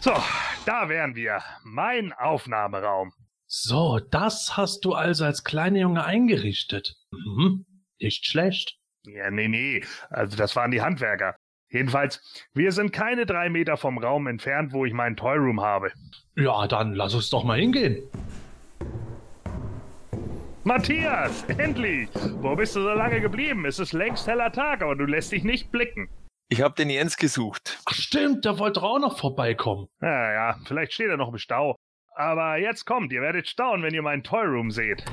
So, da wären wir. Mein Aufnahmeraum. So, das hast du also als kleiner Junge eingerichtet. Nicht schlecht. Ja, nee. Also das waren die Handwerker. Jedenfalls, wir sind keine 3 Meter vom Raum entfernt, wo ich meinen Toyroom habe. Ja, dann lass uns doch mal hingehen. Matthias, endlich! Wo bist du so lange geblieben? Es ist längst heller Tag, aber du lässt dich nicht blicken. Ich habe den Jens gesucht. Ach stimmt, der wollte auch noch vorbeikommen. Ja, vielleicht steht er noch im Stau. Aber jetzt kommt, ihr werdet staunen, wenn ihr meinen Toyroom seht.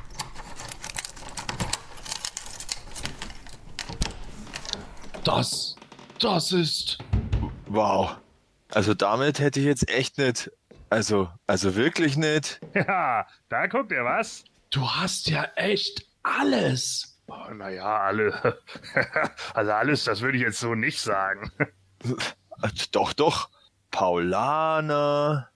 Das ist... Wow. Also damit hätte ich jetzt echt nicht... Also wirklich nicht. Ja, da guckt ihr was. Du hast ja echt alles. Oh, naja, alle. Also alles, das würde ich jetzt so nicht sagen. Doch. Paulaner.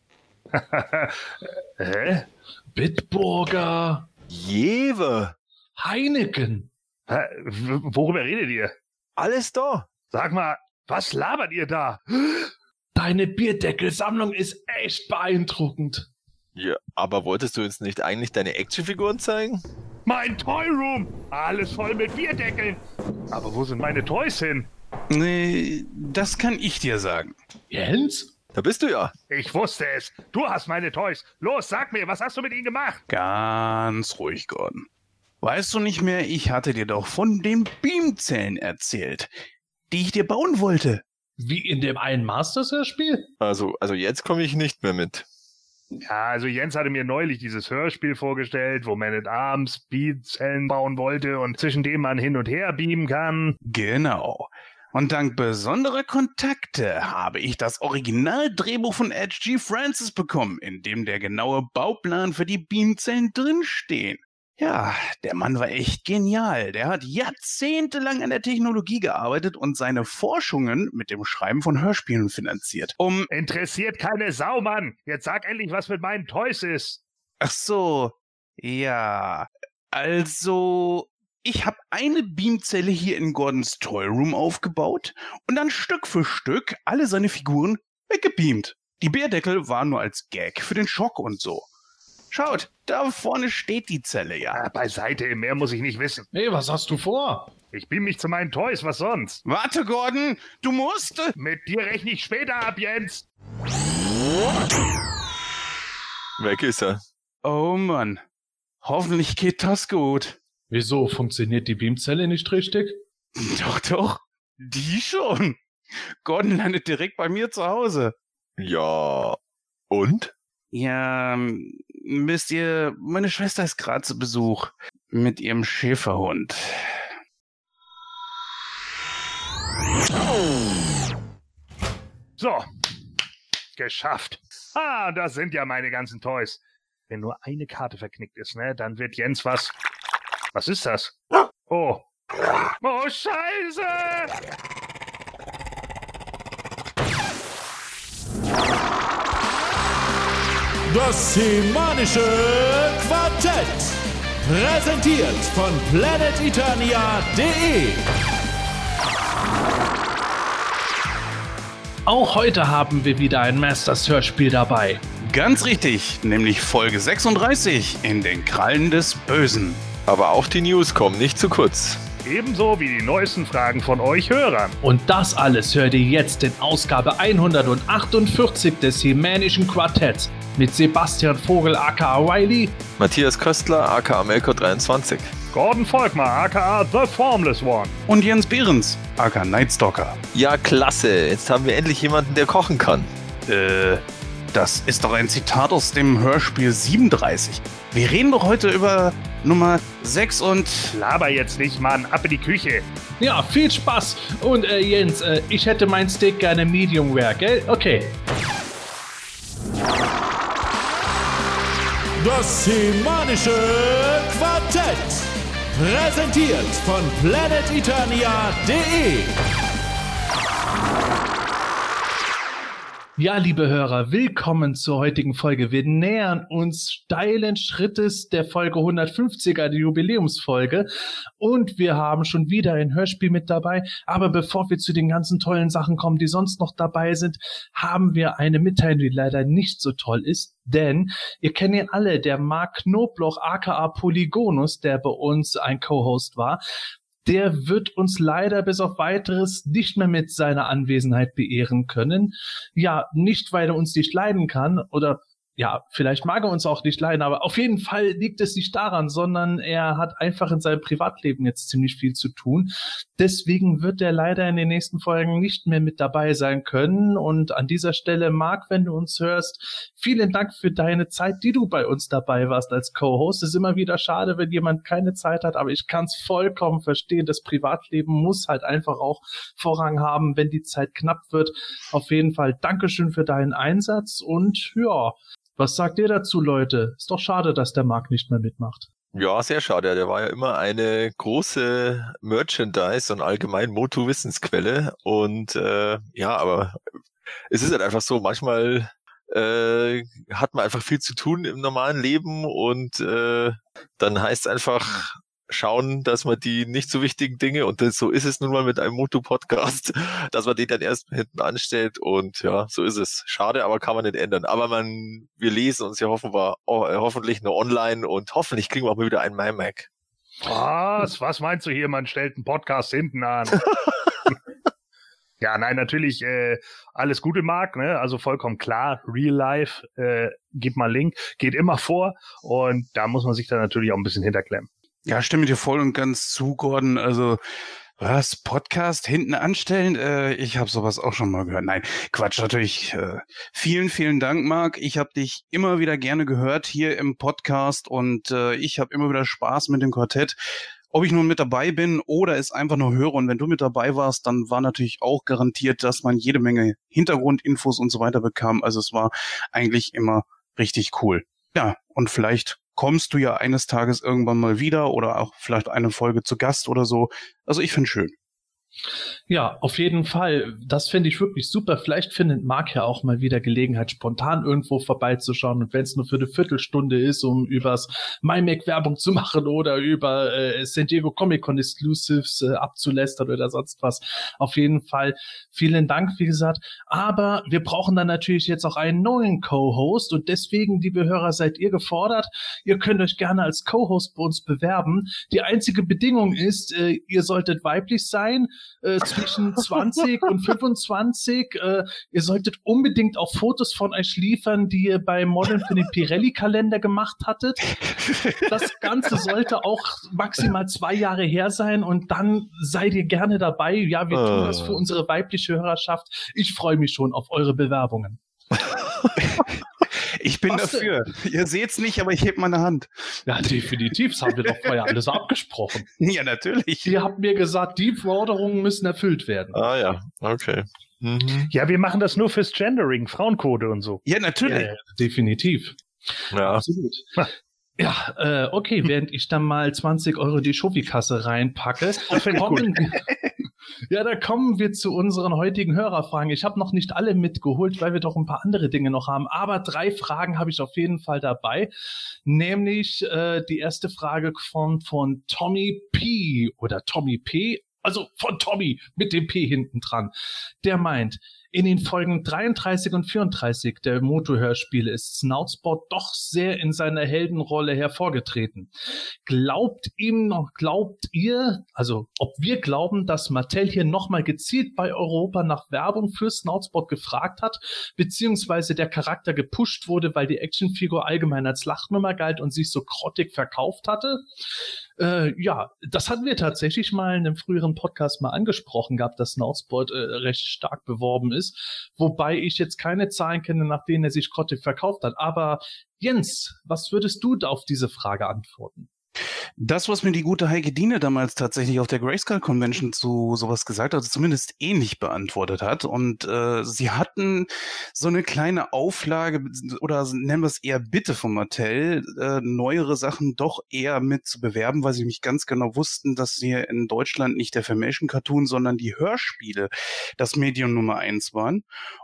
Hä? Bitburger. Jewe. Heineken. Worüber redet ihr? Alles da. Sag mal, was labert ihr da? Deine Bierdeckelsammlung ist echt beeindruckend. Ja, aber wolltest du uns nicht eigentlich deine Actionfiguren zeigen? Mein Toyroom! Alles voll mit Bierdeckeln. Aber wo sind meine Toys hin? Nee, das kann ich dir sagen. Jens? Da bist du ja. Ich wusste es. Du hast meine Toys. Los, sag mir, was hast du mit ihnen gemacht? Ganz ruhig, Gordon. Weißt du nicht mehr, ich hatte dir doch von den Beamzellen erzählt, die ich dir bauen wollte. Wie in dem einen Masters-Hörspiel? Also jetzt komme ich nicht mehr mit. Ja, also Jens hatte mir neulich dieses Hörspiel vorgestellt, wo Man at Arms Beamzellen bauen wollte und zwischen dem man hin und her beamen kann. Genau. Und dank besonderer Kontakte habe ich das Originaldrehbuch von H.G. Francis bekommen, in dem der genaue Bauplan für die Beamzellen drinstehen. Ja, der Mann war echt genial. Der hat jahrzehntelang an der Technologie gearbeitet und seine Forschungen mit dem Schreiben von Hörspielen finanziert. Interessiert keine Sau, Mann. Jetzt sag endlich, was mit meinen Toys ist. Ach so, ja. Also, ich habe eine Beamzelle hier in Gordons Toyroom aufgebaut und dann Stück für Stück alle seine Figuren weggebeamt. Die Bierdeckel waren nur als Gag für den Schock und so. Schaut, da vorne steht die Zelle, ja. Beiseite, mehr muss ich nicht wissen. Hey, was hast du vor? Ich beam mich zu meinen Toys, was sonst? Warte, Gordon, du musst... Mit dir rechne ich später ab, Jens. Weg ist er. Oh Mann, hoffentlich geht das gut. Wieso, funktioniert die Beamzelle nicht richtig? Doch, die schon. Gordon landet direkt bei mir zu Hause. Ja, und? Ja, wisst ihr, meine Schwester ist gerade zu Besuch mit ihrem Schäferhund. So, geschafft. Das sind ja meine ganzen Toys. Wenn nur eine Karte verknickt ist, ne, dann wird Jens was... Was ist das? Oh, Scheiße! Das Semanische Quartett. Präsentiert von planeteternia.de. Auch heute haben wir wieder ein Masters-Hörspiel dabei. Ganz richtig, nämlich Folge 36 in den Krallen des Bösen. Aber auch die News kommen nicht zu kurz. Ebenso wie die neuesten Fragen von euch Hörern. Und das alles hört ihr jetzt in Ausgabe 148 des Semanischen Quartetts mit Sebastian Vogel aka Riley, Matthias Köstler aka Melko23, Gordon Volkmar aka The Formless One und Jens Behrens aka Nightstalker. Ja, klasse. Jetzt haben wir endlich jemanden, der kochen kann. Das ist doch ein Zitat aus dem Hörspiel 37. Wir reden doch heute über Nummer 6 und... Laber jetzt nicht, Mann. Ab in die Küche. Ja, viel Spaß. Und Jens, ich hätte mein Steak gerne Medium Rare, gell? Okay. Das Semanische Quartett. Präsentiert von planeteternia.de. Ja, liebe Hörer, willkommen zur heutigen Folge. Wir nähern uns steilen Schrittes der Folge 150er, die Jubiläumsfolge. Und wir haben schon wieder ein Hörspiel mit dabei. Aber bevor wir zu den ganzen tollen Sachen kommen, die sonst noch dabei sind, haben wir eine Mitteilung, die leider nicht so toll ist. Denn ihr kennt ihn alle, der Mark Knobloch, aka Polygonus, der bei uns ein Co-Host war. Der wird uns leider bis auf Weiteres nicht mehr mit seiner Anwesenheit beehren können. Ja, nicht, weil er uns nicht leiden kann oder ja, vielleicht mag er uns auch nicht leiden, aber auf jeden Fall liegt es nicht daran, sondern er hat einfach in seinem Privatleben jetzt ziemlich viel zu tun. Deswegen wird er leider in den nächsten Folgen nicht mehr mit dabei sein können. Und an dieser Stelle, Marc, wenn du uns hörst, vielen Dank für deine Zeit, die du bei uns dabei warst als Co-Host. Es ist immer wieder schade, wenn jemand keine Zeit hat, aber ich kann es vollkommen verstehen. Das Privatleben muss halt einfach auch Vorrang haben, wenn die Zeit knapp wird. Auf jeden Fall Dankeschön für deinen Einsatz und ja, was sagt ihr dazu, Leute? Ist doch schade, dass der Marc nicht mehr mitmacht. Ja, sehr schade. Der war ja immer eine große Merchandise- und allgemein Motu-Wissensquelle. Und ja, aber es ist halt einfach so, manchmal hat man einfach viel zu tun im normalen Leben und dann heißt es einfach schauen, dass man die nicht so wichtigen Dinge, und so ist es nun mal mit einem Motu-Podcast, dass man den dann erst hinten anstellt und ja, so ist es. Schade, aber kann man nicht ändern. Aber wir lesen uns ja hoffentlich nur online und hoffentlich kriegen wir auch mal wieder einen MyMac. Was meinst du hier? Man stellt einen Podcast hinten an. Ja, nein, natürlich alles Gute, Marc, ne? Also vollkommen klar, Real Life, gib mal Link, geht immer vor und da muss man sich dann natürlich auch ein bisschen hinterklemmen. Ja, stimme dir voll und ganz zu, Gordon. Also, was? Podcast hinten anstellen? Ich habe sowas auch schon mal gehört. Nein, Quatsch, natürlich. Vielen, vielen Dank, Marc. Ich habe dich immer wieder gerne gehört hier im Podcast und ich habe immer wieder Spaß mit dem Quartett. Ob ich nun mit dabei bin oder es einfach nur höre, und wenn du mit dabei warst, dann war natürlich auch garantiert, dass man jede Menge Hintergrundinfos und so weiter bekam. Also es war eigentlich immer richtig cool. Ja, und vielleicht kommst du ja eines Tages irgendwann mal wieder oder auch vielleicht eine Folge zu Gast oder so. Also ich find's schön. Ja, auf jeden Fall. Das finde ich wirklich super. Vielleicht findet Marc ja auch mal wieder Gelegenheit, spontan irgendwo vorbeizuschauen. Und wenn es nur für eine Viertelstunde ist, um übers MyMac Werbung zu machen oder über San Diego Comic-Con Exclusives abzulästern oder sonst was. Auf jeden Fall vielen Dank, wie gesagt. Aber wir brauchen dann natürlich jetzt auch einen neuen Co-Host. Und deswegen, liebe Hörer, seid ihr gefordert. Ihr könnt euch gerne als Co-Host bei uns bewerben. Die einzige Bedingung ist, ihr solltet weiblich sein, zwischen 20 und 25. Ihr solltet unbedingt auch Fotos von euch liefern, die ihr bei Modern für den Pirelli-Kalender gemacht hattet. Das Ganze sollte auch maximal 2 Jahre her sein und dann seid ihr gerne dabei. Ja, wir tun das für unsere weibliche Hörerschaft. Ich freue mich schon auf eure Bewerbungen. Ich bin dafür. Ihr seht's nicht, aber ich heb meine Hand. Ja, definitiv. Das haben wir doch vorher alles abgesprochen. Ja, natürlich. Ihr habt mir gesagt, die Forderungen müssen erfüllt werden. Ah ja, okay. Mhm. Ja, wir machen das nur fürs Gendering, Frauenquote und so. Ja, natürlich. Ja, definitiv. Ja. Absolut. Ja, okay, während ich dann mal 20 Euro in die Schofi-Kasse reinpacke, da kommen wir zu unseren heutigen Hörerfragen. Ich habe noch nicht alle mitgeholt, weil wir doch ein paar andere Dinge noch haben, aber 3 Fragen habe ich auf jeden Fall dabei, nämlich die erste Frage von Tommy P. oder Tommy P., also von Tommy mit dem P hinten dran. Der meint, in den Folgen 33 und 34 der Moto-Hörspiele ist Snoutspot doch sehr in seiner Heldenrolle hervorgetreten. Glaubt ihr, also ob wir glauben, dass Mattel hier nochmal gezielt bei Europa nach Werbung für Snoutspot gefragt hat, beziehungsweise der Charakter gepusht wurde, weil die Actionfigur allgemein als Lachnummer galt und sich so grottig verkauft hatte? Ja, das hatten wir tatsächlich mal in einem früheren Podcast mal angesprochen gehabt, dass Snoutspot recht stark beworben ist, wobei ich jetzt keine Zahlen kenne, nach denen er sich grottig verkauft hat. Aber Jens, was würdest du da auf diese Frage antworten? Das, was mir die gute Heike Diene damals tatsächlich auf der Grayscale Convention zu sowas gesagt hat, also zumindest ähnlich beantwortet hat. Und sie hatten so eine kleine Auflage, oder nennen wir es eher Bitte von Mattel, neuere Sachen doch eher mit zu bewerben, weil sie mich ganz genau wussten, dass hier in Deutschland nicht der Filmation-Cartoon, sondern die Hörspiele das Medium Nummer 1 waren.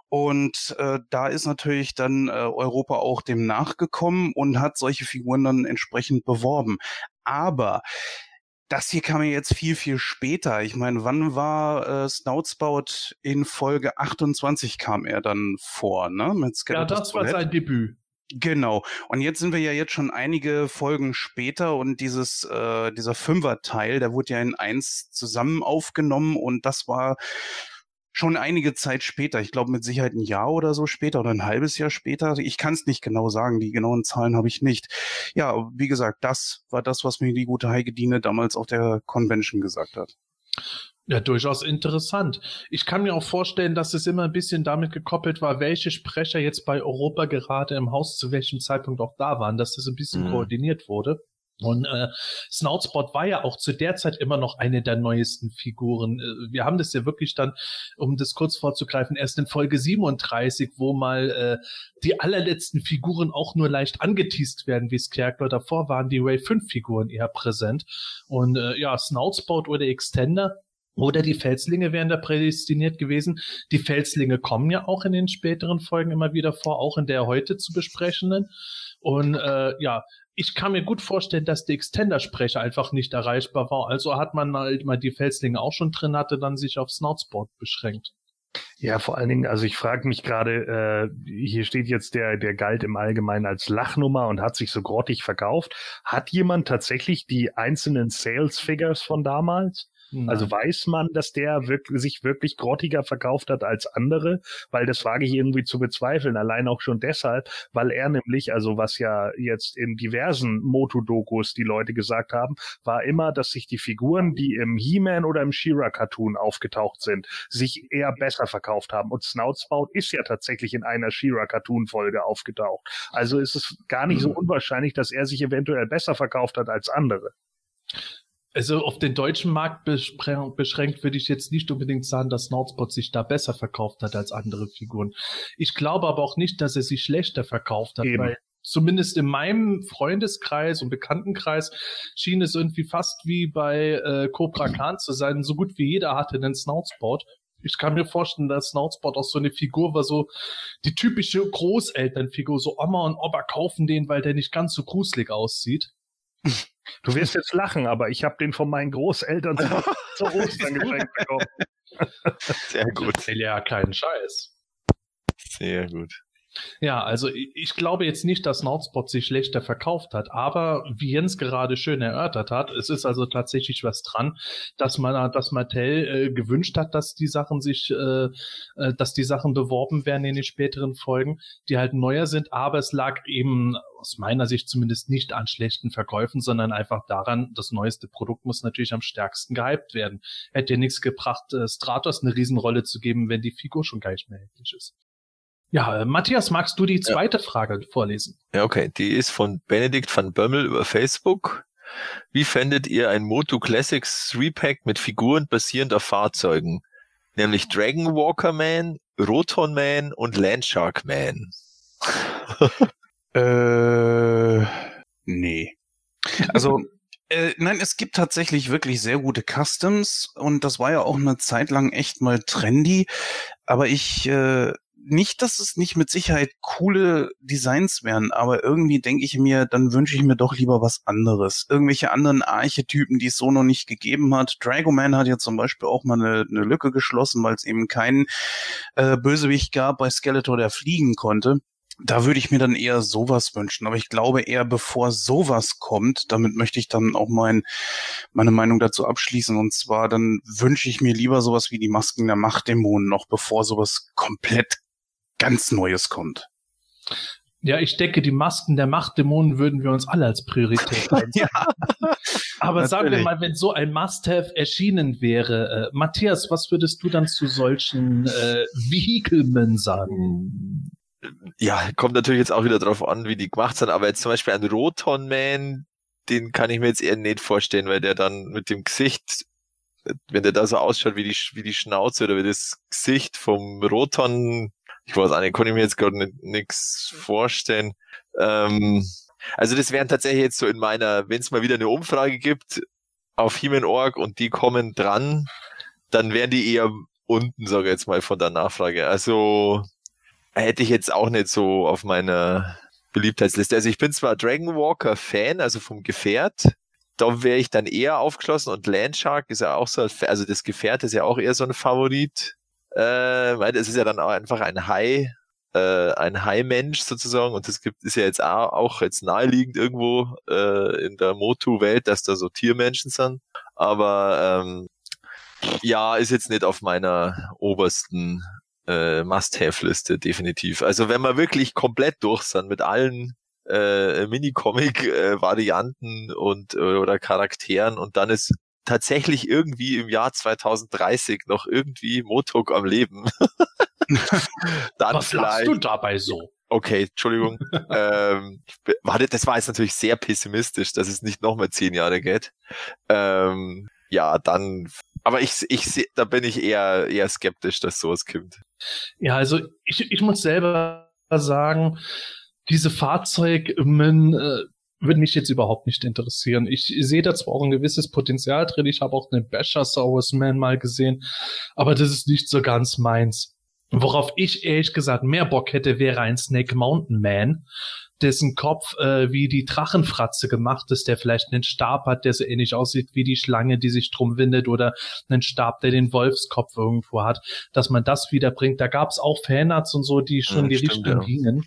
Und da ist natürlich dann Europa auch dem nachgekommen und hat solche Figuren dann entsprechend beworben. Aber das hier kam ja jetzt viel, viel später. Ich meine, wann war Snoutspout in Folge 28 kam er dann vor, ne? Mit Skeletor's Ja, das war Toilette. sein Debüt. Genau. Und jetzt sind wir ja jetzt schon einige Folgen später und dieser Fünfer-Teil, der wurde ja in 1 zusammen aufgenommen und das war schon einige Zeit später. Ich glaube mit Sicherheit ein Jahr oder so später oder ein halbes Jahr später. Ich kann es nicht genau sagen, die genauen Zahlen habe ich nicht. Ja, wie gesagt, das war das, was mir die gute Heike Diene damals auf der Convention gesagt hat. Ja, durchaus interessant. Ich kann mir auch vorstellen, dass es immer ein bisschen damit gekoppelt war, welche Sprecher jetzt bei Europa gerade im Haus zu welchem Zeitpunkt auch da waren, dass das ein bisschen koordiniert wurde. Und Snoutspot war ja auch zu der Zeit immer noch eine der neuesten Figuren. Wir haben das ja wirklich dann, um das kurz vorzugreifen, erst in Folge 37, wo mal die allerletzten Figuren auch nur leicht angeteast werden wie Scarecrow. Davor waren die Wave 5 Figuren eher präsent. Und Snoutspot oder Extender oder die Felslinge wären da prädestiniert gewesen. Die Felslinge kommen ja auch in den späteren Folgen immer wieder vor, auch in der heute zu besprechenden. Und ich kann mir gut vorstellen, dass der Extender-Sprecher einfach nicht erreichbar war. Also hat man halt mal die Felslinge auch schon drin, hatte dann sich auf Snoutspot beschränkt. Ja, vor allen Dingen, also ich frage mich gerade, hier steht jetzt der galt im Allgemeinen als Lachnummer und hat sich so grottig verkauft. Hat jemand tatsächlich die einzelnen Sales-Figures von damals? Nein. Also weiß man, dass der sich wirklich grottiger verkauft hat als andere? Weil das wage ich irgendwie zu bezweifeln. Allein auch schon deshalb, weil er nämlich, also was ja jetzt in diversen Moto-Dokus die Leute gesagt haben, war immer, dass sich die Figuren, die im He-Man oder im She-Ra-Cartoon aufgetaucht sind, sich eher besser verkauft haben. Und Snoutspot ist ja tatsächlich in einer She-Ra-Cartoon-Folge aufgetaucht. Also ist es gar nicht so unwahrscheinlich, dass er sich eventuell besser verkauft hat als andere. Also auf den deutschen Markt beschränkt würde ich jetzt nicht unbedingt sagen, dass Snoutspot sich da besser verkauft hat als andere Figuren. Ich glaube aber auch nicht, dass er sich schlechter verkauft hat, weil zumindest in meinem Freundeskreis und Bekanntenkreis schien es irgendwie fast wie bei Cobra Khan zu sein. So gut wie jeder hatte einen Snoutspot. Ich kann mir vorstellen, dass Snoutspot auch so eine Figur war, so die typische Großelternfigur. So Oma und Opa kaufen den, weil der nicht ganz so gruselig aussieht. Du wirst jetzt lachen, aber ich habe den von meinen Großeltern zu Ostern geschenkt bekommen. Sehr gut. Ja, keinen Scheiß. Sehr gut. Ja, also ich glaube jetzt nicht, dass Snoutspot sich schlechter verkauft hat, aber wie Jens gerade schön erörtert hat, es ist also tatsächlich was dran, dass Mattel gewünscht hat, dass die Sachen beworben werden in den späteren Folgen, die halt neuer sind, aber es lag eben aus meiner Sicht zumindest nicht an schlechten Verkäufen, sondern einfach daran, das neueste Produkt muss natürlich am stärksten gehypt werden. Hätte ja nichts gebracht, Stratos eine Riesenrolle zu geben, wenn die Figur schon gar nicht mehr erhältlich ist. Ja, Matthias, magst du die zweite Frage vorlesen? Ja, okay. Die ist von Benedikt van Bömmel über Facebook. Wie fändet ihr ein Moto Classics 3-Pack mit Figuren basierend auf Fahrzeugen? Nämlich Dragon Walker Man, Roton Man und Landshark Man. Nee. Also, nein, es gibt tatsächlich wirklich sehr gute Customs und das war ja auch eine Zeit lang echt mal trendy, aber nicht, dass es nicht mit Sicherheit coole Designs wären, aber irgendwie denke ich mir, dann wünsche ich mir doch lieber was anderes. Irgendwelche anderen Archetypen, die es so noch nicht gegeben hat. Dragoman hat ja zum Beispiel auch mal eine Lücke geschlossen, weil es eben keinen Bösewicht gab bei Skeletor, der fliegen konnte. Da würde ich mir dann eher sowas wünschen. Aber ich glaube eher, bevor sowas kommt, damit möchte ich dann auch meine Meinung dazu abschließen. Und zwar, dann wünsche ich mir lieber sowas wie die Masken der Machtdämonen noch, bevor sowas komplett ganz Neues kommt. Ja, ich denke, die Masken der Machtdämonen würden wir uns alle als Priorität einsetzen. Ja, aber natürlich. Sagen wir mal, wenn so ein Must-Have erschienen wäre, Matthias, was würdest du dann zu solchen Vehikelmen sagen? Ja, kommt natürlich jetzt auch wieder drauf an, wie die gemacht sind, aber jetzt zum Beispiel ein Roton Man, den kann ich mir jetzt eher nicht vorstellen, weil der dann mit dem Gesicht, wenn der da so ausschaut wie die Schnauze oder wie das Gesicht vom Roton, ich weiß auch nicht, kann ich mir jetzt gerade nichts vorstellen. Also das wären tatsächlich jetzt so in meiner, wenn es mal wieder eine Umfrage gibt auf He-Man.org und die kommen dran, dann wären die eher unten, sage ich jetzt mal, von der Nachfrage. Also hätte ich jetzt auch nicht so auf meiner Beliebtheitsliste. Also ich bin zwar Dragon Walker Fan, also vom Gefährt, da wäre ich dann eher aufgeschlossen und Landshark ist ja auch so, also das Gefährt ist ja auch eher so ein Favorit, weil es ist ja dann auch einfach ein Hai-Mensch sozusagen und ist ja jetzt auch jetzt naheliegend irgendwo in der Motu-Welt, dass da so Tiermenschen sind, aber ja, ist jetzt nicht auf meiner obersten Must-Have-Liste, definitiv. Also wenn wir wirklich komplett durch sind mit allen Minicomic-Varianten und oder Charakteren und dann ist tatsächlich irgendwie im Jahr 2030 noch irgendwie Motok am Leben. Dann was lachst du dabei so? Okay, Entschuldigung. Das war jetzt natürlich sehr pessimistisch, dass es nicht nochmal 10 Jahre geht. Ja, dann, aber da bin ich eher skeptisch, dass sowas kommt. Ja, also ich muss selber sagen, diese Fahrzeugen würde mich jetzt überhaupt nicht interessieren. Ich sehe da zwar auch ein gewisses Potenzial drin, ich habe auch einen Bashersaurus Man mal gesehen, aber das ist nicht so ganz meins. Worauf ich ehrlich gesagt mehr Bock hätte, wäre ein Snake Mountain Man, dessen Kopf wie die Drachenfratze gemacht ist, der vielleicht einen Stab hat, der so ähnlich aussieht wie die Schlange, die sich drum windet, oder einen Stab, der den Wolfskopf irgendwo hat, dass man das wiederbringt. Da gab es auch Fanarts und so, die schon in die Richtung gingen.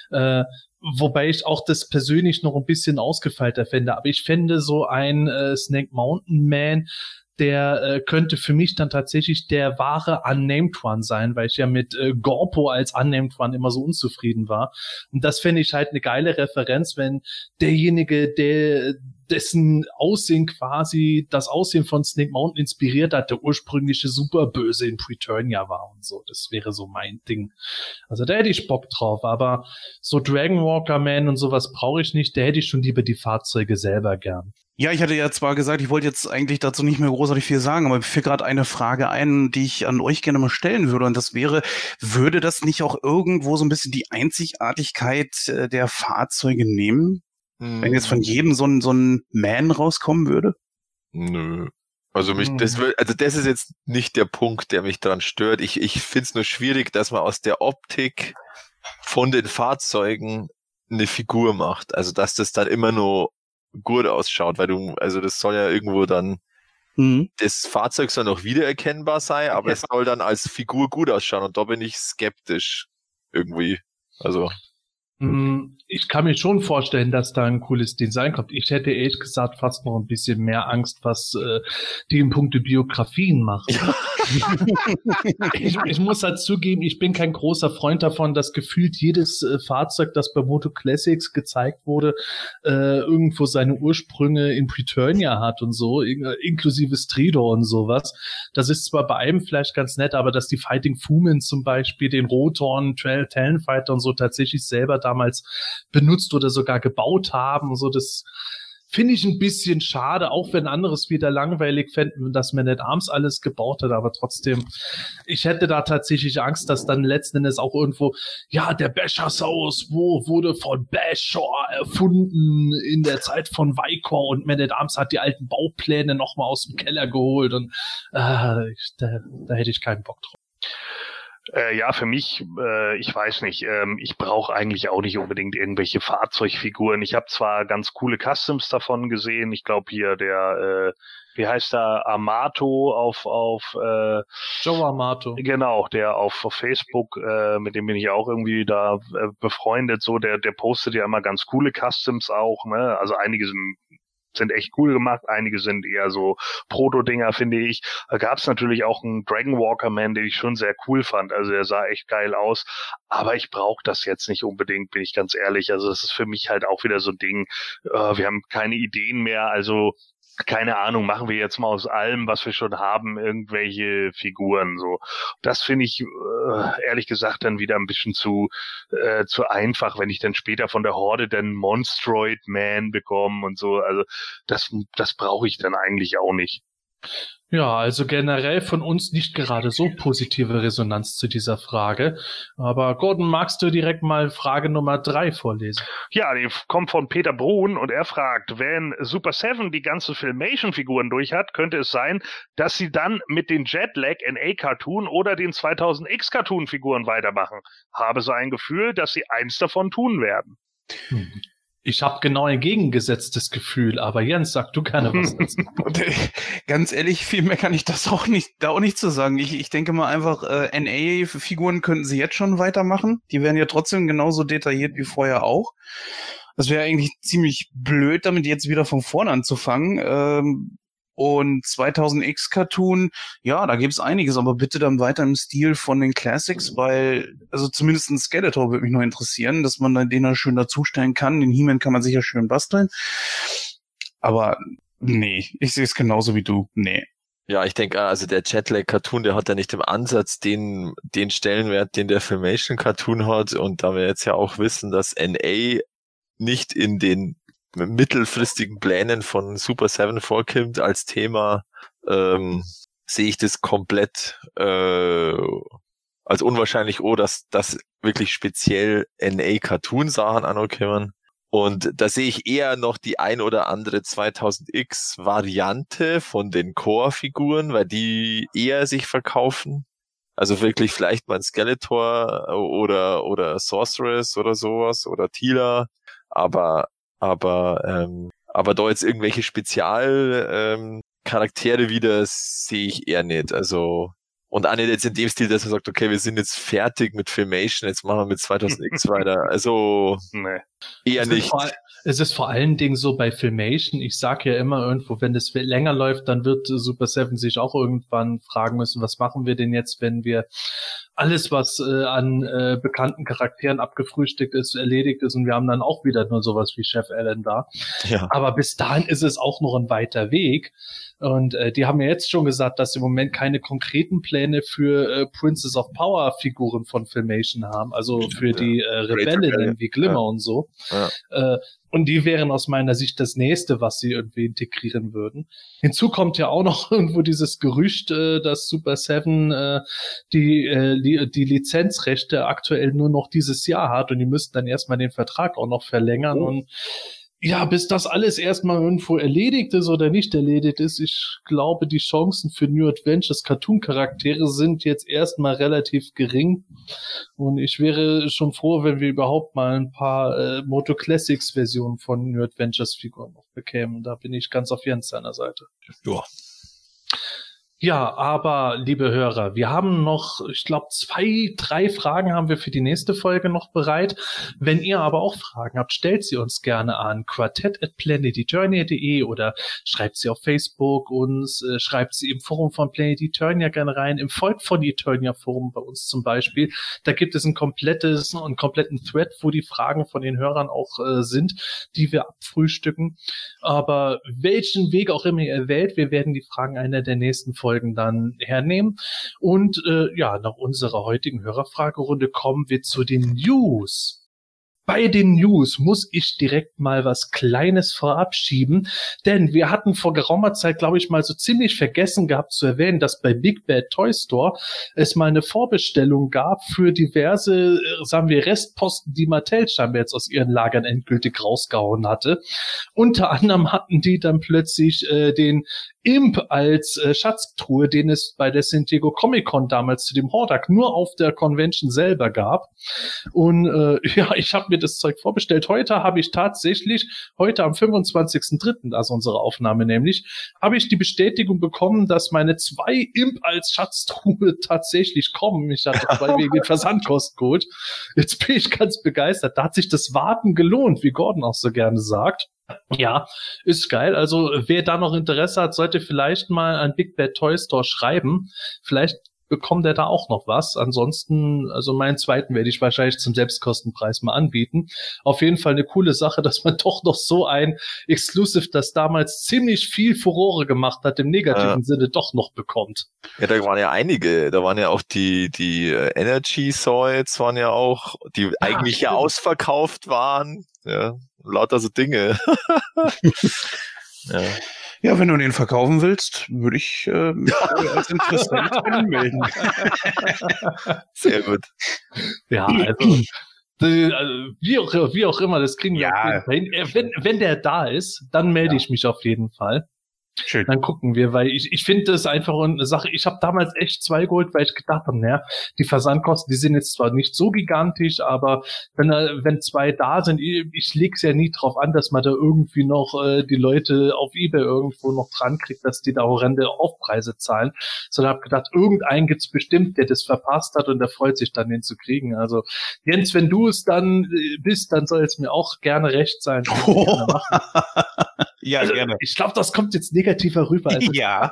Wobei ich auch das persönlich noch ein bisschen ausgefeilter fände. Aber ich fände so ein Snake Mountain Man, der könnte für mich dann tatsächlich der wahre Unnamed One sein, weil ich ja mit Gorpo als Unnamed One immer so unzufrieden war. Und das fände ich halt eine geile Referenz, wenn derjenige, dessen Aussehen quasi das Aussehen von Snake Mountain inspiriert hat, der ursprüngliche Superböse in Preturnia war und so. Das wäre so mein Ding. Also da hätte ich Bock drauf, aber so Dragon Walker Man und sowas brauche ich nicht. Da hätte ich schon lieber die Fahrzeuge selber gern. Ja, ich hatte ja zwar gesagt, ich wollte jetzt eigentlich dazu nicht mehr großartig viel sagen, aber mir fiel gerade eine Frage ein, die ich an euch gerne mal stellen würde. Und das wäre, würde das nicht auch irgendwo so ein bisschen die Einzigartigkeit der Fahrzeuge nehmen? Wenn jetzt von jedem so ein Man rauskommen würde? Nö. Also das ist jetzt nicht der Punkt, der mich daran stört. Ich finde es nur schwierig, dass man aus der Optik von den Fahrzeugen eine Figur macht. Also dass das dann immer nur gut ausschaut, weil also das soll ja irgendwo dann, das Fahrzeug soll noch wiedererkennbar sein, aber es soll dann als Figur gut ausschauen und da bin ich skeptisch irgendwie. Also Ich kann mir schon vorstellen, dass da ein cooles Design kommt. Ich hätte ehrlich gesagt fast noch ein bisschen mehr Angst, was die in puncto Biografien machen. Ich muss halt zugeben, ich bin kein großer Freund davon, dass gefühlt jedes Fahrzeug, das bei Moto Classics gezeigt wurde, irgendwo seine Ursprünge in Preturnia hat und so, inklusive Stridor und sowas. Das ist zwar bei einem vielleicht ganz nett, aber dass die Fighting Fumin zum Beispiel den Rotorn, Talonfighter und so tatsächlich selber damals benutzt oder sogar gebaut haben, so, das finde ich ein bisschen schade, auch wenn anderes wieder langweilig fänden, dass Man at Arms alles gebaut hat, aber trotzdem, ich hätte da tatsächlich Angst, dass dann letzten Endes auch irgendwo, ja, der Bashersaurus wurde von Bashor erfunden in der Zeit von Vicor und Man at Arms hat die alten Baupläne nochmal aus dem Keller geholt und da hätte ich keinen Bock drauf. Ja, für mich, ich weiß nicht, ich brauche eigentlich auch nicht unbedingt irgendwelche Fahrzeugfiguren. Ich habe zwar ganz coole Customs davon gesehen, ich glaube hier der, wie heißt der, Amato auf Joe Amato. Genau, der auf Facebook, mit dem bin ich auch irgendwie da befreundet, so, der postet ja immer ganz coole Customs auch, ne, also einige sind echt cool gemacht, einige sind eher so Proto-Dinger, finde ich. Da gab es natürlich auch einen Dragon Walker Man, den ich schon sehr cool fand, also der sah echt geil aus, aber ich brauche das jetzt nicht unbedingt, bin ich ganz ehrlich, also das ist für mich halt auch wieder so ein Ding, wir haben keine Ideen mehr, also keine Ahnung, machen wir jetzt mal aus allem, was wir schon haben, irgendwelche Figuren so. Das finde ich ehrlich gesagt dann wieder ein bisschen zu einfach, wenn ich dann später von der Horde den Monstroid Man bekomme und so. Also das brauche ich dann eigentlich auch nicht. Ja, also generell von uns nicht gerade so positive Resonanz zu dieser Frage. Aber Gordon, magst du direkt mal Frage Nummer 3 vorlesen? Ja, die kommt von Peter Brun und er fragt, wenn Super 7 die ganzen Filmation-Figuren durch hat, könnte es sein, dass sie dann mit den Jetlag NA-Cartoon oder den 2000X-Cartoon-Figuren weitermachen. Habe so ein Gefühl, dass sie eins davon tun werden. Ich habe genau ein gegengesetztes Gefühl, aber Jens, sag du gerne was dazu. Ganz ehrlich, viel mehr kann ich da auch nicht zu sagen. Ich denke mal einfach, NA-Figuren könnten sie jetzt schon weitermachen. Die wären ja trotzdem genauso detailliert wie vorher auch. Das wäre eigentlich ziemlich blöd, damit jetzt wieder von vorne anzufangen. Und 2000X Cartoon, ja, da gibt's einiges, aber bitte dann weiter im Stil von den Classics, weil, also zumindest ein Skeletor würde mich noch interessieren, dass man den da schön dazustellen kann. Den He-Man kann man sicher schön basteln. Aber nee, ich sehe es genauso wie du. Nee. Ja, ich denke, also der Jetlag-Cartoon, der hat ja nicht im Ansatz den Stellenwert, den der Filmation-Cartoon hat. Und da wir jetzt ja auch wissen, dass NA nicht in den mittelfristigen Plänen von Super 7 vorkommt als Thema, sehe ich das komplett als unwahrscheinlich, dass das wirklich speziell NA-Cartoon-Sachen ankommen. Und da sehe ich eher noch die ein oder andere 2000X-Variante von den Core-Figuren, weil die eher sich verkaufen. Also wirklich vielleicht mal ein Skeletor oder Sorceress oder sowas oder Teela, aber da jetzt irgendwelche Charaktere wieder sehe ich eher nicht. Also, und auch nicht jetzt in dem Stil, dass man sagt, okay, wir sind jetzt fertig mit Filmation, jetzt machen wir mit 2000X weiter. Also, nee, eher nicht. Es ist vor allen Dingen so bei Filmation, ich sag ja immer irgendwo, wenn das länger läuft, dann wird Super 7 sich auch irgendwann fragen müssen, was machen wir denn jetzt, wenn wir alles, was an bekannten Charakteren abgefrühstückt ist, erledigt ist und wir haben dann auch wieder nur sowas wie Chef Allen da. Ja. Aber bis dahin ist es auch noch ein weiter Weg. Und die haben ja jetzt schon gesagt, dass sie im Moment keine konkreten Pläne für Princess of Power Figuren von Filmation haben, also für die Rebellinnen wie Glimmer und so. Ja. Und die wären aus meiner Sicht das Nächste, was sie irgendwie integrieren würden. Hinzu kommt ja auch noch irgendwo dieses Gerücht, dass Super 7 die Lizenzrechte aktuell nur noch dieses Jahr hat und die müssten dann erstmal den Vertrag auch noch verlängern. Und ja, bis das alles erstmal irgendwo erledigt ist oder nicht erledigt ist, ich glaube, die Chancen für New Adventures Cartoon-Charaktere sind jetzt erstmal relativ gering. Und ich wäre schon froh, wenn wir überhaupt mal ein paar Moto Classics Versionen von New Adventures Figuren noch bekämen. Da bin ich ganz auf Jens seiner Seite. Ja. Ja, aber liebe Hörer, wir haben noch, ich glaube, 2, 3 Fragen haben wir für die nächste Folge noch bereit. Wenn ihr aber auch Fragen habt, stellt sie uns gerne an quartett@planeteternia.de oder schreibt sie auf Facebook uns, schreibt sie im Forum von Planet Eternia gerne rein, im Volk von Eternia Forum bei uns zum Beispiel. Da gibt es einen kompletten Thread, wo die Fragen von den Hörern auch sind, die wir abfrühstücken. Aber welchen Weg auch immer ihr wählt, wir werden die Fragen einer der nächsten Folgen dann hernehmen. Und nach unserer heutigen Hörerfragerunde kommen wir zu den News. Bei den News muss ich direkt mal was Kleines vorab schieben, denn wir hatten vor geraumer Zeit, glaube ich, mal so ziemlich vergessen gehabt zu erwähnen, dass bei Big Bad Toy Store es mal eine Vorbestellung gab für diverse, sagen wir, Restposten, die Mattel scheinbar jetzt aus ihren Lagern endgültig rausgehauen hatte. Unter anderem hatten die dann plötzlich den Imp als Schatztruhe, den es bei der San Diego Comic Con damals zu dem Hordak nur auf der Convention selber gab. Und ich habe mir das Zeug vorbestellt. Heute am 25.03., also unsere Aufnahme nämlich, habe ich die Bestätigung bekommen, dass meine 2 Imp als Schatztruhe tatsächlich kommen. Ich hatte 2 wegen den Versandkosten geholt. Jetzt bin ich ganz begeistert. Da hat sich das Warten gelohnt, wie Gordon auch so gerne sagt. Ja, ist geil. Also wer da noch Interesse hat, sollte vielleicht mal an Big Bad Toy Store schreiben. Vielleicht bekommt er da auch noch was. Ansonsten, also meinen zweiten werde ich wahrscheinlich zum Selbstkostenpreis mal anbieten. Auf jeden Fall eine coole Sache, dass man doch noch so ein Exclusive, das damals ziemlich viel Furore gemacht hat, im negativen Sinne doch noch bekommt. Ja, da waren ja einige. Da waren ja auch die Energy Zoids waren ja auch, die eigentlich ja ausverkauft waren. Ja, lauter so Dinge. Ja. Ja, wenn du den verkaufen willst, würde ich als Interessent melden. Sehr gut. Ja, also wie auch immer, das kriegen wir auf jeden Fall hin. Wenn der da ist, dann melde ich mich auf jeden Fall. Schön. Dann gucken wir, weil ich finde das einfach eine Sache. Ich habe damals echt 2 geholt, weil ich gedacht habe, naja, die Versandkosten, die sind jetzt zwar nicht so gigantisch, aber wenn 2 da sind, ich leg's ja nie drauf an, dass man da irgendwie noch die Leute auf eBay irgendwo noch dran kriegt, dass die da horrende Aufpreise zahlen. Sondern habe gedacht, irgendeinen gibt's bestimmt, der das verpasst hat und der freut sich dann, den zu kriegen. Also Jens, wenn du es dann bist, dann soll es mir auch gerne recht sein. Ja, also, gerne. Ich glaube, das kommt jetzt negativer rüber. Als ja.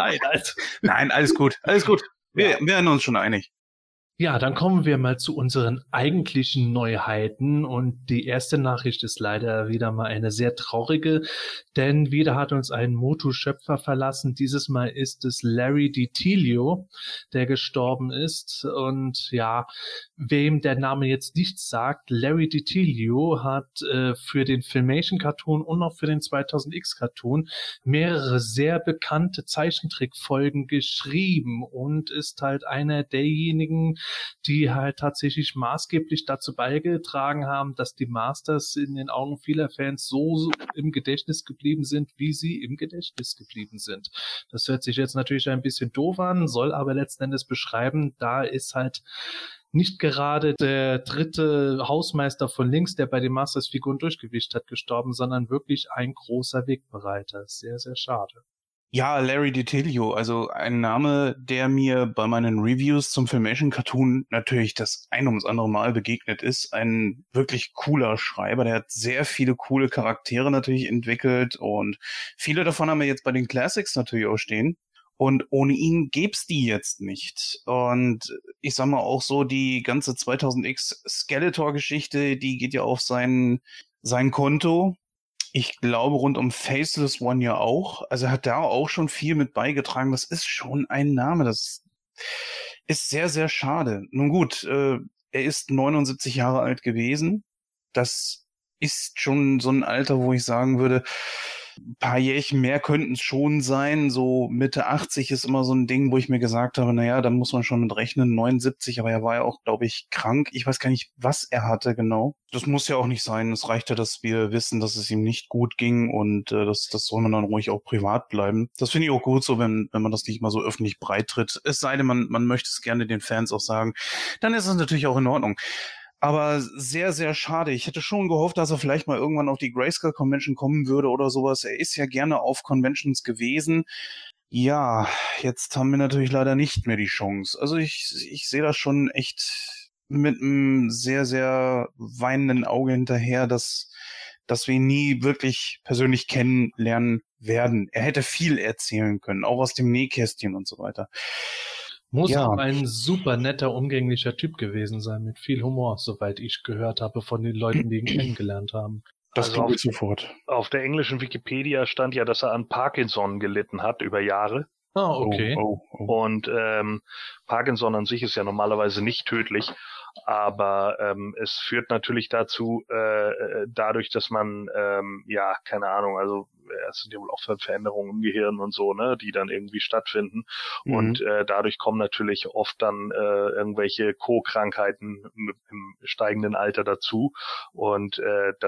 Nein, alles gut. Alles gut. Wir werden uns schon einig. Ja, dann kommen wir mal zu unseren eigentlichen Neuheiten und die erste Nachricht ist leider wieder mal eine sehr traurige, denn wieder hat uns ein Motu-Schöpfer verlassen. Dieses Mal ist es Larry DiTilio, der gestorben ist und ja, wem der Name jetzt nichts sagt, Larry DiTilio hat für den Filmation-Cartoon und auch für den 2000X-Cartoon mehrere sehr bekannte Zeichentrickfolgen geschrieben und ist halt einer derjenigen, die halt tatsächlich maßgeblich dazu beigetragen haben, dass die Masters in den Augen vieler Fans so im Gedächtnis geblieben sind, wie sie im Gedächtnis geblieben sind. Das hört sich jetzt natürlich ein bisschen doof an, soll aber letzten Endes beschreiben, da ist halt nicht gerade der dritte Hausmeister von links, der bei den Masters-Figuren Durchgewicht hat, gestorben, sondern wirklich ein großer Wegbereiter. Sehr, sehr schade. Ja, Larry DiTilio, also ein Name, der mir bei meinen Reviews zum Filmation-Cartoon natürlich das ein ums andere Mal begegnet ist. Ein wirklich cooler Schreiber, der hat sehr viele coole Charaktere natürlich entwickelt und viele davon haben wir jetzt bei den Classics natürlich auch stehen. Und ohne ihn gäb's die jetzt nicht. Und ich sag mal auch so, die ganze 2000X Skeletor-Geschichte, die geht ja auf sein Konto. Ich glaube, rund um Faceless One ja auch. Also er hat da auch schon viel mit beigetragen. Das ist schon ein Name. Das ist sehr, sehr schade. Nun gut, er ist 79 Jahre alt gewesen. Das ist schon so ein Alter, wo ich sagen würde, ein paar Jährchen mehr könnten es schon sein. So Mitte 80 ist immer so ein Ding, wo ich mir gesagt habe, naja, da muss man schon mit rechnen. 79, aber er war ja auch, glaube ich, krank. Ich weiß gar nicht, was er hatte genau. Das muss ja auch nicht sein. Es reicht ja, dass wir wissen, dass es ihm nicht gut ging und das soll man dann ruhig auch privat bleiben. Das finde ich auch gut so, wenn man das nicht mal so öffentlich breit tritt. Es sei denn, man möchte es gerne den Fans auch sagen. Dann ist es natürlich auch in Ordnung. Aber sehr, sehr schade. Ich hätte schon gehofft, dass er vielleicht mal irgendwann auf die Grayscale Convention kommen würde oder sowas. Er ist ja gerne auf Conventions gewesen. Ja, jetzt haben wir natürlich leider nicht mehr die Chance. Also ich sehe das schon echt mit einem sehr, sehr weinenden Auge hinterher, dass wir ihn nie wirklich persönlich kennenlernen werden. Er hätte viel erzählen können, auch aus dem Nähkästchen und so weiter. Muss auch ein super netter, umgänglicher Typ gewesen sein, mit viel Humor, soweit ich gehört habe von den Leuten, die ihn kennengelernt haben. Das glaube ich sofort. Auf der englischen Wikipedia stand ja, dass er an Parkinson gelitten hat über Jahre. Ah, okay. Oh. Und Parkinson an sich ist ja normalerweise nicht tödlich, aber es führt natürlich dazu, dadurch, dass man, keine Ahnung, also es sind ja wohl auch Veränderungen im Gehirn und so, ne, die dann irgendwie stattfinden. Mhm. Und dadurch kommen natürlich oft dann irgendwelche Co-Krankheiten im steigenden Alter dazu. Und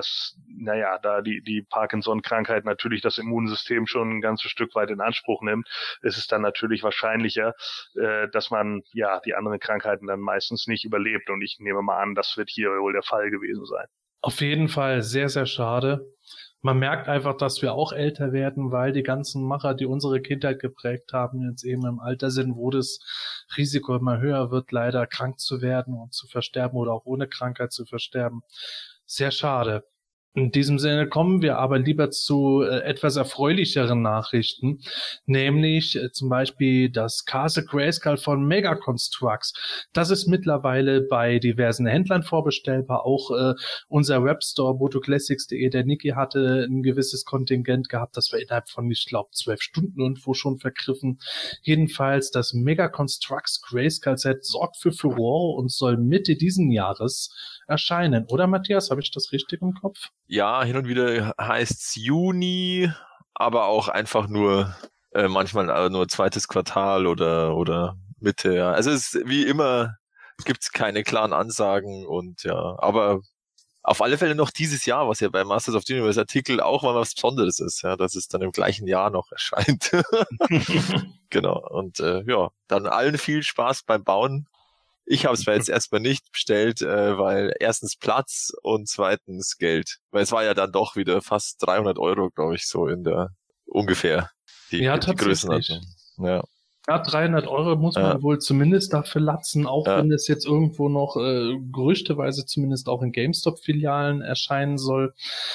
da die Parkinson-Krankheit natürlich das Immunsystem schon ein ganzes Stück weit in Anspruch nimmt, ist es dann natürlich wahrscheinlicher, dass man die anderen Krankheiten dann meistens nicht überlebt. Und ich nehme mal an, das wird hier wohl der Fall gewesen sein. Auf jeden Fall sehr, sehr schade. Man merkt einfach, dass wir auch älter werden, weil die ganzen Macher, die unsere Kindheit geprägt haben, jetzt eben im Alter sind, wo das Risiko immer höher wird, leider krank zu werden und zu versterben oder auch ohne Krankheit zu versterben. Sehr schade. In diesem Sinne kommen wir aber lieber zu etwas erfreulicheren Nachrichten, nämlich zum Beispiel das Castle Grayskull von Mega Construx. Das ist mittlerweile bei diversen Händlern vorbestellbar. Auch unser Webstore motoclassics.de, der Niki hatte ein gewisses Kontingent gehabt, das wir innerhalb von, ich glaube, 12 Stunden irgendwo schon vergriffen. Jedenfalls das Mega Construx Grayskull Set sorgt für Furore und soll Mitte diesen Jahres erscheinen. Oder Matthias, habe ich das richtig im Kopf? Ja, hin und wieder heißt's Juni, aber auch einfach nur manchmal nur zweites Quartal oder Mitte. Ja. Also es ist, wie immer gibt's keine klaren Ansagen und ja, aber auf alle Fälle noch dieses Jahr, was ja bei Masters of the Universe Artikel auch mal was Besonderes ist, ja, dass es dann im gleichen Jahr noch erscheint. Genau. Und ja, dann allen viel Spaß beim Bauen. Ich habe es zwar jetzt erstmal nicht bestellt, weil erstens Platz und zweitens Geld. Weil es war ja dann doch wieder fast 300 €, glaube ich, so in der ungefähr die Größenordnung. Ja. Ja, 300 € muss man wohl zumindest dafür latzen, auch wenn es jetzt irgendwo noch gerüchteweise zumindest auch in GameStop-Filialen erscheinen soll.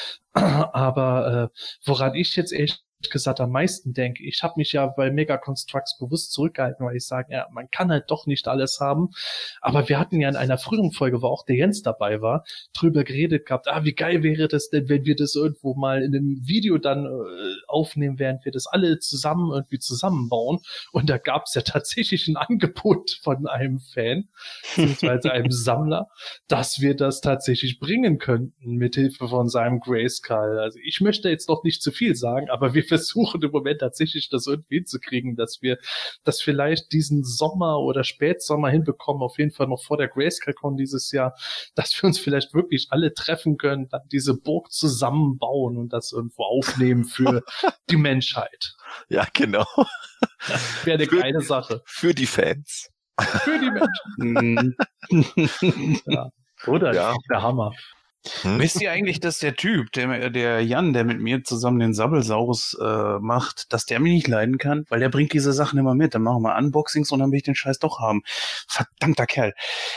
Aber woran ich jetzt echt gesagt am meisten denke, ich habe mich ja bei Mega Construx bewusst zurückgehalten, weil ich sage, ja, man kann halt doch nicht alles haben, aber wir hatten ja in einer früheren Folge, wo auch der Jens dabei war, drüber geredet gehabt, wie geil wäre das denn, wenn wir das irgendwo mal in einem Video dann aufnehmen, während wir das alle zusammen irgendwie zusammenbauen, und da gab es ja tatsächlich ein Angebot von einem Fan, beziehungsweise einem Sammler, dass wir das tatsächlich bringen könnten, mit Hilfe von seinem Grayskull. Also ich möchte jetzt noch nicht zu viel sagen, aber wir versuchen im Moment tatsächlich das irgendwie hinzukriegen, dass wir das vielleicht diesen Sommer oder Spätsommer hinbekommen, auf jeden Fall noch vor der Grayskull-Con dieses Jahr, dass wir uns vielleicht wirklich alle treffen können, dann diese Burg zusammenbauen und das irgendwo aufnehmen für die Menschheit. Ja, genau. Das wäre eine geile Sache. Für die Fans. Für die Menschen. Ja. Oder? Ja. Der Hammer. Wisst ihr eigentlich, dass der Typ, der Jan, der mit mir zusammen den Sabbelsaurus macht, dass der mich nicht leiden kann? Weil der bringt diese Sachen immer mit. Dann machen wir Unboxings und dann will ich den Scheiß doch haben. Verdammter Kerl.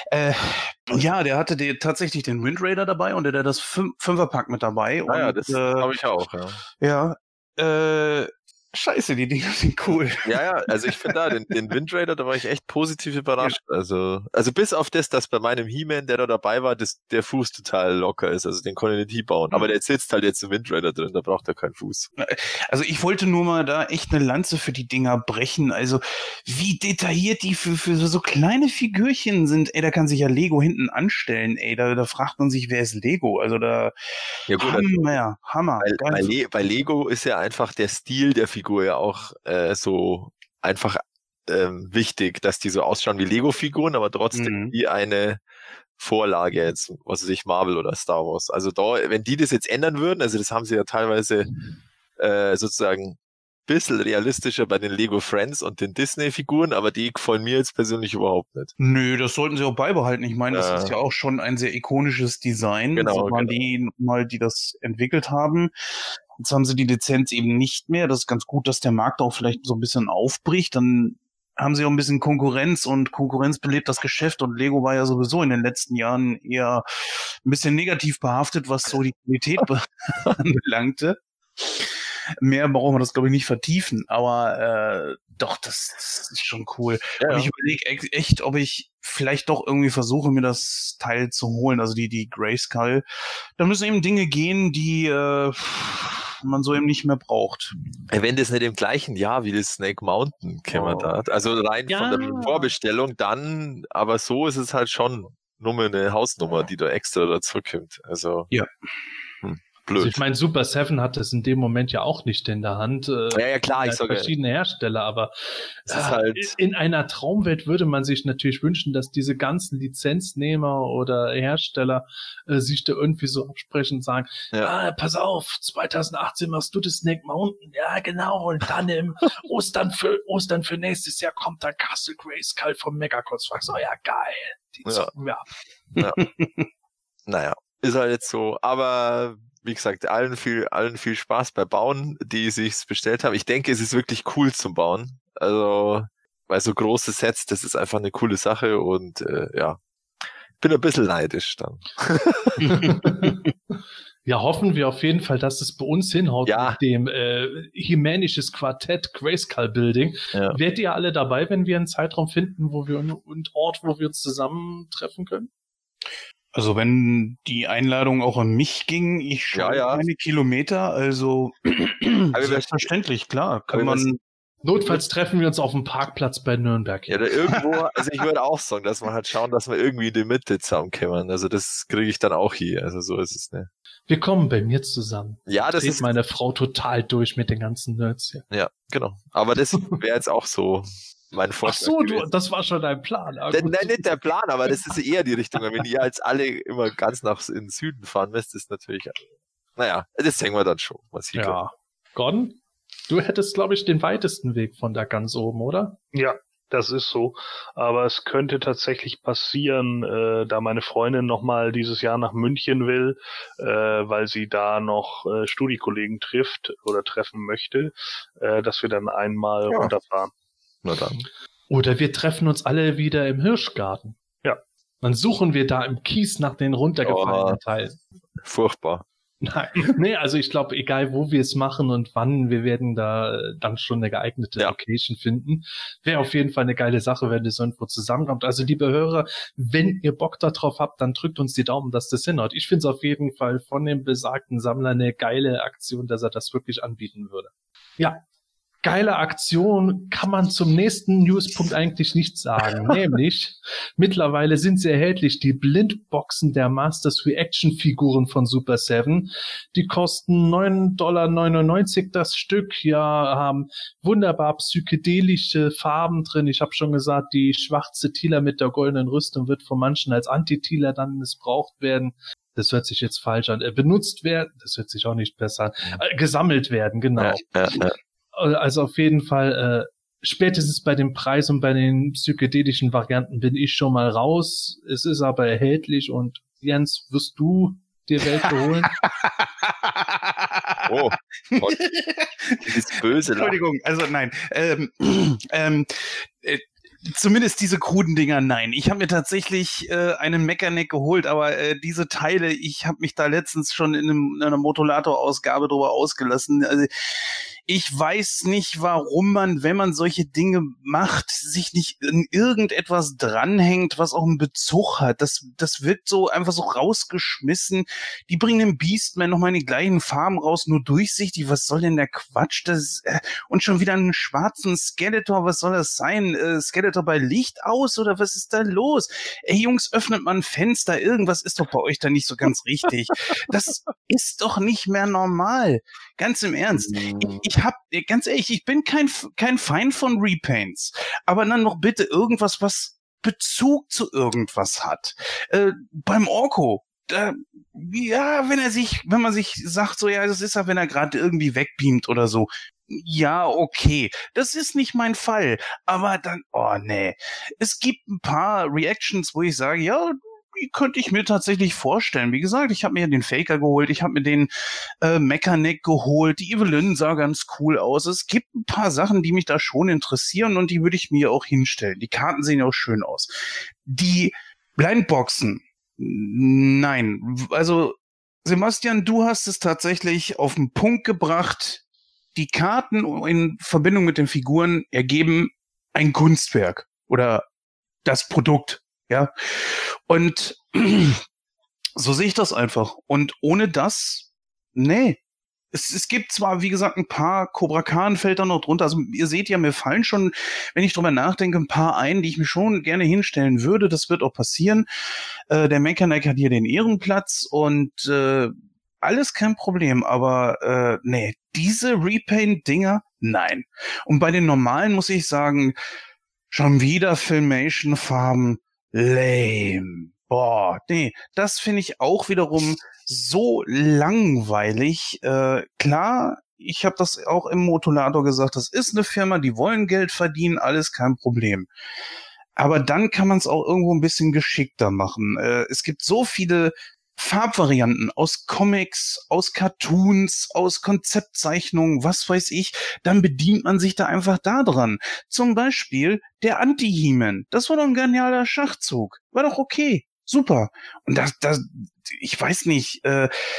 Ja, der hatte tatsächlich den Wind Raider dabei und der das Fünferpack mit dabei. Ja, das habe ich auch, ja. Ja, scheiße, die Dinger sind cool. Ja, also ich finde den Wind Raider, da war ich echt positiv überrascht. Ja. Also bis auf das, dass bei meinem He-Man, der da dabei war, der Fuß total locker ist, also den konnte ich nicht bauen. Aber der sitzt halt jetzt im Wind Raider drin, da braucht er keinen Fuß. Also ich wollte nur mal da echt eine Lanze für die Dinger brechen. Also wie detailliert die für so kleine Figürchen sind. Ey, da kann sich ja Lego hinten anstellen. Ey, da fragt man sich, wer ist Lego? Also da ja, gut, Hammer. Bei Lego ist ja einfach der Stil der Figur ja auch so einfach wichtig, dass die so ausschauen wie Lego-Figuren, aber trotzdem wie eine Vorlage jetzt, was weiß ich, Marvel oder Star Wars. Also da, wenn die das jetzt ändern würden, also das haben sie ja teilweise sozusagen ein bisschen realistischer bei den Lego Friends und den Disney-Figuren, aber die gefallen mir jetzt persönlich überhaupt nicht. Nö, das sollten sie auch beibehalten. Ich meine, das ist ja auch schon ein sehr ikonisches Design. Genau, so waren die das entwickelt haben. Jetzt haben sie die Lizenz eben nicht mehr. Das ist ganz gut, dass der Markt auch vielleicht so ein bisschen aufbricht. Dann haben sie auch ein bisschen Konkurrenz und Konkurrenz belebt das Geschäft. Und Lego war ja sowieso in den letzten Jahren eher ein bisschen negativ behaftet, was so die Qualität anbelangte. Mehr brauchen wir das, glaube ich, nicht vertiefen. Aber doch, das ist schon cool. Ja. Und ich überlege echt, ob ich vielleicht doch irgendwie versuche, mir das Teil zu holen, also die Grayskull. Da müssen eben Dinge gehen, die man so eben nicht mehr braucht. Wenn das nicht im gleichen Jahr wie das Snake Mountain gekommen hat, also rein von der Vorbestellung, dann, aber so ist es halt schon nur eine Hausnummer, die da extra dazu kommt. Also ja. Blöd. Also ich meine, Super 7 hat das in dem Moment ja auch nicht in der Hand. Ja, klar, ich sage verschiedene Hersteller, aber es ist halt in einer Traumwelt würde man sich natürlich wünschen, dass diese ganzen Lizenznehmer oder Hersteller sich da irgendwie so absprechen und sagen, pass auf, 2018 machst du das Snake Mountain, ja genau, und dann im Ostern für nächstes Jahr kommt dann Castle Grayskull vom Mega Construx. Oh ja, geil, die zocken wir ab. Ja. Naja, ist halt jetzt so, aber wie gesagt, allen viel Spaß bei Bauen, die sich's bestellt haben. Ich denke, es ist wirklich cool zum Bauen. Also, weil so große Sets, das ist einfach eine coole Sache und bin ein bisschen neidisch dann. Ja, hoffen wir auf jeden Fall, dass es bei uns hinhaut mit dem He-Manisches Quartett Grayskull Building. Ja. Werdet ihr alle dabei, wenn wir einen Zeitraum finden, wo wir und Ort, wo wir uns zusammentreffen können? Also wenn die Einladung auch an mich ging, ich schaue keine Kilometer, also selbstverständlich, klar, kann man... Notfalls treffen wir uns auf dem Parkplatz bei Nürnberg. Ja, da irgendwo, also ich würde auch sagen, dass wir halt schauen, dass wir irgendwie in die Mitte zusammenkommen. Also das kriege ich dann auch hier. Also so ist es, ne? Wir kommen bei mir zusammen. Ja, das ist meine Frau total durch mit den ganzen Nerds hier. Ja, genau. Aber das wäre jetzt auch so mein Vorschlag. Ach so, das war schon dein Plan. Nein, nicht der Plan, aber das ist eher die Richtung. Wenn ihr als alle immer ganz nach in den Süden fahren müsst, ist natürlich, naja, das sehen wir dann schon, was hier kommt. Gordon? Du hättest, glaube ich, den weitesten Weg von da ganz oben, oder? Ja, das ist so. Aber es könnte tatsächlich passieren, da meine Freundin nochmal dieses Jahr nach München will, weil sie da noch Studiekollegen trifft oder treffen möchte, dass wir dann einmal runterfahren. Na dann. Oder wir treffen uns alle wieder im Hirschgarten. Ja. Dann suchen wir da im Kies nach den runtergefallenen Teilen. Furchtbar. Nein, nee, also ich glaube, egal wo wir es machen und wann, wir werden da dann schon eine geeignete Location finden. Wäre auf jeden Fall eine geile Sache, wenn das irgendwo zusammenkommt. Also liebe Hörer, wenn ihr Bock darauf habt, dann drückt uns die Daumen, dass das hinhaut. Ich finde es auf jeden Fall von dem besagten Sammler eine geile Aktion, dass er das wirklich anbieten würde. Ja. Geile Aktion kann man zum nächsten Newspunkt eigentlich nicht sagen. Nämlich, mittlerweile sind sie erhältlich, die Blindboxen der Masters Reaction Figuren von Super 7. Die kosten $9,99 das Stück, haben wunderbar psychedelische Farben drin. Ich habe schon gesagt, die schwarze Tila mit der goldenen Rüstung wird von manchen als Anti-Tila dann missbraucht werden. Das hört sich jetzt falsch an. Benutzt werden, das hört sich auch nicht besser an. Gesammelt werden, genau. Ja. Also auf jeden Fall, spätestens bei dem Preis und bei den psychedelischen Varianten bin ich schon mal raus. Es ist aber erhältlich und Jens, wirst du dir welche holen? Oh Gott. Das ist böse. Entschuldigung, also nein. Zumindest diese kruden Dinger, nein. Ich habe mir tatsächlich einen Mechaneck geholt, aber diese Teile, ich habe mich da letztens schon in einer Motolator-Ausgabe drüber ausgelassen. Also ich weiß nicht, warum man, wenn man solche Dinge macht, sich nicht in irgendetwas dranhängt, was auch einen Bezug hat. Das wirkt so einfach so rausgeschmissen. Die bringen den Beastman nochmal in die gleichen Farben raus, nur durchsichtig. Was soll denn der Quatsch? Und schon wieder einen schwarzen Skeletor. Was soll das sein? Skeletor bei Licht aus oder was ist da los? Ey Jungs, öffnet mal ein Fenster. Irgendwas ist doch bei euch da nicht so ganz richtig. Das ist doch nicht mehr normal. Ganz im Ernst. Ganz ehrlich, ich bin kein Feind von Repaints. Aber dann noch bitte irgendwas, was Bezug zu irgendwas hat. Beim Orko, wenn man sich sagt, so, ja, das ist ja, wenn er gerade irgendwie wegbeamt oder so. Ja, okay. Das ist nicht mein Fall. Aber dann, oh nee. Es gibt ein paar Reactions, wo ich sage, ja, die könnte ich mir tatsächlich vorstellen. Wie gesagt, ich habe mir den Faker geholt, ich habe mir den Mechaneck geholt, die Evelyn sah ganz cool aus. Es gibt ein paar Sachen, die mich da schon interessieren und die würde ich mir auch hinstellen. Die Karten sehen ja auch schön aus. Die Blindboxen, nein. Also, Sebastian, du hast es tatsächlich auf den Punkt gebracht. Die Karten in Verbindung mit den Figuren ergeben ein Kunstwerk oder das Produkt. Ja, und so sehe ich das einfach. Und ohne das, nee. Es gibt zwar, wie gesagt, ein paar Cobra Khan fällt da noch drunter. Also ihr seht ja, mir fallen schon, wenn ich drüber nachdenke, ein paar ein, die ich mir schon gerne hinstellen würde. Das wird auch passieren. Der Mechaneck hat hier den Ehrenplatz und alles kein Problem. Aber nee, diese Repaint-Dinger, nein. Und bei den normalen muss ich sagen, schon wieder Filmation-Farben. Lame. Boah, nee, das finde ich auch wiederum so langweilig. Klar, ich habe das auch im Motolator gesagt, das ist eine Firma, die wollen Geld verdienen, alles kein Problem. Aber dann kann man es auch irgendwo ein bisschen geschickter machen. Es gibt so viele Farbvarianten aus Comics, aus Cartoons, aus Konzeptzeichnungen, was weiß ich, dann bedient man sich da einfach da dran. Zum Beispiel der Anti-He-Man. Das war doch ein genialer Schachzug. War doch okay. Super. Und das ich weiß nicht,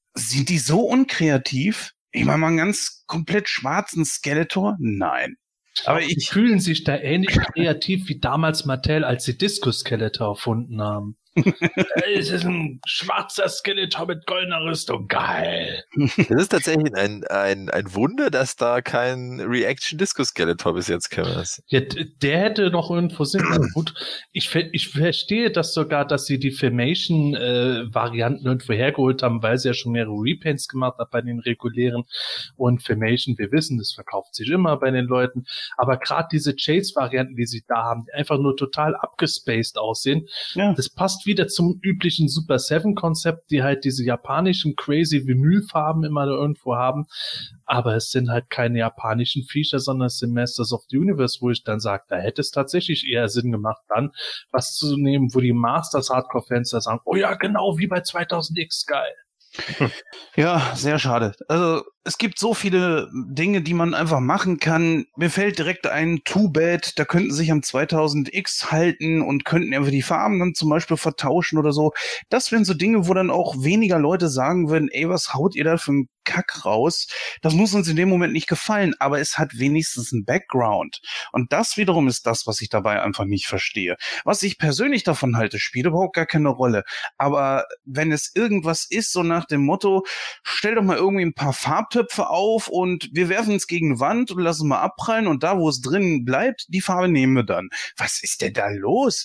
sind die so unkreativ? Ich meine mal einen ganz komplett schwarzen Skeletor? Nein. Aber die fühlen sich da ähnlich kreativ wie damals Mattel, als sie Disco-Skeletor erfunden haben. Es ist ein schwarzer Skeletor mit goldener Rüstung. Geil. Das ist tatsächlich ein Wunder, dass da kein Reaction-Disco-Skeletor bis jetzt kam. Ja, der hätte noch irgendwo Sinn. Gut, ich verstehe das sogar, dass sie die Filmation-Varianten irgendwo hergeholt haben, weil sie ja schon mehrere Repaints gemacht haben bei den regulären. Und Filmation, wir wissen, das verkauft sich immer bei den Leuten. Aber gerade diese Chase-Varianten, die sie da haben, die einfach nur total abgespaced aussehen, das passt wieder zum üblichen Super 7 Konzept, die halt diese japanischen crazy Vinylfarben immer da irgendwo haben. Aber es sind halt keine japanischen Feature, sondern es sind Masters of the Universe, wo ich dann sage, da hätte es tatsächlich eher Sinn gemacht, dann was zu nehmen, wo die Masters Hardcore-Fans da sagen, oh ja, genau, wie bei 2000X, geil. Ja, sehr schade. Also es gibt so viele Dinge, die man einfach machen kann. Mir fällt direkt ein Too Bad, da könnten sich am 2000X halten und könnten einfach die Farben dann zum Beispiel vertauschen oder so. Das wären so Dinge, wo dann auch weniger Leute sagen würden, ey, was haut ihr da für einen Kack raus? Das muss uns in dem Moment nicht gefallen, aber es hat wenigstens einen Background. Und das wiederum ist das, was ich dabei einfach nicht verstehe. Was ich persönlich davon halte, spielt überhaupt gar keine Rolle. Aber wenn es irgendwas ist, so nach dem Motto, stell doch mal irgendwie ein paar Farbtöpfe auf und wir werfen es gegen die Wand und lassen mal abprallen und da, wo es drin bleibt, die Farbe nehmen wir dann. Was ist denn da los?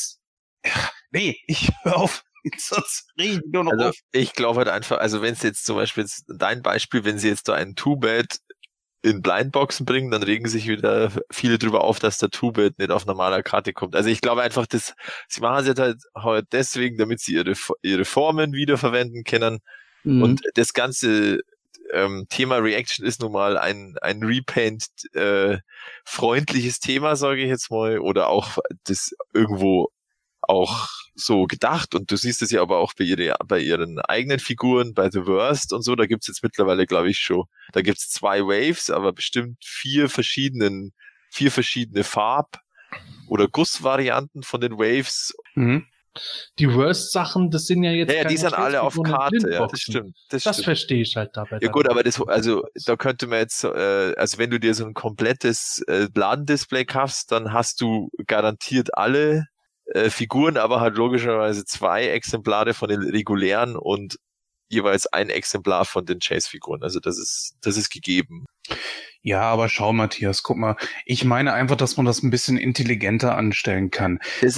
Nee, ich hör auf. Sonst rede ich nur noch auf. Ich glaube halt einfach, also wenn es jetzt zum Beispiel dein Beispiel, wenn sie jetzt da einen Too-Bad in Blindboxen bringen, dann regen sich wieder viele drüber auf, dass der Too-Bad nicht auf normaler Karte kommt. Also ich glaube einfach, sie machen es halt deswegen, damit sie ihre Formen wiederverwenden können. Und das ganze Thema Reaction ist nun mal ein Repaint freundliches Thema, sage ich jetzt mal, oder auch das irgendwo auch so gedacht, und du siehst es ja aber auch bei ihren eigenen Figuren, bei The Worst und so, da gibt's jetzt mittlerweile, glaube ich, da gibt's 2 Waves, aber bestimmt 4 verschiedene Farb- oder Gussvarianten von den Waves. Mhm. Die Worst-Sachen, das sind ja jetzt die sind alle auf Karte, ja, das stimmt. Das verstehe ich halt dabei. Ja gut, aber da könnte man jetzt, also wenn du dir so ein komplettes Ladendisplay kaufst, dann hast du garantiert alle Figuren, aber halt logischerweise 2 Exemplare von den regulären und jeweils ein Exemplar von den Chase-Figuren. Also das ist gegeben. Ja, aber schau, Matthias, guck mal, ich meine einfach, dass man das ein bisschen intelligenter anstellen kann.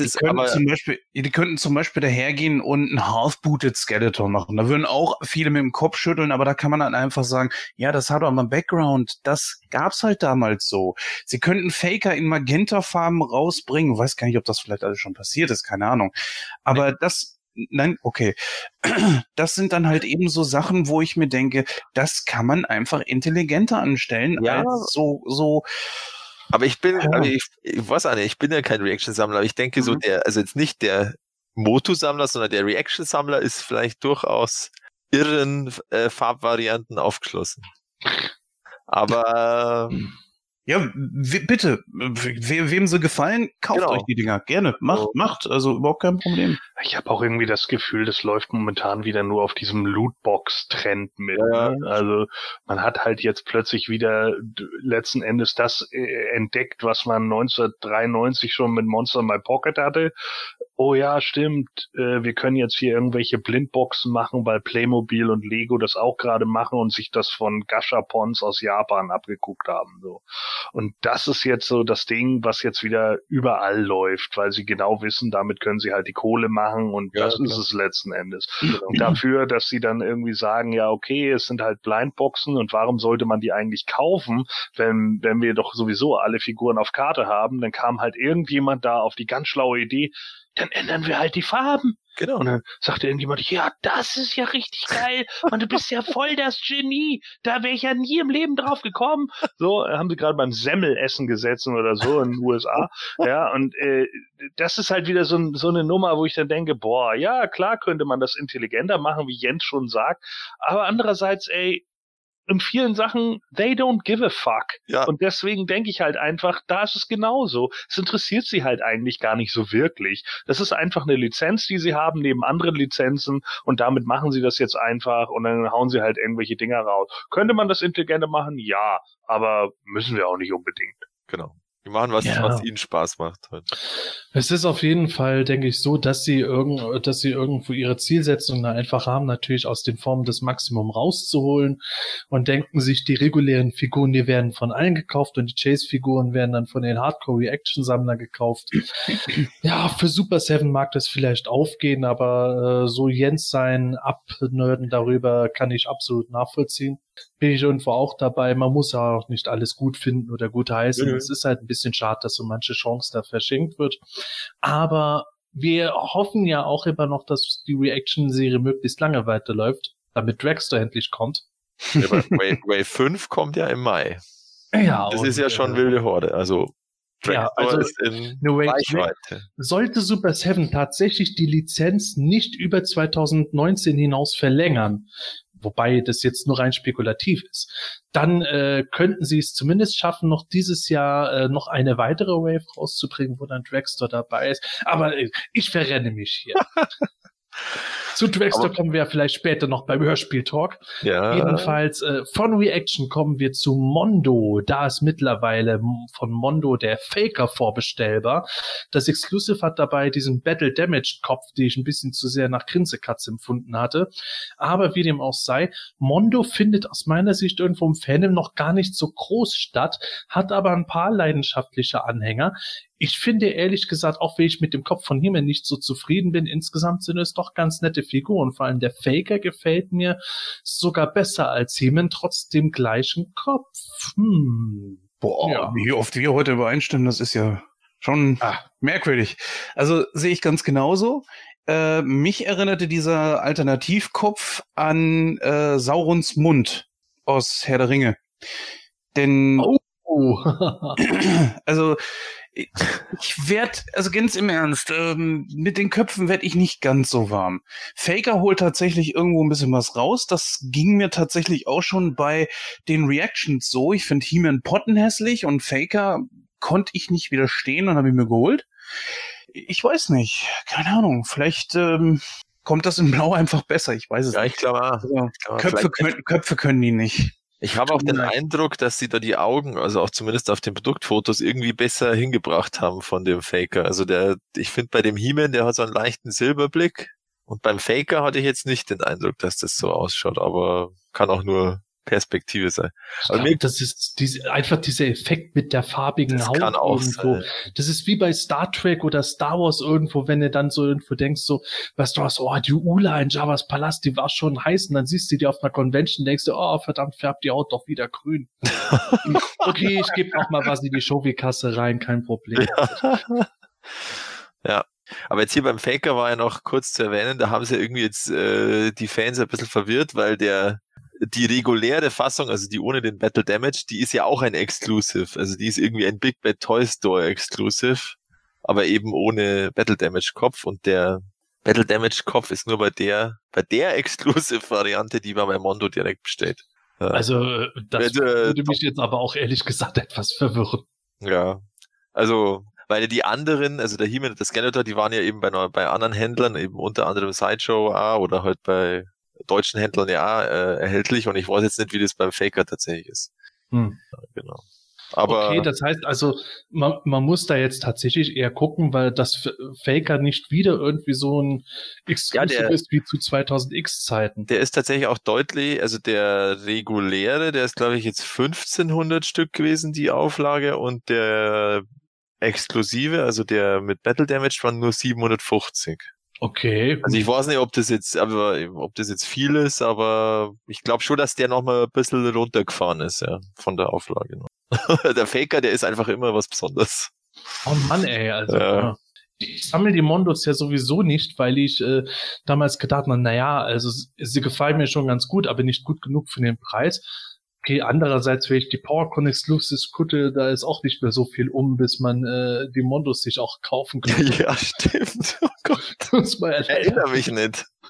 Die könnten zum Beispiel dahergehen und einen Half-Booted Skeletor machen. Da würden auch viele mit dem Kopf schütteln, aber da kann man dann einfach sagen, ja, das hat aber einen Background, das gab's halt damals so. Sie könnten Faker in Magenta-Farben rausbringen, weiß gar nicht, ob das vielleicht alles schon passiert ist, keine Ahnung. Aber Nein, okay. Das sind dann halt eben so Sachen, wo ich mir denke, das kann man einfach intelligenter anstellen, als so. Aber ich weiß auch nicht, ich bin ja kein Reaction-Sammler, aber ich denke also jetzt nicht der Motu-Sammler, sondern der Reaction-Sammler ist vielleicht durchaus irren Farbvarianten aufgeschlossen. Aber ja, bitte, wem sie gefallen, kauft euch die Dinger. Gerne, macht, also überhaupt kein Problem. Ich habe auch irgendwie das Gefühl, das läuft momentan wieder nur auf diesem Lootbox-Trend mit. Ja. Ne? Also man hat halt jetzt plötzlich wieder letzten Endes das entdeckt, was man 1993 schon mit Monster in My Pocket hatte. Oh ja, stimmt, wir können jetzt hier irgendwelche Blindboxen machen, weil Playmobil und Lego das auch gerade machen und sich das von Gashapons aus Japan abgeguckt haben. So. Und das ist jetzt so das Ding, was jetzt wieder überall läuft, weil sie genau wissen, damit können sie halt die Kohle machen, und das ist es letzten Endes. Und dafür, dass sie dann irgendwie sagen, ja okay, es sind halt Blindboxen, und warum sollte man die eigentlich kaufen, wenn wir doch sowieso alle Figuren auf Karte haben, dann kam halt irgendjemand da auf die ganz schlaue Idee, dann ändern wir halt die Farben. Genau. Und dann sagte irgendjemand, ja, das ist ja richtig geil, und du bist ja voll das Genie, da wäre ich ja nie im Leben drauf gekommen. So, haben sie gerade beim Semmelessen gesessen oder so in den USA. Ja, und das ist halt wieder so eine Nummer, wo ich dann denke, boah, ja, klar könnte man das intelligenter machen, wie Jens schon sagt, aber andererseits, in vielen Sachen, they don't give a fuck. Ja. Und deswegen denke ich halt einfach, da ist es genauso. Es interessiert sie halt eigentlich gar nicht so wirklich. Das ist einfach eine Lizenz, die sie haben, neben anderen Lizenzen, und damit machen sie das jetzt einfach und dann hauen sie halt irgendwelche Dinger raus. Könnte man das intelligenter machen? Ja, aber müssen wir auch nicht unbedingt. Genau. Die machen was ihnen Spaß macht. Halt. Es ist auf jeden Fall, denke ich, so, dass sie irgendwo ihre Zielsetzung da einfach haben, natürlich aus den Formen das Maximum rauszuholen und denken sich, die regulären Figuren, die werden von allen gekauft und die Chase-Figuren werden dann von den Hardcore-Reaction-Sammlern gekauft. Ja, für Super 7 mag das vielleicht aufgehen, aber so Jens sein Abnörden darüber kann ich absolut nachvollziehen. Bin ich irgendwo auch dabei. Man muss ja auch nicht alles gut finden oder gut heißen. Es ist halt ein bisschen schade, dass so manche Chance da verschenkt wird. Aber wir hoffen ja auch immer noch, dass die Reaction-Serie möglichst lange weiterläuft, damit Dragster endlich kommt. Ja, Wave 5 kommt ja im Mai. Ja, das ist ja schon wilde Horde. Also Dragster ist in Reichweite. Sollte Super 7 tatsächlich die Lizenz nicht über 2019 hinaus verlängern, wobei das jetzt nur rein spekulativ ist, dann könnten sie es zumindest schaffen, noch dieses Jahr noch eine weitere Wave rauszubringen, wo dann Dragster dabei ist. Aber ich verrenne mich hier. Zu Dragster kommen wir ja vielleicht später noch beim Hörspiel-Talk. Ja. Jedenfalls von Reaction kommen wir zu Mondo. Da ist mittlerweile von Mondo der Faker vorbestellbar. Das Exclusive hat dabei diesen Battle Damage Kopf, den ich ein bisschen zu sehr nach Grinsekatze empfunden hatte. Aber wie dem auch sei, Mondo findet aus meiner Sicht irgendwo im Fandom noch gar nicht so groß statt, hat aber ein paar leidenschaftliche Anhänger. Ich finde ehrlich gesagt, auch wenn ich mit dem Kopf von He-Man nicht so zufrieden bin, insgesamt sind es doch ganz nette Figuren. Vor allem der Faker gefällt mir sogar besser als He-Man, trotz dem gleichen Kopf. Boah, ja. Wie oft wir heute übereinstimmen, das ist ja schon merkwürdig. Also sehe ich ganz genauso. Mich erinnerte dieser Alternativkopf an Saurons Mund aus Herr der Ringe. Denn also also ganz im Ernst, mit den Köpfen werde ich nicht ganz so warm. Faker holt tatsächlich irgendwo ein bisschen was raus. Das ging mir tatsächlich auch schon bei den Reactions so. Ich finde He-Man pottenhässlich und Faker konnte ich nicht widerstehen und habe ihn mir geholt. Ich weiß nicht, keine Ahnung, vielleicht kommt das in Blau einfach besser, ich weiß es nicht. Ja, ich glaube auch. Köpfe können die nicht. Ich habe auch den Eindruck, dass sie da die Augen, also auch zumindest auf den Produktfotos, irgendwie besser hingebracht haben von dem Faker. Also ich finde bei dem He-Man, der hat so einen leichten Silberblick. Und beim Faker hatte ich jetzt nicht den Eindruck, dass das so ausschaut, aber kann auch nur Perspektive sein. Ich glaub, das ist einfach dieser Effekt mit der farbigen Haut kann auch irgendwo. Sein. Das ist wie bei Star Trek oder Star Wars irgendwo, wenn du dann so irgendwo denkst, so, weißt du was, die Ula in Jabba's Palast, die war schon heiß, und dann siehst du die auf einer Convention und denkst du, verdammt, färbt die Haut doch wieder grün. Okay, ich gebe noch mal was in die Shovi-Kasse rein, kein Problem. Ja. Aber jetzt hier beim Faker war ja noch kurz zu erwähnen, da haben sie irgendwie jetzt die Fans ein bisschen verwirrt, weil die reguläre Fassung, also die ohne den Battle Damage, die ist ja auch ein Exclusive. Also die ist irgendwie ein Big Bad Toy Store Exclusive, aber eben ohne Battle Damage Kopf, und der Battle Damage Kopf ist nur bei der Exclusive Variante, die man bei Mondo direkt bestellt. Also das würde mich jetzt aber auch ehrlich gesagt etwas verwirren. Ja, also weil die anderen, also der He-Man und der Skeletor, die waren ja eben bei anderen Händlern, eben unter anderem Sideshow oder halt bei deutschen Händlern erhältlich, und ich weiß jetzt nicht, wie das beim Faker tatsächlich ist. Ja, genau. Aber okay, das heißt also, man muss da jetzt tatsächlich eher gucken, weil das Faker nicht wieder irgendwie so ein Exclusive ist wie zu 2000X-Zeiten. Der ist tatsächlich auch deutlich, also der reguläre, der ist glaube ich jetzt 1500 Stück gewesen, die Auflage, und der exklusive, also der mit Battle Damage, waren nur 750. Okay. Also ich weiß nicht, ob das jetzt viel ist, aber ich glaube schon, dass der nochmal ein bisschen runtergefahren ist, ja, von der Auflage. Der Faker, der ist einfach immer was Besonderes. Oh Mann, ey, also ich sammle die Mondos ja sowieso nicht, weil ich damals gedacht habe, naja, also sie gefallen mir schon ganz gut, aber nicht gut genug für den Preis. Okay, andererseits, wenn ich die PowerCon Exclusives gucke, da ist auch nicht mehr so viel bis man die Mondos sich auch kaufen kann. Ja, stimmt. Oh Gott. Das war erinnere mich nicht.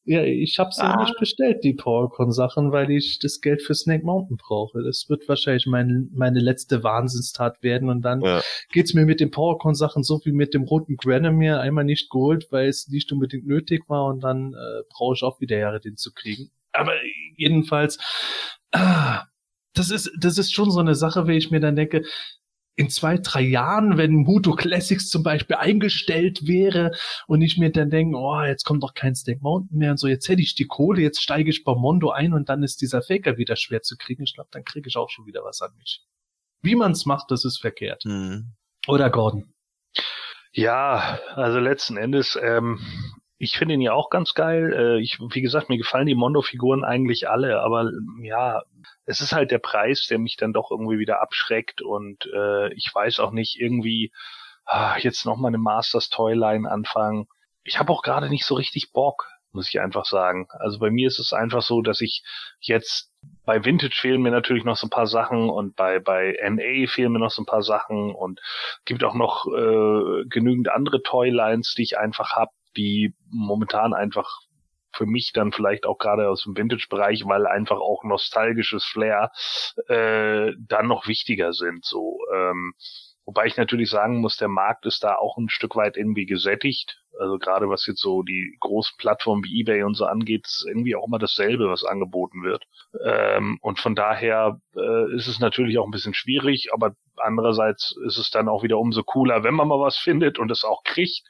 Ja, ich habe sie nicht bestellt, die PowerCon-Sachen, weil ich das Geld für Snake Mountain brauche. Das wird wahrscheinlich meine letzte Wahnsinnstat werden und dann geht's mir mit den PowerCon-Sachen so wie mit dem roten Granomir einmal nicht geholt, weil es nicht unbedingt nötig war und dann brauche ich auch wieder Jahre, den zu kriegen. Aber jedenfalls, das ist schon so eine Sache, wie ich mir dann denke, in 2-3 Jahren, wenn Moto Classics zum Beispiel eingestellt wäre und ich mir dann denke, oh, jetzt kommt doch kein Snake Mountain mehr und so, jetzt hätte ich die Kohle, jetzt steige ich bei Mondo ein und dann ist dieser Faker wieder schwer zu kriegen. Ich glaube, dann kriege ich auch schon wieder was an mich. Wie man's macht, das ist verkehrt. Oder Gordon? Ja, also letzten Endes, ich finde ihn ja auch ganz geil. Wie gesagt, mir gefallen die Mondo-Figuren eigentlich alle, aber ja, es ist halt der Preis, der mich dann doch irgendwie wieder abschreckt und ich weiß auch nicht, irgendwie jetzt nochmal eine Masters Toyline anfangen. Ich habe auch gerade nicht so richtig Bock, muss ich einfach sagen. Also bei mir ist es einfach so, dass ich jetzt bei Vintage fehlen mir natürlich noch so ein paar Sachen und bei NA fehlen mir noch so ein paar Sachen und gibt auch noch genügend andere Toylines, die ich einfach habe, die momentan einfach für mich dann vielleicht auch gerade aus dem Vintage-Bereich, weil einfach auch nostalgisches Flair dann noch wichtiger sind. So, wobei ich natürlich sagen muss, der Markt ist da auch ein Stück weit irgendwie gesättigt. Also gerade was jetzt so die großen Plattformen wie eBay und so angeht, ist irgendwie auch immer dasselbe, was angeboten wird. Und von daher ist es natürlich auch ein bisschen schwierig, aber andererseits ist es dann auch wieder umso cooler, wenn man mal was findet und es auch kriegt.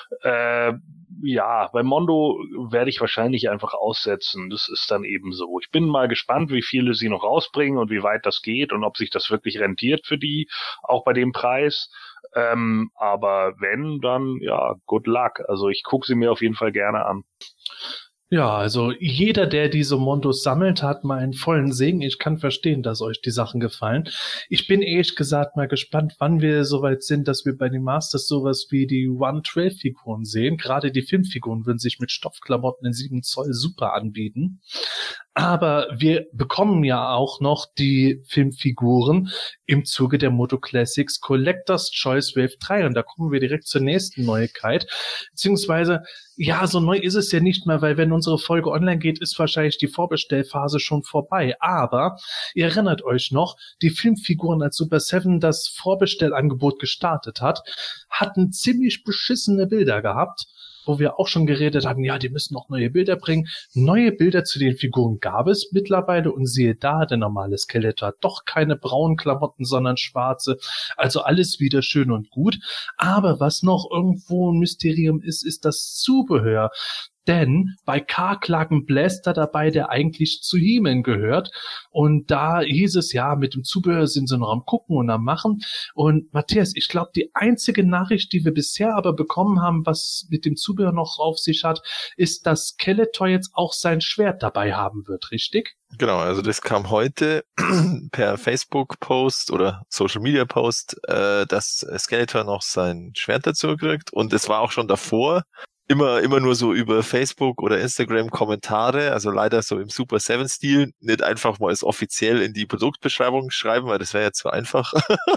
Ja, bei Mondo werde ich wahrscheinlich einfach aussetzen. Das ist dann eben so. Ich bin mal gespannt, wie viele sie noch rausbringen und wie weit das geht und ob sich das wirklich rentiert für die, auch bei dem Preis. Aber wenn, dann ja, good luck. Also ich gucke sie mir auf jeden Fall gerne an. Ja, also jeder, der diese Mondos sammelt, hat mal einen vollen Segen. Ich kann verstehen, dass euch die Sachen gefallen. Ich bin ehrlich gesagt mal gespannt, wann wir soweit sind, dass wir bei den Masters sowas wie die 112-Figuren sehen. Gerade die Filmfiguren würden sich mit Stoffklamotten in 7 Zoll super anbieten. Aber wir bekommen ja auch noch die Filmfiguren im Zuge der Moto Classics Collector's Choice Wave 3. Und da kommen wir direkt zur nächsten Neuigkeit. Beziehungsweise, ja, so neu ist es ja nicht mehr, weil wenn unsere Folge online geht, ist wahrscheinlich die Vorbestellphase schon vorbei. Aber ihr erinnert euch noch, die Filmfiguren, als Super 7 das Vorbestellangebot gestartet hat, hatten ziemlich beschissene Bilder gehabt, wo wir auch schon geredet hatten, ja, die müssen noch neue Bilder bringen. Neue Bilder zu den Figuren gab es mittlerweile und siehe da, der normale Skeletor hat doch keine braunen Klamotten, sondern schwarze. Also alles wieder schön und gut. Aber was noch irgendwo ein Mysterium ist, ist das Zubehör. Denn bei Kark lag ein Blaster dabei, der eigentlich zu He-Man gehört. Und da hieß es, ja, mit dem Zubehör sind sie noch am Gucken und am Machen. Und Matthias, ich glaube, die einzige Nachricht, die wir bisher aber bekommen haben, was mit dem Zubehör noch auf sich hat, ist, dass Skeletor jetzt auch sein Schwert dabei haben wird, richtig? Genau, also das kam heute per Facebook-Post oder Social-Media-Post, dass Skeletor noch sein Schwert dazu kriegt. Und es war auch schon davor immer nur so über Facebook oder Instagram Kommentare, also leider so im Super 7-Stil, nicht einfach mal es offiziell in die Produktbeschreibung schreiben, weil das wäre ja zu einfach,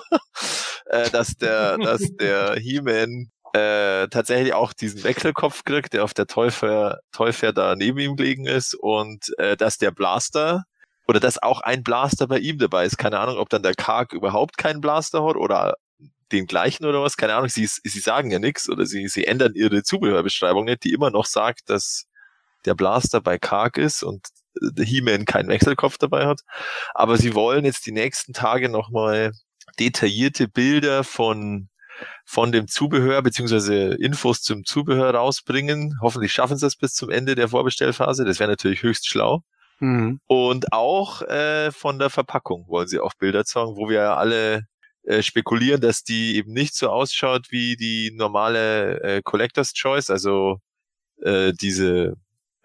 dass der He-Man tatsächlich auch diesen Wechselkopf kriegt, der auf der Toy Fair da neben ihm gelegen ist und dass der Blaster oder dass auch ein Blaster bei ihm dabei ist. Keine Ahnung, ob dann der Kark überhaupt keinen Blaster hat oder den gleichen oder was, keine Ahnung, sie sagen ja nichts oder sie ändern ihre Zubehörbeschreibung nicht, die immer noch sagt, dass der Blaster bei Kark ist und der He-Man keinen Wechselkopf dabei hat. Aber sie wollen jetzt die nächsten Tage nochmal detaillierte Bilder von dem Zubehör beziehungsweise Infos zum Zubehör rausbringen. Hoffentlich schaffen sie das bis zum Ende der Vorbestellphase. Das wäre natürlich höchst schlau. Mhm. Und auch von der Verpackung wollen sie auch Bilder zeigen, wo wir ja alle spekulieren, dass die eben nicht so ausschaut wie die normale Collector's Choice, also diese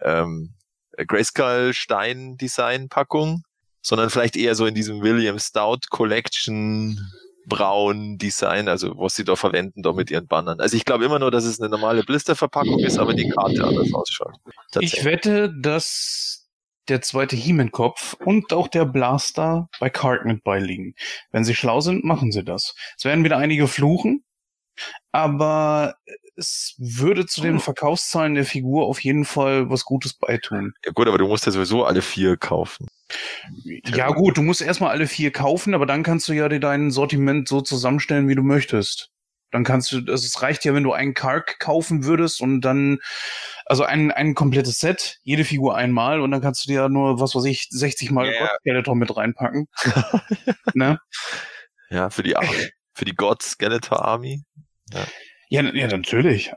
Grayskull-Stein-Design-Packung, sondern vielleicht eher so in diesem William Stout Collection braun Design, also was sie da verwenden, da mit ihren Bannern. Also ich glaube immer nur, dass es eine normale Blisterverpackung ist, aber die Karte anders ausschaut. Ich wette, dass der zweite He-Man-Kopf und auch der Blaster bei Kark mit beiliegen. Wenn sie schlau sind, machen sie das. Es werden wieder einige fluchen, aber es würde zu den Verkaufszahlen der Figur auf jeden Fall was Gutes beitun. Ja gut, aber du musst ja sowieso alle 4 kaufen. Ja gut, du musst erstmal alle 4 kaufen, aber dann kannst du ja dir dein Sortiment so zusammenstellen, wie du möchtest. Dann kannst du, also es reicht ja, wenn du einen Kark kaufen würdest und dann, also ein komplettes Set, jede Figur einmal und dann kannst du dir ja nur, 60 Mal God Skeletor mit reinpacken. Ne? Ja, für die God Skeletor Army. Ja, natürlich.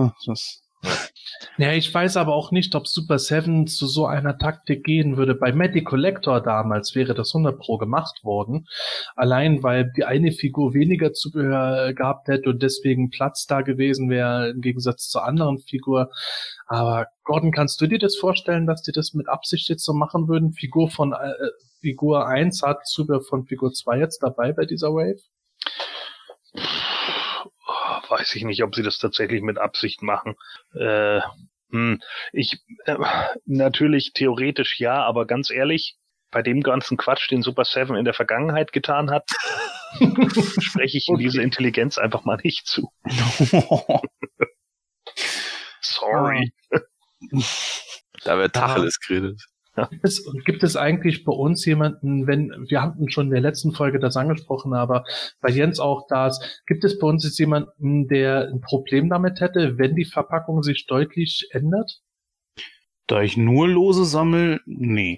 Ja, ich weiß aber auch nicht, ob Super 7 zu so einer Taktik gehen würde. Bei Matty Collector damals wäre das 100% gemacht worden. Allein, weil die eine Figur weniger Zubehör gehabt hätte und deswegen Platz da gewesen wäre, im Gegensatz zur anderen Figur. Aber Gordon, kannst du dir das vorstellen, dass die das mit Absicht jetzt so machen würden? Figur 1 hat Zubehör von Figur 2 jetzt dabei bei dieser Wave? Weiß ich nicht, ob sie das tatsächlich mit Absicht machen. Natürlich theoretisch ja, aber ganz ehrlich, bei dem ganzen Quatsch, den Super 7 in der Vergangenheit getan hat, spreche ich diese Intelligenz einfach mal nicht zu. Sorry. Da wird Tacheles geredet. Gibt es eigentlich bei uns jemanden, wir hatten schon in der letzten Folge das angesprochen, aber bei Jens auch gibt es bei uns jetzt jemanden, der ein Problem damit hätte, wenn die Verpackung sich deutlich ändert? Da ich nur Lose sammle, nee.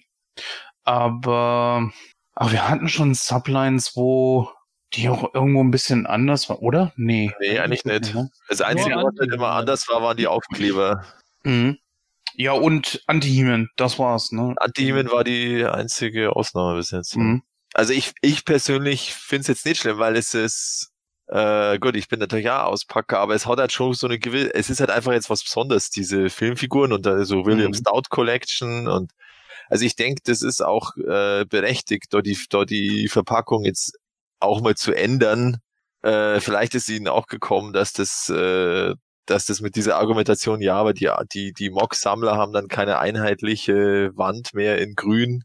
Aber wir hatten schon Sublines, wo die auch irgendwo ein bisschen anders war, oder? Nee. Nee, eigentlich nicht. Das Einzige, was halt immer anders war, waren die Aufkleber. Mhm. Ja, und Anti-He-Man, das war's, ne? Anti-He-Man war die einzige Ausnahme bis jetzt. Mhm. Also ich persönlich finde es jetzt nicht schlimm, weil es ist, gut, ich bin natürlich auch Auspacker, aber es hat halt schon so eine gewisse, es ist halt einfach jetzt was Besonderes, diese Filmfiguren und da so William Stout Collection und also ich denke, das ist auch berechtigt, da die Verpackung jetzt auch mal zu ändern. Vielleicht ist ihnen auch gekommen, dass das mit dieser Argumentation, ja, aber die Mock-Sammler haben dann keine einheitliche Wand mehr in grün.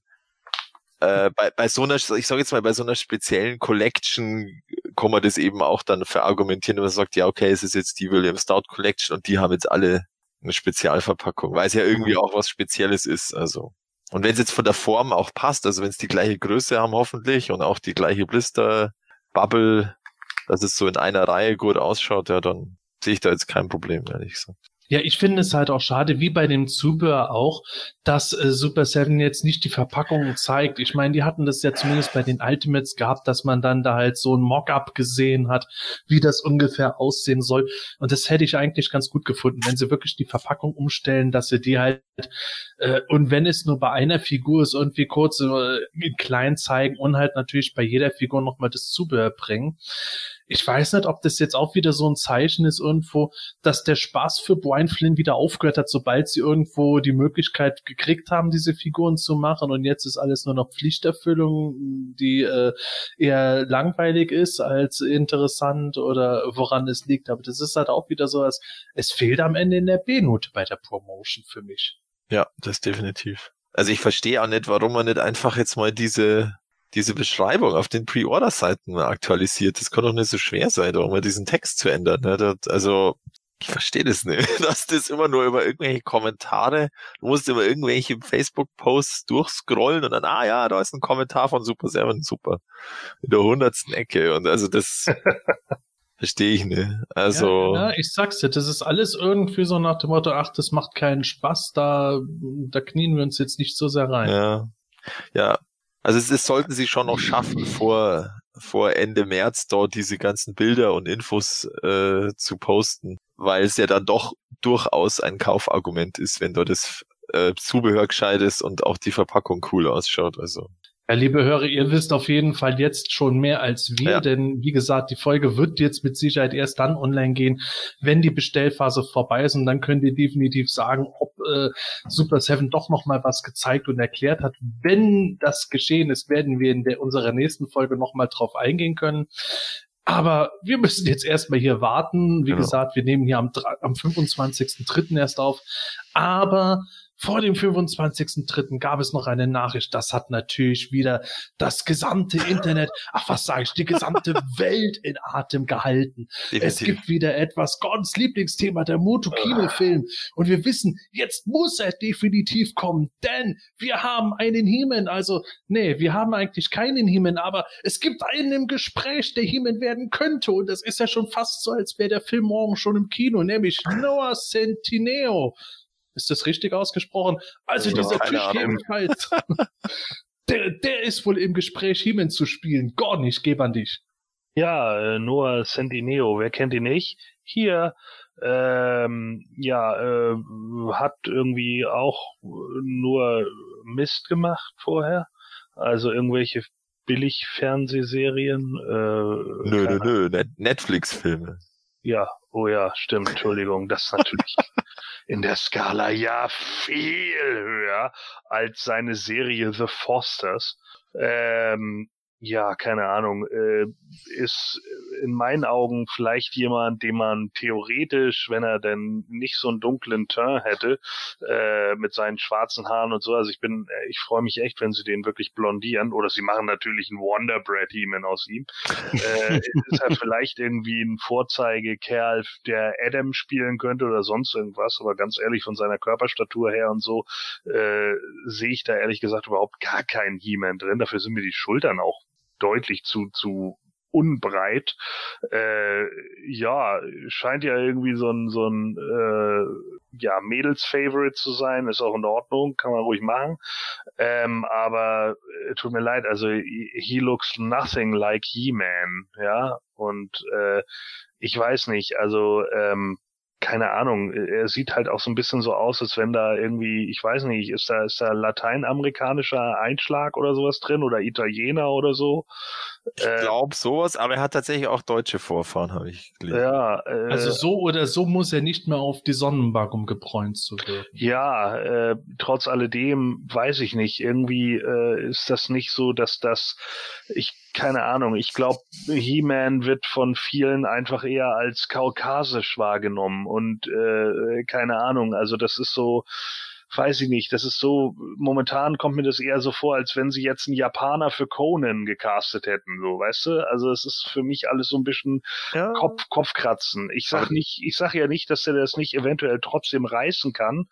Bei so einer, ich sage jetzt mal, bei so einer speziellen Collection kann man das eben auch dann verargumentieren, wenn man sagt, ja, okay, es ist jetzt die William Stout Collection und die haben jetzt alle eine Spezialverpackung, weil es ja irgendwie auch was Spezielles ist, also. Und wenn es jetzt von der Form auch passt, also wenn es die gleiche Größe haben hoffentlich und auch die gleiche Blister-Bubble, dass es so in einer Reihe gut ausschaut, ja, dann sehe ich da jetzt kein Problem, ehrlich gesagt. Ja, ich finde es halt auch schade, wie bei dem Zubehör auch, dass Super 7 jetzt nicht die Verpackung zeigt. Ich meine, die hatten das ja zumindest bei den Ultimates gehabt, dass man dann da halt so ein Mock-up gesehen hat, wie das ungefähr aussehen soll. Und das hätte ich eigentlich ganz gut gefunden, wenn sie wirklich die Verpackung umstellen, dass sie die halt, und wenn es nur bei einer Figur ist, irgendwie kurz in klein zeigen und halt natürlich bei jeder Figur nochmal das Zubehör bringen. Ich weiß nicht, ob das jetzt auch wieder so ein Zeichen ist irgendwo, dass der Spaß für Brian Flynn wieder aufgehört hat, sobald sie irgendwo die Möglichkeit gekriegt haben, diese Figuren zu machen und jetzt ist alles nur noch Pflichterfüllung, die eher langweilig ist als interessant oder woran es liegt. Aber das ist halt auch wieder so, es fehlt am Ende in der B-Note bei der Promotion für mich. Ja, das definitiv. Also ich verstehe auch nicht, warum man nicht einfach jetzt mal diese Beschreibung auf den Pre-Order-Seiten aktualisiert. Das kann doch nicht so schwer sein, um mal diesen Text zu ändern. Ne? Also, ich verstehe das nicht. Dass das immer nur über irgendwelche Kommentare, du musst über irgendwelche Facebook-Posts durchscrollen und dann, ja, da ist ein Kommentar von Super 7, super. In der 100. Ecke. Und also das verstehe ich nicht. Also. Ja, ich sag's dir, das ist alles irgendwie so nach dem Motto, ach, das macht keinen Spaß, da knien wir uns jetzt nicht so sehr rein. Ja. Also es sollten sie schon noch schaffen, vor Ende März dort diese ganzen Bilder und Infos zu posten, weil es ja dann doch durchaus ein Kaufargument ist, wenn dort das Zubehör gescheit ist und auch die Verpackung cool ausschaut. Also. Ja, liebe Hörer, ihr wisst auf jeden Fall jetzt schon mehr als wir, denn wie gesagt, die Folge wird jetzt mit Sicherheit erst dann online gehen, wenn die Bestellphase vorbei ist und dann könnt ihr definitiv sagen, ob Super 7 doch nochmal was gezeigt und erklärt hat. Wenn das geschehen ist, werden wir in unserer nächsten Folge nochmal drauf eingehen können. Aber wir müssen jetzt erstmal hier warten. Wie gesagt, wir nehmen hier am 25.03. erst auf. Aber vor dem 25.03. gab es noch eine Nachricht, das hat natürlich wieder das gesamte Internet, die gesamte Welt in Atem gehalten. Definitiv. Es gibt wieder etwas, Gordons Lieblingsthema, der Moto-Kino-Film. Und wir wissen, jetzt muss er definitiv kommen, denn wir haben einen He-Man, wir haben eigentlich keinen He-Man, aber es gibt einen im Gespräch, der He-Man werden könnte. Und es ist ja schon fast so, als wäre der Film morgen schon im Kino, nämlich Noah Centineo. Ist das richtig ausgesprochen? Also dieser Typ jedenfalls, der ist wohl im Gespräch, He-Man zu spielen. Gordon, ich gebe an dich. Ja, Noah Centineo, wer kennt ihn nicht? Hier, hat irgendwie auch nur Mist gemacht vorher. Also irgendwelche Billig-Fernsehserien. Nö, Netflix-Filme. Ja, oh ja, stimmt, Entschuldigung, das ist natürlich in der Skala ja viel höher als seine Serie The Fosters. Ja, keine Ahnung, ist in meinen Augen vielleicht jemand, den man theoretisch, wenn er denn nicht so einen dunklen Teint hätte, mit seinen schwarzen Haaren und so, also ich freue mich echt, wenn sie den wirklich blondieren, oder sie machen natürlich einen Wonder Bread He-Man aus ihm, ist er vielleicht irgendwie ein Vorzeigekerl, der Adam spielen könnte oder sonst irgendwas, aber ganz ehrlich, von seiner Körperstatur her und so, sehe ich da ehrlich gesagt überhaupt gar keinen He-Man drin, dafür sind mir die Schultern auch deutlich zu unbreit. Scheint ja irgendwie so ein Mädels-Favorite zu sein, ist auch in Ordnung, kann man ruhig machen. Aber tut mir leid, also he looks nothing like He-Man, ja, und ich weiß nicht, also keine Ahnung, er sieht halt auch so ein bisschen so aus, als wenn da irgendwie, ich weiß nicht, ist da lateinamerikanischer Einschlag oder sowas drin oder Italiener oder so? Ich glaube sowas, aber er hat tatsächlich auch deutsche Vorfahren, habe ich gelesen. Ja, also so oder so muss er nicht mehr auf die Sonnenbank, um gebräunt zu werden. Ja, trotz alledem weiß ich nicht, irgendwie ist das nicht so, dass keine Ahnung, ich glaube, He-Man wird von vielen einfach eher als kaukasisch wahrgenommen und keine Ahnung, also das ist so, weiß ich nicht, das ist so, momentan kommt mir das eher so vor, als wenn sie jetzt einen Japaner für Conan gecastet hätten, so, weißt du? Also es ist für mich alles so ein bisschen Kopfkratzen. Ich sag ja nicht, dass er das nicht eventuell trotzdem reißen kann,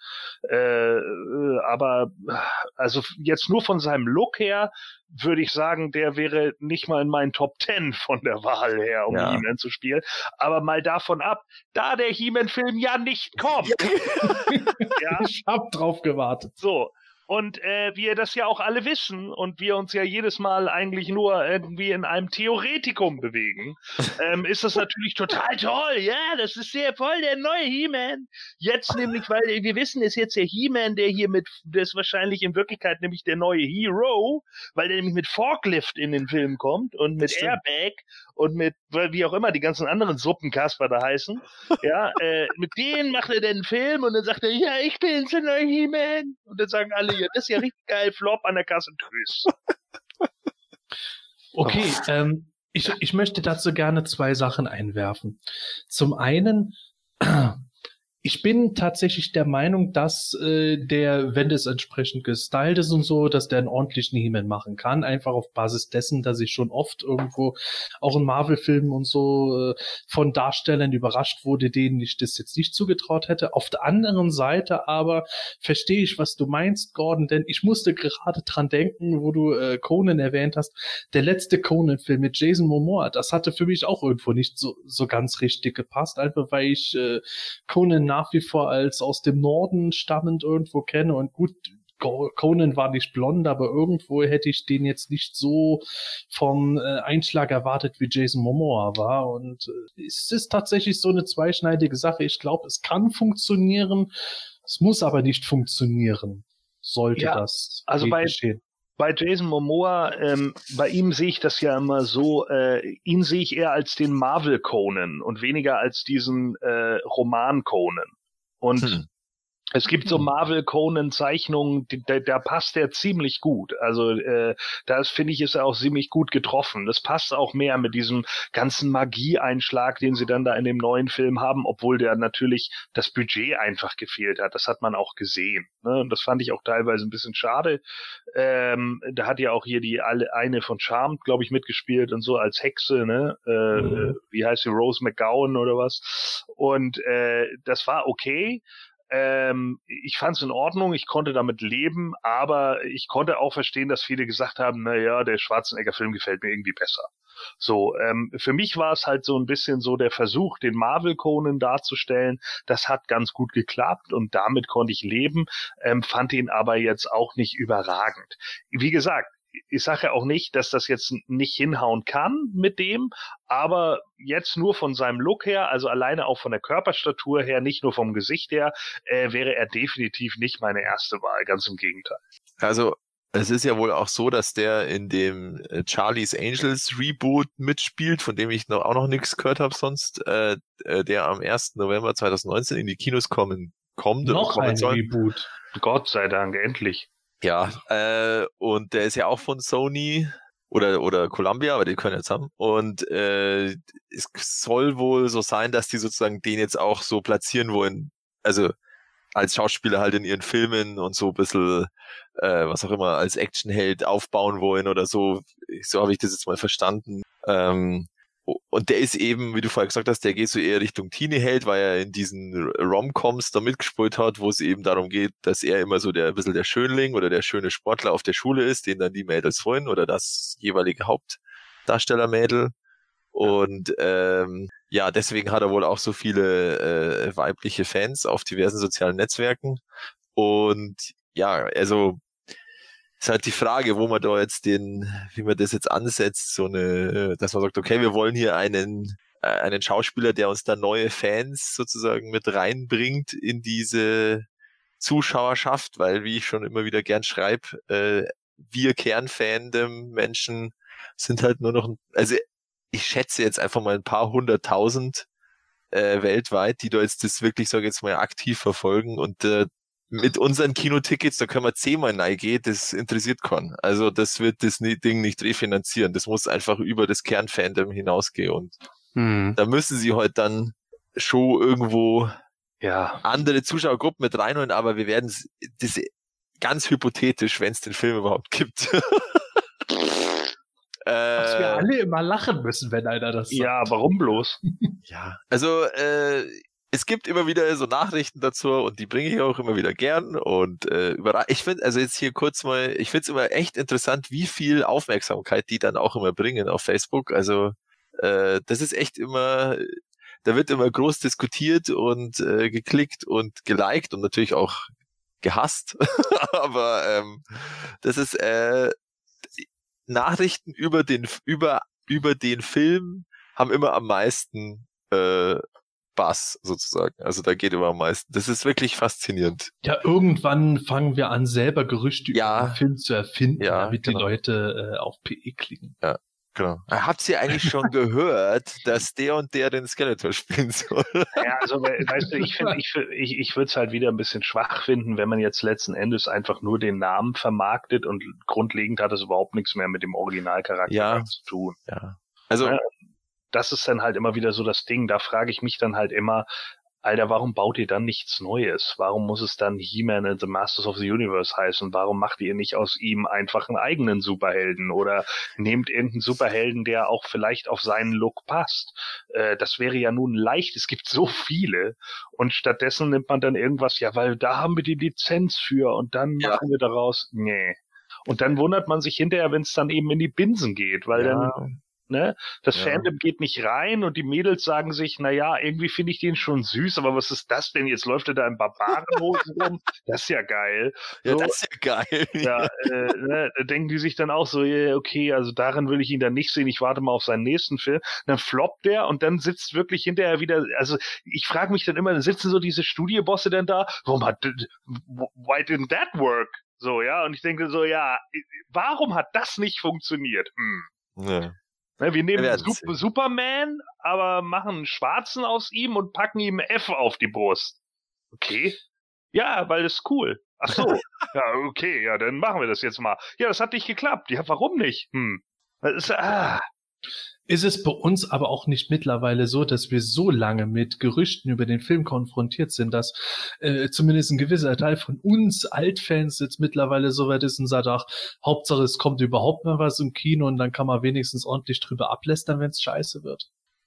aber also jetzt nur von seinem Look her würde ich sagen, der wäre nicht mal in meinen Top 10 von der Wahl her, um He-Man zu spielen. Aber mal davon ab, da der He-Man-Film ja nicht kommt. Ja? Ich hab drauf gewartet. So. Und wir das ja auch alle wissen und wir uns ja jedes Mal eigentlich nur irgendwie in einem Theoretikum bewegen, ist das natürlich total toll. Ja, das ist sehr voll, der neue He-Man. Jetzt nämlich, weil wir wissen, ist jetzt der He-Man, der ist wahrscheinlich in Wirklichkeit nämlich der neue Hero, weil der nämlich mit Forklift in den Film kommt und mit Airbag und mit, wie auch immer, die ganzen anderen Suppenkasper da heißen. Ja, mit denen macht er dann einen Film und dann sagt er, ja, ich bin's, der neue He-Man. Und dann sagen alle, ja, das ist ja richtig geil, Flop an der Kasse, tschüss. Okay, ich möchte dazu gerne 2 Sachen einwerfen. Zum einen, ich bin tatsächlich der Meinung, dass wenn das entsprechend gestylt ist und so, dass der einen ordentlichen He-Man machen kann, einfach auf Basis dessen, dass ich schon oft irgendwo auch in Marvel-Filmen und so von Darstellern überrascht wurde, denen ich das jetzt nicht zugetraut hätte. Auf der anderen Seite aber verstehe ich, was du meinst, Gordon, denn ich musste gerade dran denken, wo du Conan erwähnt hast, der letzte Conan-Film mit Jason Momoa, das hatte für mich auch irgendwo nicht so ganz richtig gepasst, einfach weil ich Conan nach wie vor als aus dem Norden stammend irgendwo kenne und gut, Conan war nicht blond, aber irgendwo hätte ich den jetzt nicht so vom Einschlag erwartet, wie Jason Momoa war und es ist tatsächlich so eine zweischneidige Sache. Ich glaube, es kann funktionieren, es muss aber nicht funktionieren, sollte das geschehen. Bei Jason Momoa, bei ihm sehe ich das ja immer so, ihn sehe ich eher als den Marvel Conan und weniger als diesen Roman Conan. Und Es gibt so Marvel-Conan-Zeichnungen, da passt der ziemlich gut. Also da finde ich, ist er auch ziemlich gut getroffen. Das passt auch mehr mit diesem ganzen Magie-Einschlag, den sie dann da in dem neuen Film haben, obwohl der natürlich das Budget einfach gefehlt hat. Das hat man auch gesehen. Ne? Und das fand ich auch teilweise ein bisschen schade. Da hat ja auch hier eine von Charmed, glaube ich, mitgespielt und so als Hexe, ne? Wie heißt sie, Rose McGowan oder was? Und das war okay. Ich fand es in Ordnung, ich konnte damit leben, aber ich konnte auch verstehen, dass viele gesagt haben, na ja, der Schwarzenegger-Film gefällt mir irgendwie besser. So, für mich war es halt so ein bisschen so der Versuch, den Marvel-Conan darzustellen. Das hat ganz gut geklappt und damit konnte ich leben, fand ihn aber jetzt auch nicht überragend. Wie gesagt, ich sage ja auch nicht, dass das jetzt nicht hinhauen kann mit dem, aber jetzt nur von seinem Look her, also alleine auch von der Körperstatur her, nicht nur vom Gesicht her, wäre er definitiv nicht meine erste Wahl, ganz im Gegenteil. Also es ist ja wohl auch so, dass der in dem Charlie's Angels Reboot mitspielt, von dem ich auch noch nichts gehört habe sonst, der am 1. November 2019 in die Kinos kommt. Noch ein Reboot. Gott sei Dank, endlich. Ja, und der ist ja auch von Sony oder Columbia, aber die können jetzt haben. Und es soll wohl so sein, dass die sozusagen den jetzt auch so platzieren wollen, also als Schauspieler halt in ihren Filmen und so ein bisschen, was auch immer, als Actionheld aufbauen wollen oder so. So habe ich das jetzt mal verstanden. Und der ist eben, wie du vorher gesagt hast, der geht so eher Richtung Teenie-Held, weil er in diesen Rom-Coms da mitgespielt hat, wo es eben darum geht, dass er immer so ein bisschen der Schönling oder der schöne Sportler auf der Schule ist, den dann die Mädels wollen oder das jeweilige Hauptdarstellermädel. Und ja, deswegen hat er wohl auch so viele weibliche Fans auf diversen sozialen Netzwerken. Und ja, also ist halt die Frage, wo man da jetzt wie man das jetzt ansetzt, dass man sagt, okay, wir wollen hier einen Schauspieler, der uns da neue Fans sozusagen mit reinbringt in diese Zuschauerschaft, weil, wie ich schon immer wieder gern schreibe, wir Kernfandom-Menschen sind halt nur noch, also ich schätze jetzt einfach mal ein paar 100.000 weltweit, die da jetzt das wirklich, sage ich jetzt mal, aktiv verfolgen und mit unseren Kinotickets, da können wir 10-mal reingehen, das interessiert keinen. Also das wird das Ding nicht refinanzieren. Das muss einfach über das Kernfandom hinausgehen und da müssen sie halt dann schon irgendwo andere Zuschauergruppen mit reinholen, aber wir werden das ganz hypothetisch, wenn es den Film überhaupt gibt. Dass wir alle immer lachen müssen, wenn einer das sagt. Ja, warum bloß? Ja, also es gibt immer wieder so Nachrichten dazu und die bringe ich auch immer wieder gern und ich finde, also jetzt hier kurz mal, ich finde es immer echt interessant, wie viel Aufmerksamkeit die dann auch immer bringen auf Facebook, also das ist echt immer, da wird immer groß diskutiert und geklickt und geliked und natürlich auch gehasst, aber das ist Nachrichten über den Film haben immer am meisten Bass sozusagen. Also da geht immer am meisten. Das ist wirklich faszinierend. Ja, irgendwann fangen wir an, selber Gerüchte über den Film zu erfinden, damit die Leute auf PE klicken. Ja, genau. Habt ihr eigentlich schon gehört, dass der und der den Skeletor spielen soll? Ja, also weißt du, ich würde es halt wieder ein bisschen schwach finden, wenn man jetzt letzten Endes einfach nur den Namen vermarktet und grundlegend hat es überhaupt nichts mehr mit dem Originalcharakter zu tun. Ja. Also das ist dann halt immer wieder so das Ding. Da frage ich mich dann halt immer, Alter, warum baut ihr dann nichts Neues? Warum muss es dann He-Man and the Masters of the Universe heißen? Warum macht ihr nicht aus ihm einfach einen eigenen Superhelden? Oder nehmt irgendeinen Superhelden, der auch vielleicht auf seinen Look passt? Das wäre ja nun leicht. Es gibt so viele. Und stattdessen nimmt man dann irgendwas, ja, weil da haben wir die Lizenz für und dann machen wir daraus, nee. Und dann wundert man sich hinterher, wenn es dann eben in die Binsen geht, weil dann... Ne? Das Fandom geht nicht rein und die Mädels sagen sich, na ja, irgendwie finde ich den schon süß, aber was ist das denn? Jetzt läuft er da in Barbarenhosen rum. Das ist ja geil. Ja, so, das ist ja geil. Ja, da denken die sich dann auch so, okay, also darin will ich ihn dann nicht sehen, ich warte mal auf seinen nächsten Film. Dann floppt der und dann sitzt wirklich hinterher wieder, also ich frage mich dann immer, dann sitzen so diese Studiobosse denn da, why didn't that work? So, ja, und ich denke so, ja, warum hat das nicht funktioniert? Ja. Wir nehmen Superman, aber machen einen Schwarzen aus ihm und packen ihm F auf die Brust. Okay. Ja, weil das ist cool. Ach so. Ja, okay, ja, dann machen wir das jetzt mal. Ja, das hat nicht geklappt. Ja, warum nicht? Das ist, Ist es bei uns aber auch nicht mittlerweile so, dass wir so lange mit Gerüchten über den Film konfrontiert sind, dass zumindest ein gewisser Teil von uns Altfans jetzt mittlerweile so weit ist und sagt, ach, Hauptsache es kommt überhaupt mal was im Kino und dann kann man wenigstens ordentlich drüber ablästern, wenn es scheiße wird.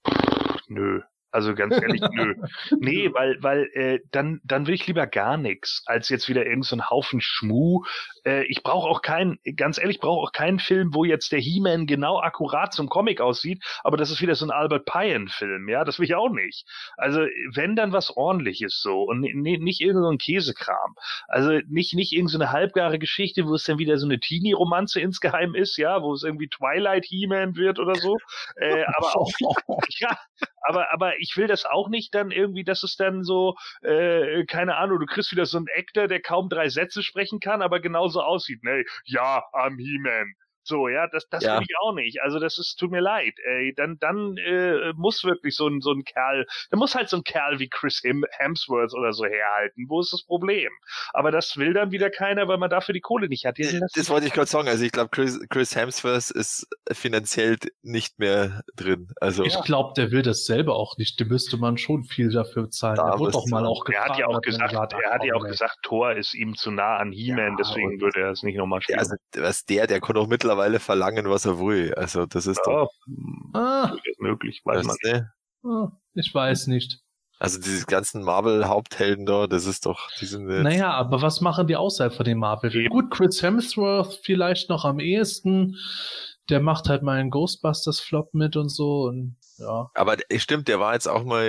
nö. Also ganz ehrlich, nö. Nee, weil dann will ich lieber gar nichts, als jetzt wieder irgend so ein Haufen Schmuh. Ich brauche auch ganz ehrlich, brauche auch keinen Film, wo jetzt der He-Man genau akkurat zum Comic aussieht, aber das ist wieder so ein Albert Pyen-Film, ja, das will ich auch nicht. Also wenn, dann was Ordentliches so und nicht irgend so ein Käsekram. Also nicht irgend so eine halbgare Geschichte, wo es dann wieder so eine Teenie-Romanze insgeheim ist, ja, wo es irgendwie Twilight He-Man wird oder so. Aber auch, ja, aber ich will das auch nicht dann irgendwie, dass es dann so, keine Ahnung, du kriegst wieder so einen Actor, der kaum 3 Sätze sprechen kann, aber genauso aussieht. Ne, ja, I'm He-Man. So, ja, das Ja. will ich auch nicht. Also tut mir leid. Dann muss wirklich so ein Kerl, da muss halt so ein Kerl wie Chris Hemsworth oder so herhalten. Wo ist das Problem? Aber das will dann wieder keiner, weil man dafür die Kohle nicht hat. Das wollte ich gerade sagen. Also ich glaube, Chris Hemsworth ist finanziell nicht mehr drin. Also Ich glaube, der will das selber auch nicht. Dem müsste man schon viel dafür zahlen. Da Er wurde doch müsste mal man- auch Er gefragt. hat ja auch hat dann gesagt, ach, gesagt, Thor ist ihm zu nah an He-Man, Ja, deswegen und- würde er es nicht nochmal spielen. also der kann doch mittlerweile verlangen, was er will. Also das ist Ja, doch Ah, ist möglich, weiß man nicht. ne? ich weiß nicht. Also diese ganzen Marvel-Haupthelden da, das ist doch, die sind jetzt, Naja, aber was machen die außerhalb von den Marvel? Eben. Gut, Chris Hemsworth vielleicht noch am ehesten. Der macht halt mal einen Ghostbusters-Flop mit und so und ja. aber stimmt, da war jetzt auch mal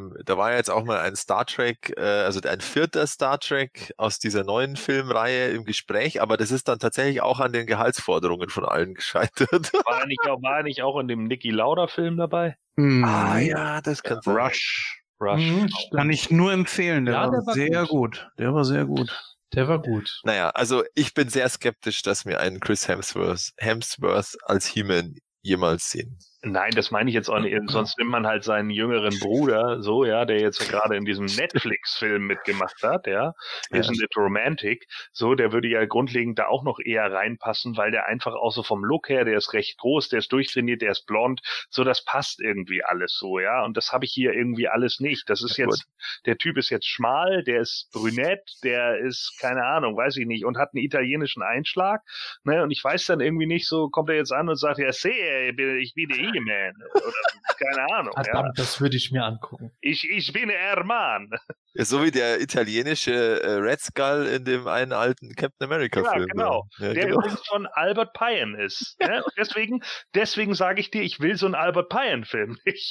ein Star Trek, also ein 4. Star Trek aus dieser neuen Filmreihe im Gespräch, aber das ist dann tatsächlich auch an den Gehaltsforderungen von allen gescheitert. War er nicht auch in dem Niki Lauda Film dabei? ja, das kann sein. Rush. Rush. Mhm, Kann ich nur empfehlen. Der Ja, war, der war sehr gut. gut. Der war sehr gut. Der war gut. Naja, also ich bin sehr skeptisch, dass wir einen Chris Hemsworth als He-Man jemals sehen. Nein, das meine ich jetzt auch nicht. Sonst nimmt man halt seinen jüngeren Bruder, so, ja, der jetzt gerade in diesem Netflix-Film mitgemacht hat, ja. Isn't It Romantic? So, der würde ja grundlegend da auch noch eher reinpassen, weil der einfach auch so vom Look her, der ist recht groß, der ist durchtrainiert, der ist blond, so, das passt irgendwie alles so, ja. Und das habe ich hier irgendwie alles nicht. Das ist Ja, jetzt, der Typ ist jetzt schmal, der ist brünett, der ist, keine Ahnung, weiß ich nicht, und hat einen italienischen Einschlag, ne, und ich weiß dann irgendwie nicht, so kommt er jetzt an und sagt, ja, ich bin der He-Man, oder keine Ahnung, ja. Verdammt, das würde ich mir angucken. Ich bin Erman. Ja, so wie der italienische Red Skull in dem einen alten Captain America Ja, Film. genau. Ja, Der genau. übrigens von Albert Pyen ist. Ne? Und deswegen sage ich dir, ich will so einen Albert Pyen-Film nicht.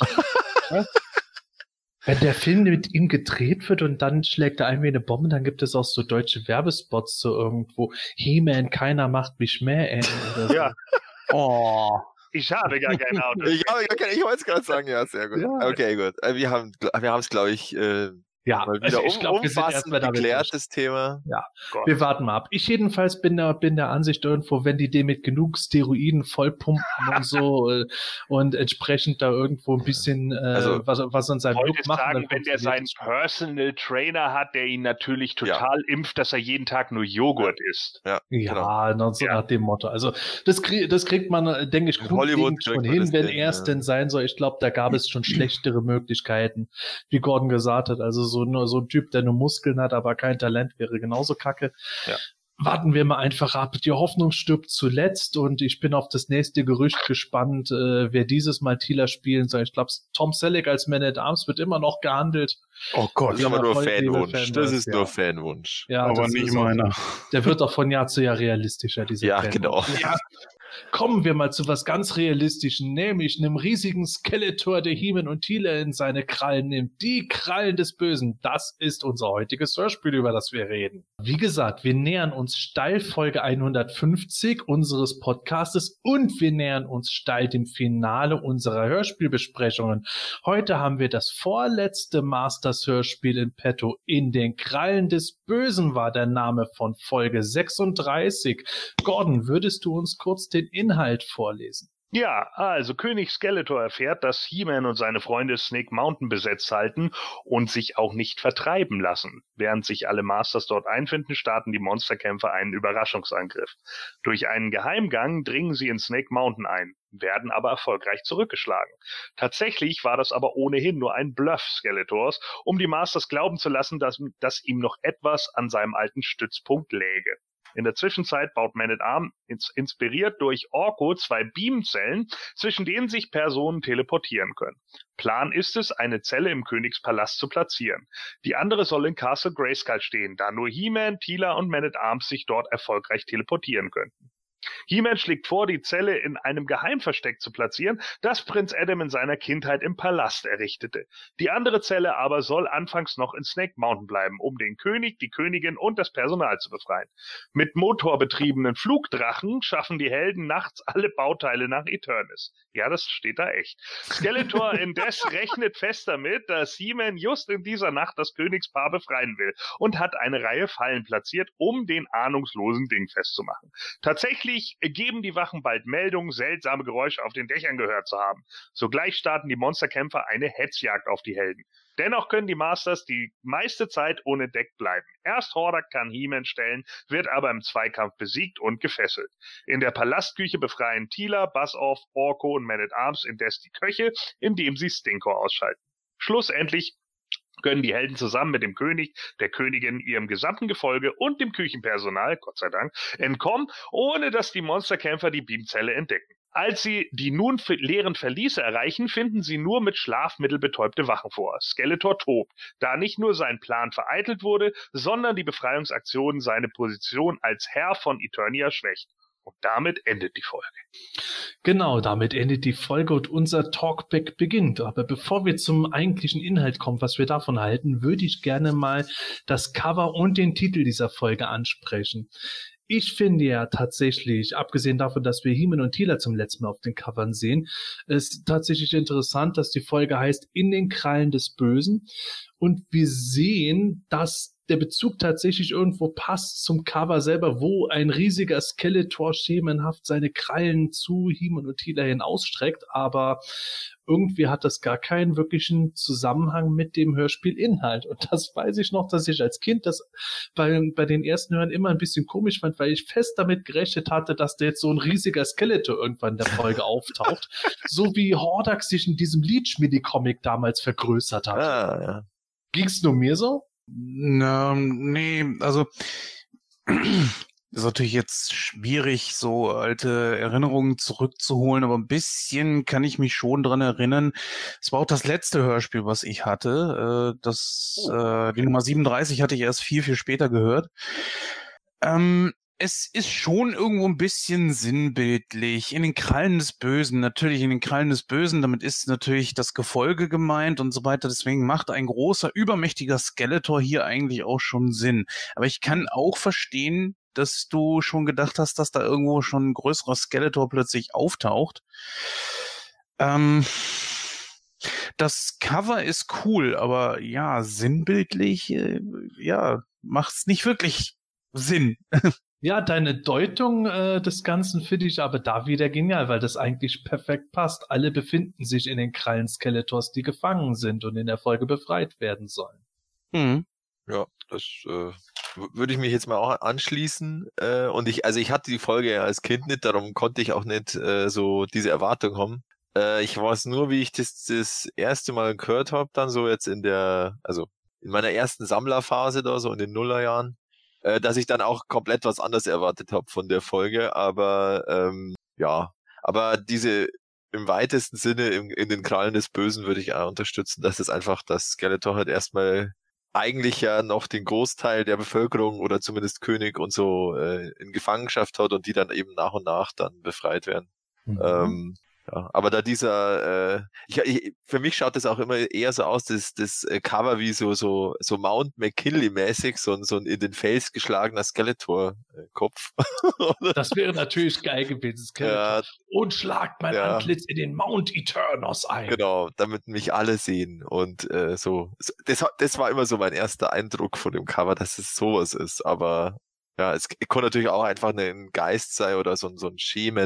Wenn der Film mit ihm gedreht wird und dann schlägt er ein wie eine Bombe, dann gibt es auch so deutsche Werbespots so irgendwo. He-Man, keiner macht mich mehr, oder so. Ja. Oh. Ich habe gar kein Auto. Ich wollte es gerade sagen, ja, sehr gut. Ja. Okay, gut. Wir haben es, glaube ich, Ja, mal also wieder ich glaube, wir sind umfassend erstmal damit geklärt, durch. das Thema. Gott. Wir warten mal ab. Ich jedenfalls bin der Ansicht irgendwo, wenn die den mit genug Steroiden vollpumpen und so und entsprechend da irgendwo ein bisschen Also, was an seinem Ich wollte Look jetzt machen. sagen, dann wenn der seinen funktioniert Personal Trainer hat, der ihn natürlich total impft, dass er jeden Tag nur Joghurt isst. Ja, das. genau. Ja, so nach dem Motto. Also das kriegt man, denke ich, In Hollywood grundlegend schon kriegt man hin, das wenn hin, er es ja. denn sein soll. Ich glaube, da gab es schon schlechtere Möglichkeiten, wie Gordon gesagt hat. Also so ein Typ, der nur Muskeln hat, aber kein Talent, wäre genauso kacke. Ja. Warten wir mal einfach ab. Die Hoffnung stirbt zuletzt und ich bin auf das nächste Gerücht gespannt, wer dieses Mal Teela spielen soll. Ich glaube, Tom Selleck als Man at Arms wird immer noch gehandelt. Oh Gott. Das ist aber Ja, nur voll liebe Fanwunsch. Fanboys, Das ist ja. nur Fanwunsch. Ja, aber das nicht ist auch- meiner. Der wird auch von Jahr zu Jahr realistischer, dieser Ja, Fan. genau. Ja. Kommen wir mal zu was ganz Realistischen, nämlich einem riesigen Skeletor, der He-Man und Teela in seine Krallen nimmt. Die Krallen des Bösen. Das ist unser heutiges Hörspiel, über das wir reden. Wie gesagt, wir nähern uns steil Folge 150 unseres Podcastes und wir nähern uns steil dem Finale unserer Hörspielbesprechungen. Heute haben wir das vorletzte Masters-Hörspiel in petto. In den Krallen des Bösen war der Name von Folge 36. Gordon, würdest du uns kurz den Inhalt vorlesen? Ja, also König Skeletor erfährt, dass He-Man und seine Freunde Snake Mountain besetzt halten und sich auch nicht vertreiben lassen. Während sich alle Masters dort einfinden, starten die Monsterkämpfer einen Überraschungsangriff. Durch einen Geheimgang dringen sie in Snake Mountain ein, werden aber erfolgreich zurückgeschlagen. Tatsächlich war das aber ohnehin nur ein Bluff Skeletors, um die Masters glauben zu lassen, dass ihm noch etwas an seinem alten Stützpunkt läge. In der Zwischenzeit baut Man-at-Arms, inspiriert durch Orko, 2 Beamzellen, zwischen denen sich Personen teleportieren können. Plan ist es, eine Zelle im Königspalast zu platzieren. Die andere soll in Castle Grayskull stehen, da nur He-Man, Teela und Man-at-Arms sich dort erfolgreich teleportieren könnten. He-Man schlägt vor, die Zelle in einem Geheimversteck zu platzieren, das Prinz Adam in seiner Kindheit im Palast errichtete. Die andere Zelle aber soll anfangs noch in Snake Mountain bleiben, um den König, die Königin und das Personal zu befreien. Mit motorbetriebenen Flugdrachen schaffen die Helden nachts alle Bauteile nach Eternis. Ja, das steht da echt. Skeletor indes rechnet fest damit, dass He-Man just in dieser Nacht das Königspaar befreien will und hat eine Reihe Fallen platziert, um den ahnungslosen Ding festzumachen. Tatsächlich geben die Wachen bald Meldungen, seltsame Geräusche auf den Dächern gehört zu haben. Sogleich starten die Monsterkämpfer eine Hetzjagd auf die Helden. Dennoch können die Masters die meiste Zeit ohne Deck bleiben. Erst Hordak kann He-Man stellen, wird aber im Zweikampf besiegt und gefesselt. In der Palastküche befreien Teela, Buzz-Off, Orko und Man-at-Arms indes die Köche, indem sie Stinkor ausschalten. Schlussendlich können die Helden zusammen mit dem König, der Königin, ihrem gesamten Gefolge und dem Küchenpersonal, Gott sei Dank, entkommen, ohne dass die Monsterkämpfer die Beamzelle entdecken. Als sie die nun leeren Verliese erreichen, finden sie nur mit Schlafmittel betäubte Wachen vor. Skeletor tobt, da nicht nur sein Plan vereitelt wurde, sondern die Befreiungsaktion seine Position als Herr von Eternia schwächt. Und damit endet die Folge. Genau, damit endet die Folge und unser Talkback beginnt. Aber bevor wir zum eigentlichen Inhalt kommen, was wir davon halten, würde ich gerne mal das Cover und den Titel dieser Folge ansprechen. Ich finde ja tatsächlich, abgesehen davon, dass wir He-Man und Teela zum letzten Mal auf den Covern sehen, ist tatsächlich interessant, dass die Folge heißt In den Krallen des Bösen. Und wir sehen, dass der Bezug tatsächlich irgendwo passt zum Cover selber, wo ein riesiger Skeletor schemenhaft seine Krallen zu He-Man und Teela hin ausstreckt, aber irgendwie hat das gar keinen wirklichen Zusammenhang mit dem Hörspielinhalt. Und das weiß ich noch, dass ich als Kind das bei den ersten Hören immer ein bisschen komisch fand, weil ich fest damit gerechnet hatte, dass da jetzt so ein riesiger Skeletor irgendwann in der Folge auftaucht. So wie Hordak sich in diesem Leech-Mini-Comic damals vergrößert hat. Ah, ja. Ging's nur mir so? Nee, also ist natürlich jetzt schwierig, so alte Erinnerungen zurückzuholen, aber ein bisschen kann ich mich schon dran erinnern. Es war auch das letzte Hörspiel, was ich hatte. Die Nummer 37 hatte ich erst viel später gehört. Es ist schon irgendwo ein bisschen sinnbildlich. In den Krallen des Bösen, natürlich in den Krallen des Bösen, damit ist natürlich das Gefolge gemeint und so weiter. Deswegen macht ein großer, übermächtiger Skeletor hier eigentlich auch schon Sinn. Aber ich kann auch verstehen, dass du schon gedacht hast, dass da irgendwo schon ein größerer Skeletor plötzlich auftaucht. Das Cover ist cool, aber ja, sinnbildlich, macht's nicht wirklich Sinn. Ja, deine Deutung des Ganzen finde ich aber da wieder genial, weil das eigentlich perfekt passt. Alle befinden sich in den Krallen Skeletors, die gefangen sind und in der Folge befreit werden sollen. Mhm. Ja, das würde ich mich jetzt mal auch anschließen. Und ich hatte die Folge ja als Kind nicht, darum konnte ich auch nicht so diese Erwartung haben. Ich weiß nur, wie ich das erste Mal gehört habe, dann so jetzt in meiner ersten Sammlerphase da, so in den Nullerjahren, dass ich dann auch komplett was anderes erwartet habe von der Folge, aber aber diese im weitesten Sinne in den Krallen des Bösen würde ich auch unterstützen, dass es einfach, dass Skeletor halt erstmal eigentlich ja noch den Großteil der Bevölkerung oder zumindest König und so in Gefangenschaft hat und die dann eben nach und nach dann befreit werden. Mhm. Ja, aber da dieser, für mich schaut das auch immer eher so aus, das Cover wie so Mount McKinley-mäßig, so ein in den Fels geschlagener Skeletor-Kopf. Das wäre natürlich geil gewesen, Skeletor. Ja, Und schlagt mein ja. Antlitz in den Mount Eternos ein. Genau, damit mich alle sehen und so. Das war immer so mein erster Eindruck von dem Cover, dass es sowas ist, aber ja, es kann natürlich auch einfach ein Geist sein oder so ein Schemen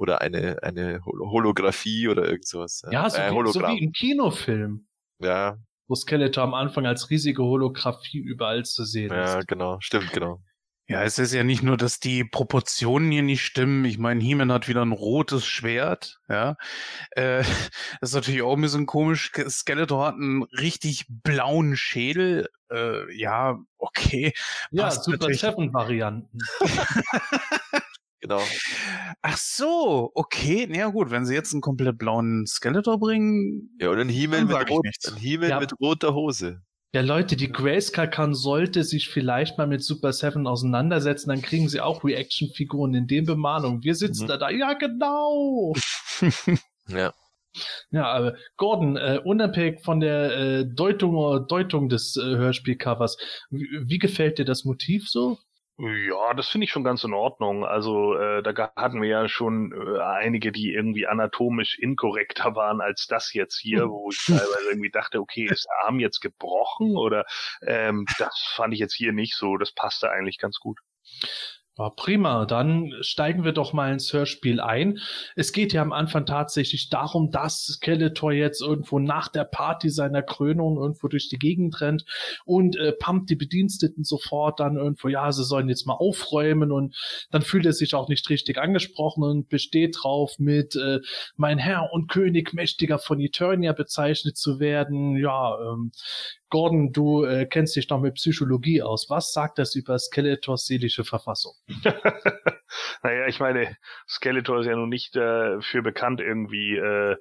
oder eine Holographie oder irgend sowas. Ja, so wie im Kinofilm. Ja. Wo Skeletor am Anfang als riesige Holographie überall zu sehen ist. Ja, genau. Stimmt, genau. Ja, es ist ja nicht nur, dass die Proportionen hier nicht stimmen. Ich meine, He-Man hat wieder ein rotes Schwert. Ja, das ist natürlich auch ein bisschen komisch. Skeletor hat einen richtig blauen Schädel. Ja, okay. Ja, Super 7-Varianten. Genau. Ach so, okay. Na ja, gut, wenn sie jetzt einen komplett blauen Skeletor bringen. Ja, oder ein He-Man mit roter Hose. Ja, Leute, die Grayskull sollte sich vielleicht mal mit Super 7 auseinandersetzen, dann kriegen sie auch Reaction-Figuren in den Bemalungen. Wir sitzen da, ja genau! Ja. Ja, aber Gordon, unabhängig von der Deutung des Hörspielcovers, wie gefällt dir das Motiv so? Ja, das finde ich schon ganz in Ordnung. Also da hatten wir ja schon einige, die irgendwie anatomisch inkorrekter waren als das jetzt hier, wo ich teilweise irgendwie dachte, okay, ist der Arm jetzt gebrochen oder das fand ich jetzt hier nicht so. Das passte eigentlich ganz gut. Ja, prima, dann steigen wir doch mal ins Hörspiel ein. Es geht ja am Anfang tatsächlich darum, dass Skeletor jetzt irgendwo nach der Party seiner Krönung irgendwo durch die Gegend rennt und pumpt die Bediensteten sofort dann irgendwo, ja, sie sollen jetzt mal aufräumen und dann fühlt er sich auch nicht richtig angesprochen und besteht drauf, mit mein Herr und König Mächtiger von Eternia bezeichnet zu werden. Ja, Gordon, du kennst dich noch mit Psychologie aus. Was sagt das über Skeletors seelische Verfassung? Naja, ich meine, Skeletor ist ja nun nicht für bekannt, irgendwie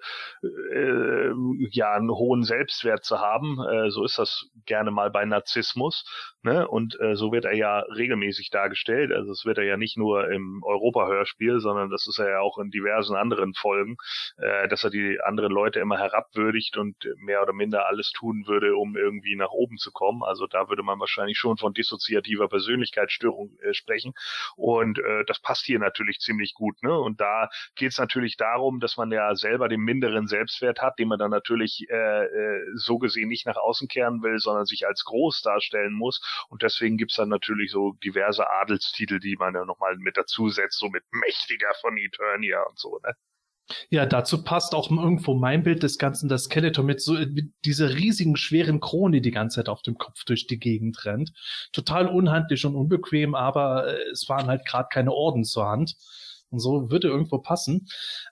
ja einen hohen Selbstwert zu haben. So ist das gerne mal bei Narzissmus. Ne? Und so wird er ja regelmäßig dargestellt. Also es wird er ja nicht nur im Europa-Hörspiel, sondern das ist er ja auch in diversen anderen Folgen, dass er die anderen Leute immer herabwürdigt und mehr oder minder alles tun würde, um irgendwie nach oben zu kommen. Also da würde man wahrscheinlich schon von dissoziativer Persönlichkeitsstörung sprechen. Und das passt hier natürlich ziemlich gut. Ne? Und da geht es natürlich darum, dass man ja selber den minderen Selbstwert hat, den man dann natürlich so gesehen nicht nach außen kehren will, sondern sich als groß darstellen muss. Und deswegen gibt's dann natürlich so diverse Adelstitel, die man ja nochmal mit dazu setzt, so mit Mächtiger von Eternia und so, ne? Ja, dazu passt auch irgendwo mein Bild des Ganzen, dass Skeletor mit dieser riesigen, schweren Krone die ganze Zeit auf dem Kopf durch die Gegend rennt. Total unhandlich und unbequem, aber es waren halt gerade keine Orden zur Hand. Und so würde irgendwo passen.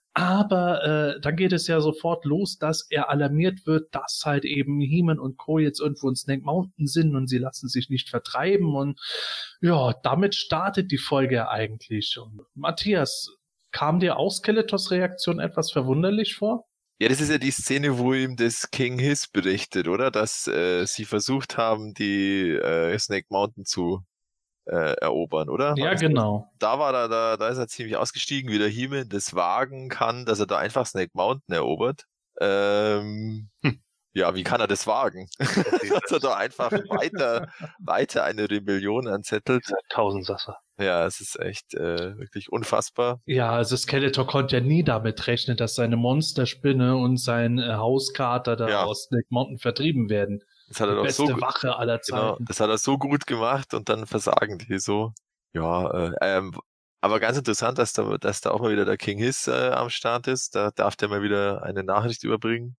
Aber dann geht es ja sofort los, dass er alarmiert wird, dass halt eben He-Man und Co. jetzt irgendwo in Snake Mountain sind und sie lassen sich nicht vertreiben. Und ja, damit startet die Folge ja eigentlich. Und Matthias, kam dir auch Skeletors Reaktion etwas verwunderlich vor? Ja, das ist ja die Szene, wo ihm das King Hiss berichtet, oder? Dass sie versucht haben, die Snake Mountain zu erobern, oder? Ja, genau. Da ist er ziemlich ausgestiegen, wie der He-Man das wagen kann, dass er da einfach Snake Mountain erobert. Ja, wie kann er das wagen? Dass er da einfach weiter eine Rebellion anzettelt. Tausendsasser. Ja, es ist echt wirklich unfassbar. Ja, also Skeletor konnte ja nie damit rechnen, dass seine Monsterspinne und sein Hauskater da aus Snake Mountain vertrieben werden. Das hat er die doch beste Wache aller Zeiten. Genau, das hat er so gut gemacht und dann versagen die so. Ja, aber ganz interessant, dass da auch mal wieder der King Hiss am Start ist. Da darf der mal wieder eine Nachricht überbringen.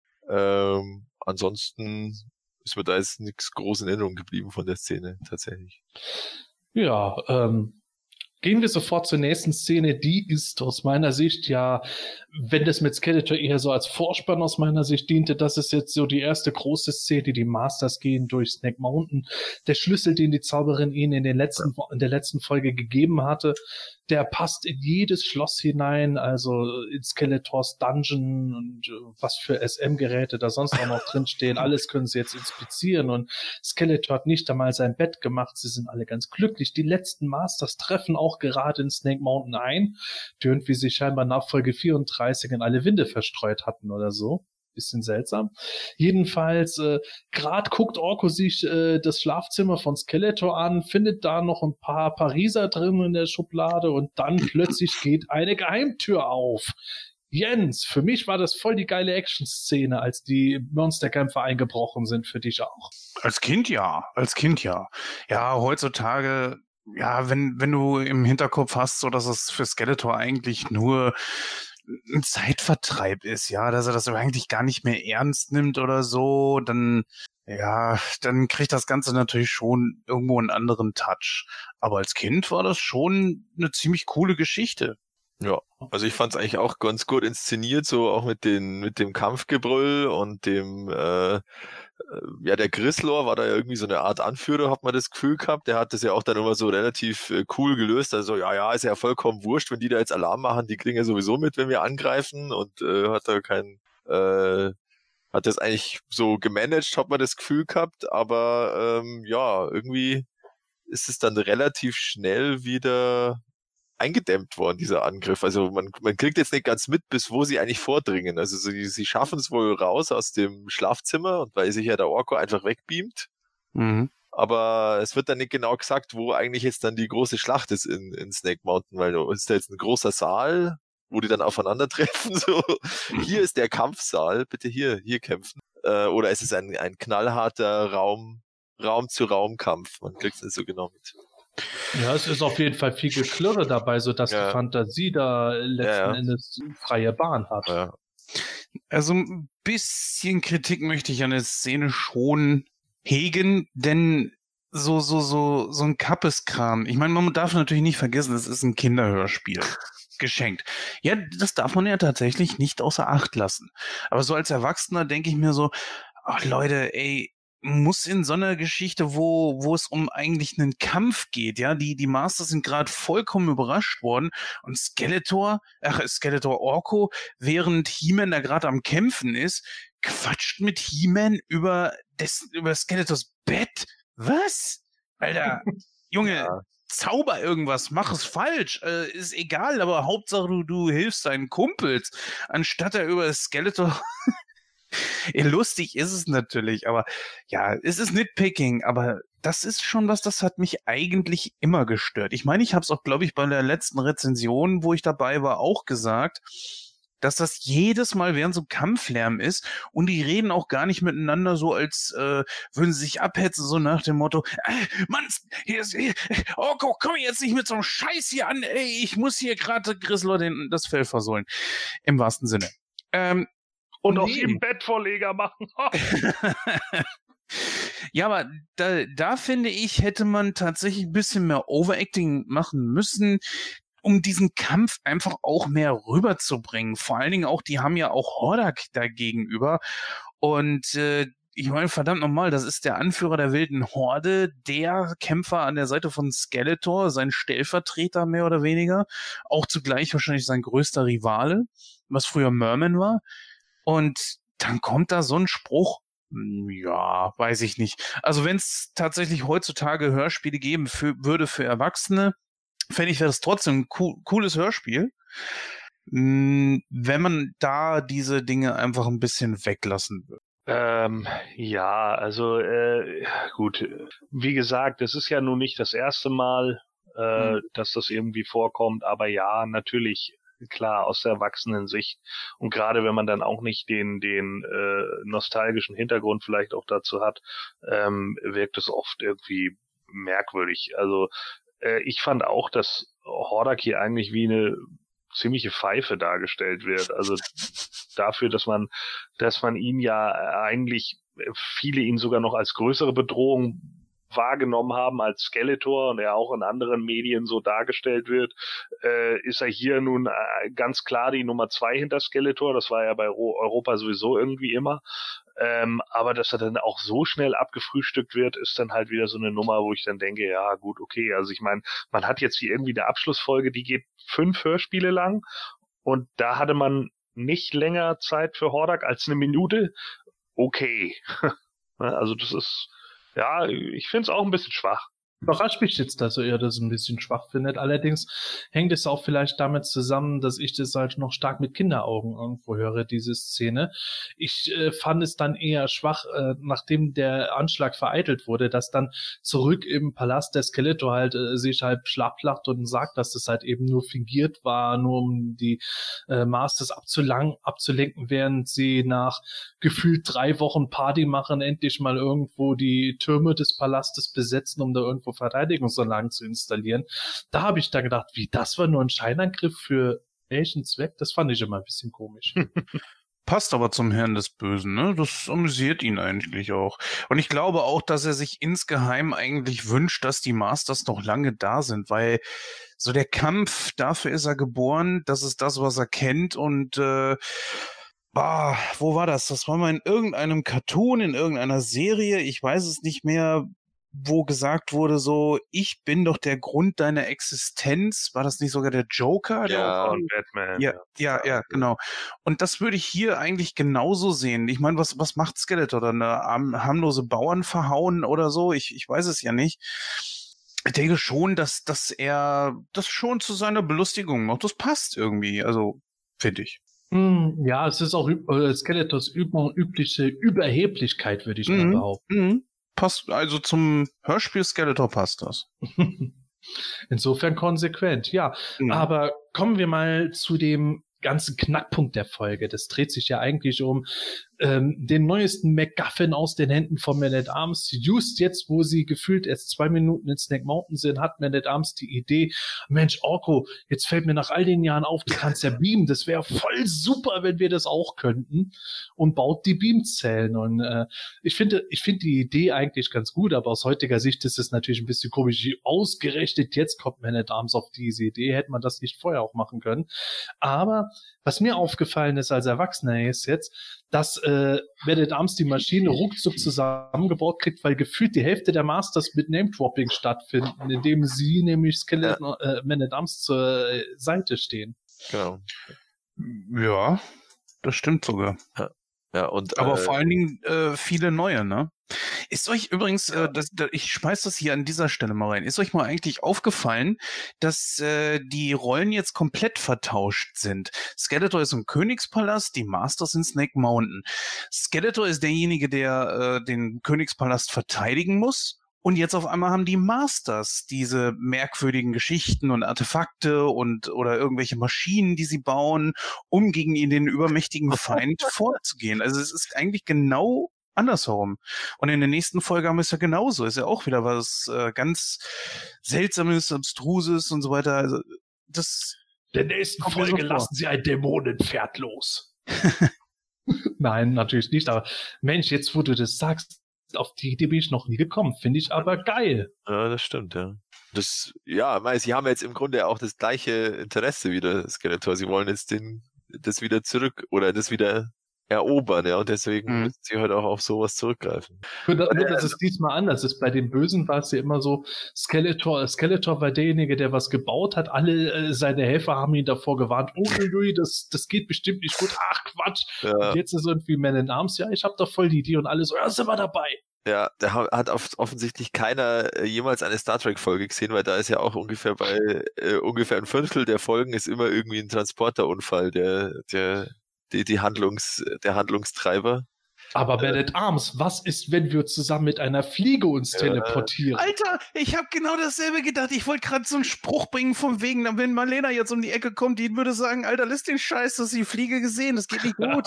Ansonsten ist mir da jetzt nichts groß in Erinnerung geblieben von der Szene, tatsächlich. Ja, gehen wir sofort zur nächsten Szene. Die ist aus meiner Sicht ja, wenn das mit Skeletor eher so als Vorspann aus meiner Sicht diente, das ist jetzt so die erste große Szene, die Masters gehen durch Snake Mountain. Der Schlüssel, den die Zauberin ihnen in der letzten Folge gegeben hatte, der passt in jedes Schloss hinein, also in Skeletors Dungeon und was für SM-Geräte da sonst auch noch drinstehen. Alles können sie jetzt inspizieren und Skeletor hat nicht einmal sein Bett gemacht. Sie sind alle ganz glücklich. Die letzten Masters treffen auch gerade in Snake Mountain ein, die irgendwie sich scheinbar nach Folge 34 in alle Winde verstreut hatten oder so. Bisschen seltsam. Jedenfalls, gerade guckt Orko sich das Schlafzimmer von Skeletor an, findet da noch ein paar Pariser drin in der Schublade und dann plötzlich geht eine Geheimtür auf. Jens, für mich war das voll die geile Action-Szene, als die Monsterkämpfer eingebrochen sind, für dich auch. Als Kind ja. Ja, heutzutage ja, wenn du im Hinterkopf hast, so dass es für Skeletor eigentlich nur ein Zeitvertreib ist, ja, dass er das eigentlich gar nicht mehr ernst nimmt oder so, dann kriegt das Ganze natürlich schon irgendwo einen anderen Touch. Aber als Kind war das schon eine ziemlich coole Geschichte. Ja, also ich fand es eigentlich auch ganz gut inszeniert, so auch mit dem Kampfgebrüll und der Grislor war da ja irgendwie so eine Art Anführer, hat man das Gefühl gehabt. Der hat das ja auch dann immer so relativ cool gelöst. Also ist ja vollkommen wurscht, wenn die da jetzt Alarm machen, die kriegen ja sowieso mit, wenn wir angreifen und hat das eigentlich so gemanagt, hat man das Gefühl gehabt, aber irgendwie ist es dann relativ schnell wieder eingedämmt worden, dieser Angriff. Also man kriegt jetzt nicht ganz mit, bis wo sie eigentlich vordringen. Also sie schaffen es wohl raus aus dem Schlafzimmer und weil sich ja der Orko einfach wegbeamt. Mhm. Aber es wird dann nicht genau gesagt, wo eigentlich jetzt dann die große Schlacht ist in Snake Mountain, weil es ist da jetzt ein großer Saal, wo die dann aufeinandertreffen. So, hier ist der Kampfsaal, bitte hier kämpfen. Oder es ist ein knallharter Raum-zu-Raum-Kampf. Man kriegt es nicht so genau mit. Ja, es ist auf jeden Fall viel Geklirre dabei, sodass die Fantasie da letzten Endes freie Bahn hat. Ja. Also ein bisschen Kritik möchte ich an der Szene schon hegen, denn so ein Kappeskram. Ich meine, man darf natürlich nicht vergessen, es ist ein Kinderhörspiel. Geschenkt. Ja, das darf man ja tatsächlich nicht außer Acht lassen. Aber so als Erwachsener denke ich mir so, ach Leute, ey, muss in so einer Geschichte, wo es um eigentlich einen Kampf geht, ja, die Masters sind gerade vollkommen überrascht worden und Skeletor Orko, während He-Man da gerade am Kämpfen ist, quatscht mit He-Man über Skeletors Bett. Was? Alter, Junge, ja. Zauber irgendwas, mach es falsch, ist egal, aber Hauptsache du hilfst deinen Kumpels, anstatt er über Skeletor lustig ist es natürlich, aber ja, es ist Nitpicking, aber das ist schon was, das hat mich eigentlich immer gestört. Ich meine, ich habe es auch, glaube ich, bei der letzten Rezension, wo ich dabei war, auch gesagt, dass das jedes Mal während so Kampflärm ist und die reden auch gar nicht miteinander so, als würden sie sich abhetzen, so nach dem Motto, Mann, komm jetzt nicht mit so einem Scheiß hier an, ey, ich muss hier gerade Grislor das Fell versohlen. Im wahrsten Sinne. Und auf jedem Bettvorleger machen. Ja, aber da finde ich, hätte man tatsächlich ein bisschen mehr Overacting machen müssen, um diesen Kampf einfach auch mehr rüberzubringen. Vor allen Dingen auch, die haben ja auch Hordak da gegenüber. Und ich meine, verdammt nochmal, das ist der Anführer der wilden Horde, der Kämpfer an der Seite von Skeletor, sein Stellvertreter mehr oder weniger. Auch zugleich wahrscheinlich sein größter Rivale, was früher Merman war. Und dann kommt da so ein Spruch, ja, weiß ich nicht. Also wenn es tatsächlich heutzutage Hörspiele geben würde für Erwachsene, fände ich, wäre das trotzdem ein cooles Hörspiel, wenn man da diese Dinge einfach ein bisschen weglassen würde. Gut. Wie gesagt, es ist ja nun nicht das erste Mal, dass das irgendwie vorkommt, aber ja, natürlich, klar, aus der Erwachsenensicht. Und gerade wenn man dann auch nicht den nostalgischen Hintergrund vielleicht auch dazu hat, wirkt es oft irgendwie merkwürdig. Also ich fand auch, dass Hordak hier eigentlich wie eine ziemliche Pfeife dargestellt wird. Also dafür, dass man ihn ja eigentlich, viele ihn sogar noch als größere Bedrohung wahrgenommen haben als Skeletor und er auch in anderen Medien so dargestellt wird, ist er hier nun ganz klar die Nummer 2 hinter Skeletor. Das war ja bei Europa sowieso irgendwie immer. Aber dass er dann auch so schnell abgefrühstückt wird, ist dann halt wieder so eine Nummer, wo ich dann denke, ja gut, okay. Also ich meine, man hat jetzt hier irgendwie eine Abschlussfolge, die geht 5 Hörspiele lang und da hatte man nicht länger Zeit für Hordak als eine Minute. Okay. Also das ist, ja, ich finde es auch ein bisschen schwach. Überrascht mich jetzt, dass ihr das ein bisschen schwach findet. Allerdings hängt es auch vielleicht damit zusammen, dass ich das halt noch stark mit Kinderaugen irgendwo höre, diese Szene. Ich fand es dann eher schwach, nachdem der Anschlag vereitelt wurde, dass dann zurück im Palast der Skeletor halt sich halt schlapplacht und sagt, dass das halt eben nur fingiert war, nur um die Masters abzulenken, während sie nach gefühlt 3 Wochen Party machen, endlich mal irgendwo die Türme des Palastes besetzen, um da irgendwo Verteidigungsanlagen zu installieren. Da habe ich dann gedacht, wie, das war nur ein Scheinangriff für welchen Zweck? Das fand ich immer ein bisschen komisch. Passt aber zum Herrn des Bösen, ne? Das amüsiert ihn eigentlich auch. Und ich glaube auch, dass er sich insgeheim eigentlich wünscht, dass die Masters noch lange da sind, weil so der Kampf, dafür ist er geboren, das ist das, was er kennt und wo war das? Das war mal in irgendeinem Cartoon, in irgendeiner Serie, ich weiß es nicht mehr, wo gesagt wurde so, ich bin doch der Grund deiner Existenz. War das nicht sogar der Joker? Von Batman. Ja, genau. Und das würde ich hier eigentlich genauso sehen. Ich meine, was macht Skeletor dann? Eine harmlose Bauern verhauen oder so? Ich weiß es ja nicht. Ich denke schon, dass er das schon zu seiner Belustigung macht. Das passt irgendwie, also finde ich. Ja, es ist auch Skeletors übliche Überheblichkeit, würde ich mal behaupten. Passt, also zum Hörspiel Skeletor passt das. Insofern konsequent, ja. Aber kommen wir mal zu dem ganzen Knackpunkt der Folge. Das dreht sich ja eigentlich um den neuesten MacGuffin aus den Händen von Man at Arms. Just jetzt, wo sie gefühlt erst 2 Minuten in Snake Mountain sind, hat Man at Arms die Idee, Mensch, Orko, jetzt fällt mir nach all den Jahren auf, du kannst ja beamen. Das wäre voll super, wenn wir das auch könnten. Und baut die Beamzellen. Und ich finde die Idee eigentlich ganz gut, aber aus heutiger Sicht ist es natürlich ein bisschen komisch. Ausgerechnet jetzt kommt Man at Arms auf diese Idee. Hätte man das nicht vorher auch machen können. Aber was mir aufgefallen ist als Erwachsener ist jetzt, dass Man at Arms die Maschine ruckzuck zusammengebaut kriegt, weil gefühlt die Hälfte der Masters mit Name-Dropping stattfinden, indem sie nämlich Man at Arms zur Seite stehen. Genau. Ja, das stimmt sogar. Ja, und, aber vor allen Dingen viele neue, ne? Ist euch übrigens, ich schmeiß das hier an dieser Stelle mal rein, ist euch mal eigentlich aufgefallen, dass die Rollen jetzt komplett vertauscht sind? Skeletor ist im Königspalast, die Masters in Snake Mountain. Skeletor ist derjenige, der den Königspalast verteidigen muss. Und jetzt auf einmal haben die Masters diese merkwürdigen Geschichten und Artefakte oder irgendwelche Maschinen, die sie bauen, um gegen den übermächtigen Feind vorzugehen. Also es ist eigentlich genau andersherum. Und in der nächsten Folge haben wir es ja genauso. Ist ja auch wieder was ganz Seltsames, Abstruses und so weiter. Also das. In der nächsten Folge lassen sie ein Dämonenpferd los. Nein, natürlich nicht. Aber Mensch, jetzt wo du das sagst, auf die Idee bin ich noch nie gekommen. Finde ich aber geil. Ja, das stimmt, ja. Sie haben jetzt im Grunde auch das gleiche Interesse wie der Skeletor. Sie wollen jetzt das wieder zurück oder das wieder erobern, ja, und deswegen müssen sie halt auch auf sowas zurückgreifen. Das ist diesmal anders. Bei den Bösen war es ja immer so, Skeletor war derjenige, der was gebaut hat. Alle seine Helfer haben ihn davor gewarnt, das geht bestimmt nicht gut. Ach, Quatsch. Ja. Und jetzt ist irgendwie Man at Arms, ja, ich hab doch voll die Idee und alle so, ja, sind wir dabei. Ja, da hat offensichtlich keiner jemals eine Star Trek-Folge gesehen, weil da ist ja auch ungefähr ungefähr ein Viertel der Folgen ist immer irgendwie ein Transporterunfall, der Handlungstreiber. Aber Man at Arms, was ist, wenn wir zusammen mit einer Fliege uns teleportieren? Alter, ich habe genau dasselbe gedacht. Ich wollte gerade so einen Spruch bringen vom wegen, wenn Marlena jetzt um die Ecke kommt, die würde sagen, Alter, lass den Scheiß, dass die Fliege gesehen, das geht nicht gut.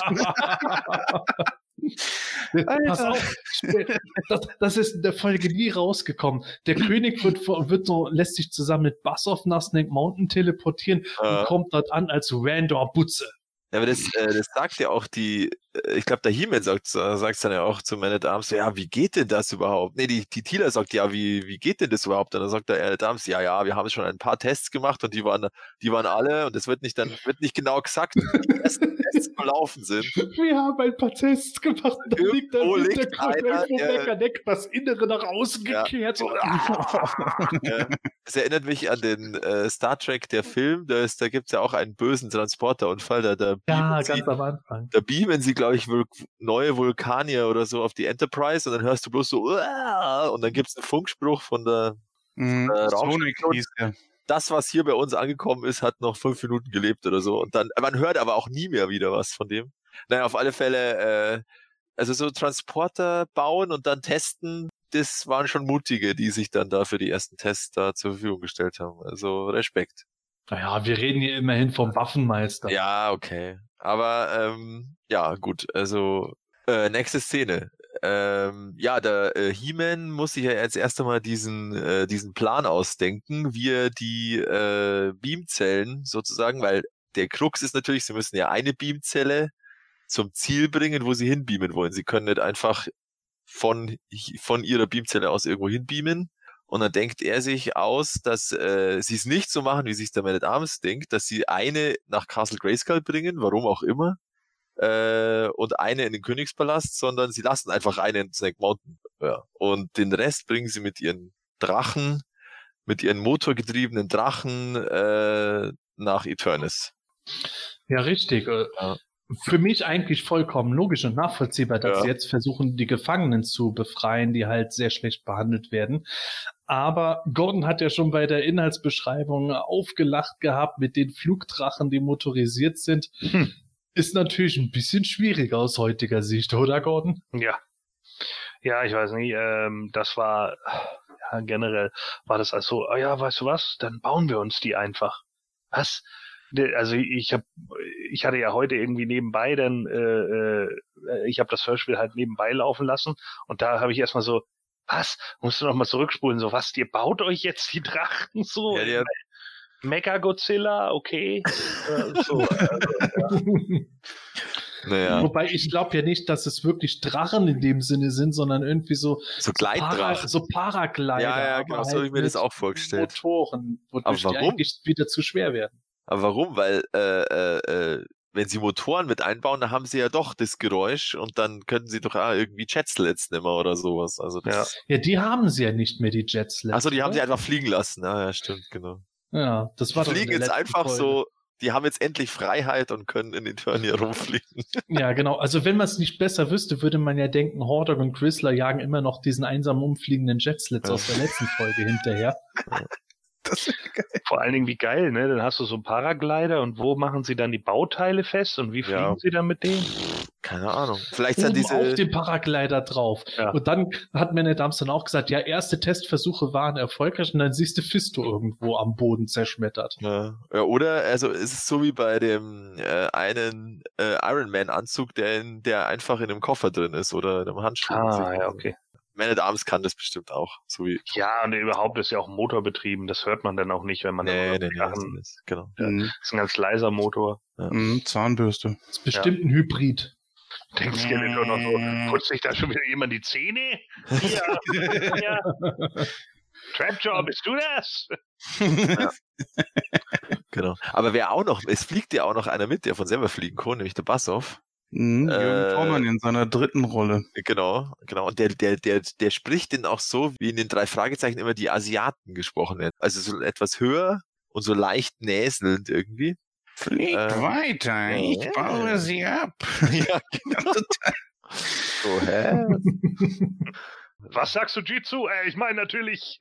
Pass auf, das ist in der Folge nie rausgekommen. Der König lässt sich zusammen mit Bassoff nach Snake Mountain teleportieren und kommt dort an als Randor Butze. Ja, aber das sagt ja auch ich glaube, der He-Man sagt dann ja auch zu Man at Arms, ja, wie geht denn das überhaupt? Nee, die Teela sagt, ja, wie geht denn das überhaupt? Und dann sagt der Man at Arms, ja, wir haben schon ein paar Tests gemacht und die waren alle, und es wird nicht genau gesagt, wie die ersten Tests verlaufen sind. Wir haben ein paar Tests gemacht, da liegt dann Mechaneck das Innere nach außen gekehrt. Ja. Das erinnert mich an den Star Trek, der Film, da gibt's ja auch einen bösen Transporterunfall, ganz am Anfang. Da beamen sie, glaube ich, neue Vulkanier oder so auf die Enterprise und dann hörst du bloß so und dann gibt es einen Funkspruch von der Raumstation. Das, was hier bei uns angekommen ist, hat noch 5 Minuten gelebt oder so. Und dann, man hört aber auch nie mehr wieder was von dem. Naja, auf alle Fälle, also so Transporter bauen und dann testen, das waren schon mutige, die sich dann da für die ersten Tests da zur Verfügung gestellt haben. Also Respekt. Naja, wir reden hier immerhin vom Waffenmeister. Ja, okay. Aber ja, gut, also nächste Szene. der He-Man muss sich ja jetzt erst einmal diesen Plan ausdenken, wie er die Beamzellen sozusagen, weil der Krux ist natürlich, sie müssen ja eine Beamzelle zum Ziel bringen, wo sie hinbeamen wollen. Sie können nicht einfach von ihrer Beamzelle aus irgendwo hinbeamen. Und dann denkt er sich aus, dass sie es nicht so machen, wie sich der Man at Arms denkt, dass sie eine nach Castle Grayskull bringen, warum auch immer, und eine in den Königspalast, sondern sie lassen einfach eine in Snake Mountain. Ja. Und den Rest bringen sie mit ihren Drachen, mit ihren motorgetriebenen Drachen nach Eternis. Ja, richtig. Für mich eigentlich vollkommen logisch und nachvollziehbar, dass sie jetzt versuchen, die Gefangenen zu befreien, die halt sehr schlecht behandelt werden. Aber Gordon hat ja schon bei der Inhaltsbeschreibung aufgelacht gehabt mit den Flugdrachen, die motorisiert sind. Ist natürlich ein bisschen schwieriger aus heutiger Sicht, oder Gordon? Ja. Ja, ich weiß nicht, das war, generell war das also, weißt du was, dann bauen wir uns die einfach. Was? Also ich hatte ja heute irgendwie nebenbei dann, ich habe das Hörspiel halt nebenbei laufen lassen und da habe ich erstmal so, was? Musst du noch mal zurückspulen, so was, ihr baut euch jetzt die Drachen so? Ja. Mecha-Godzilla, okay. Naja. Wobei ich glaube ja nicht, dass es wirklich Drachen in dem Sinne sind, sondern irgendwie so Gleitdrachen. so Paraglider. Ja, genau, so habe ich mir das auch vorgestellt. Motoren, wodurch die eigentlich wieder zu schwer werden. Aber warum? Weil wenn sie Motoren mit einbauen, dann haben sie ja doch das Geräusch und dann können sie doch irgendwie Jetslets nehmen oder sowas. Also ja, die haben sie ja nicht mehr, die Jetslets. Achso, die haben sie einfach fliegen lassen. Ja, stimmt, genau. Ja, das war die fliegen jetzt einfach Folge. So, die haben jetzt endlich Freiheit und können in Eternia rumfliegen. Ja, genau. Also wenn man es nicht besser wüsste, würde man ja denken, Hordak und Chrysler jagen immer noch diesen einsam umfliegenden Jetslets aus der letzten Folge hinterher. Das ist geil. Vor allen Dingen wie geil, ne? Dann hast du so einen Paraglider und wo machen sie dann die Bauteile fest und wie fliegen sie dann mit denen? Keine Ahnung. Vielleicht sind diese auf den Paraglider drauf. Ja. Und dann hat Man at Arms dann auch gesagt, ja, erste Testversuche waren erfolgreich und dann siehst du Fisto irgendwo am Boden zerschmettert. Ja, oder also es ist so wie bei dem einen Iron Man Anzug, der einfach in einem Koffer drin ist oder in einem Handschuh. Ja, okay. Man at Arms kann das bestimmt auch. So wie ja, und überhaupt ist ja auch motorbetrieben. Das hört man dann auch nicht, wenn man genau. Das ist ein ganz leiser Motor. Ja. Zahnbürste. Das ist bestimmt ein Hybrid. Denkt Skeletor noch so, putzt sich da schon wieder jemand die Zähne? Ja. Trapjaw, bist du das? Ja. Genau. Aber wer auch noch, es fliegt ja auch noch einer mit, der von selber fliegen kann, nämlich der Bassoff. Jürgen Thormann in seiner dritten Rolle. Genau. Und der spricht den auch so, wie in den 3 Fragezeichen immer die Asiaten gesprochen werden. Also so etwas höher und so leicht näselnd irgendwie. Fliegt weiter, ich baue sie ab. Ja, genau. So, hä? Was sagst du, Jitsu? Ich meine natürlich.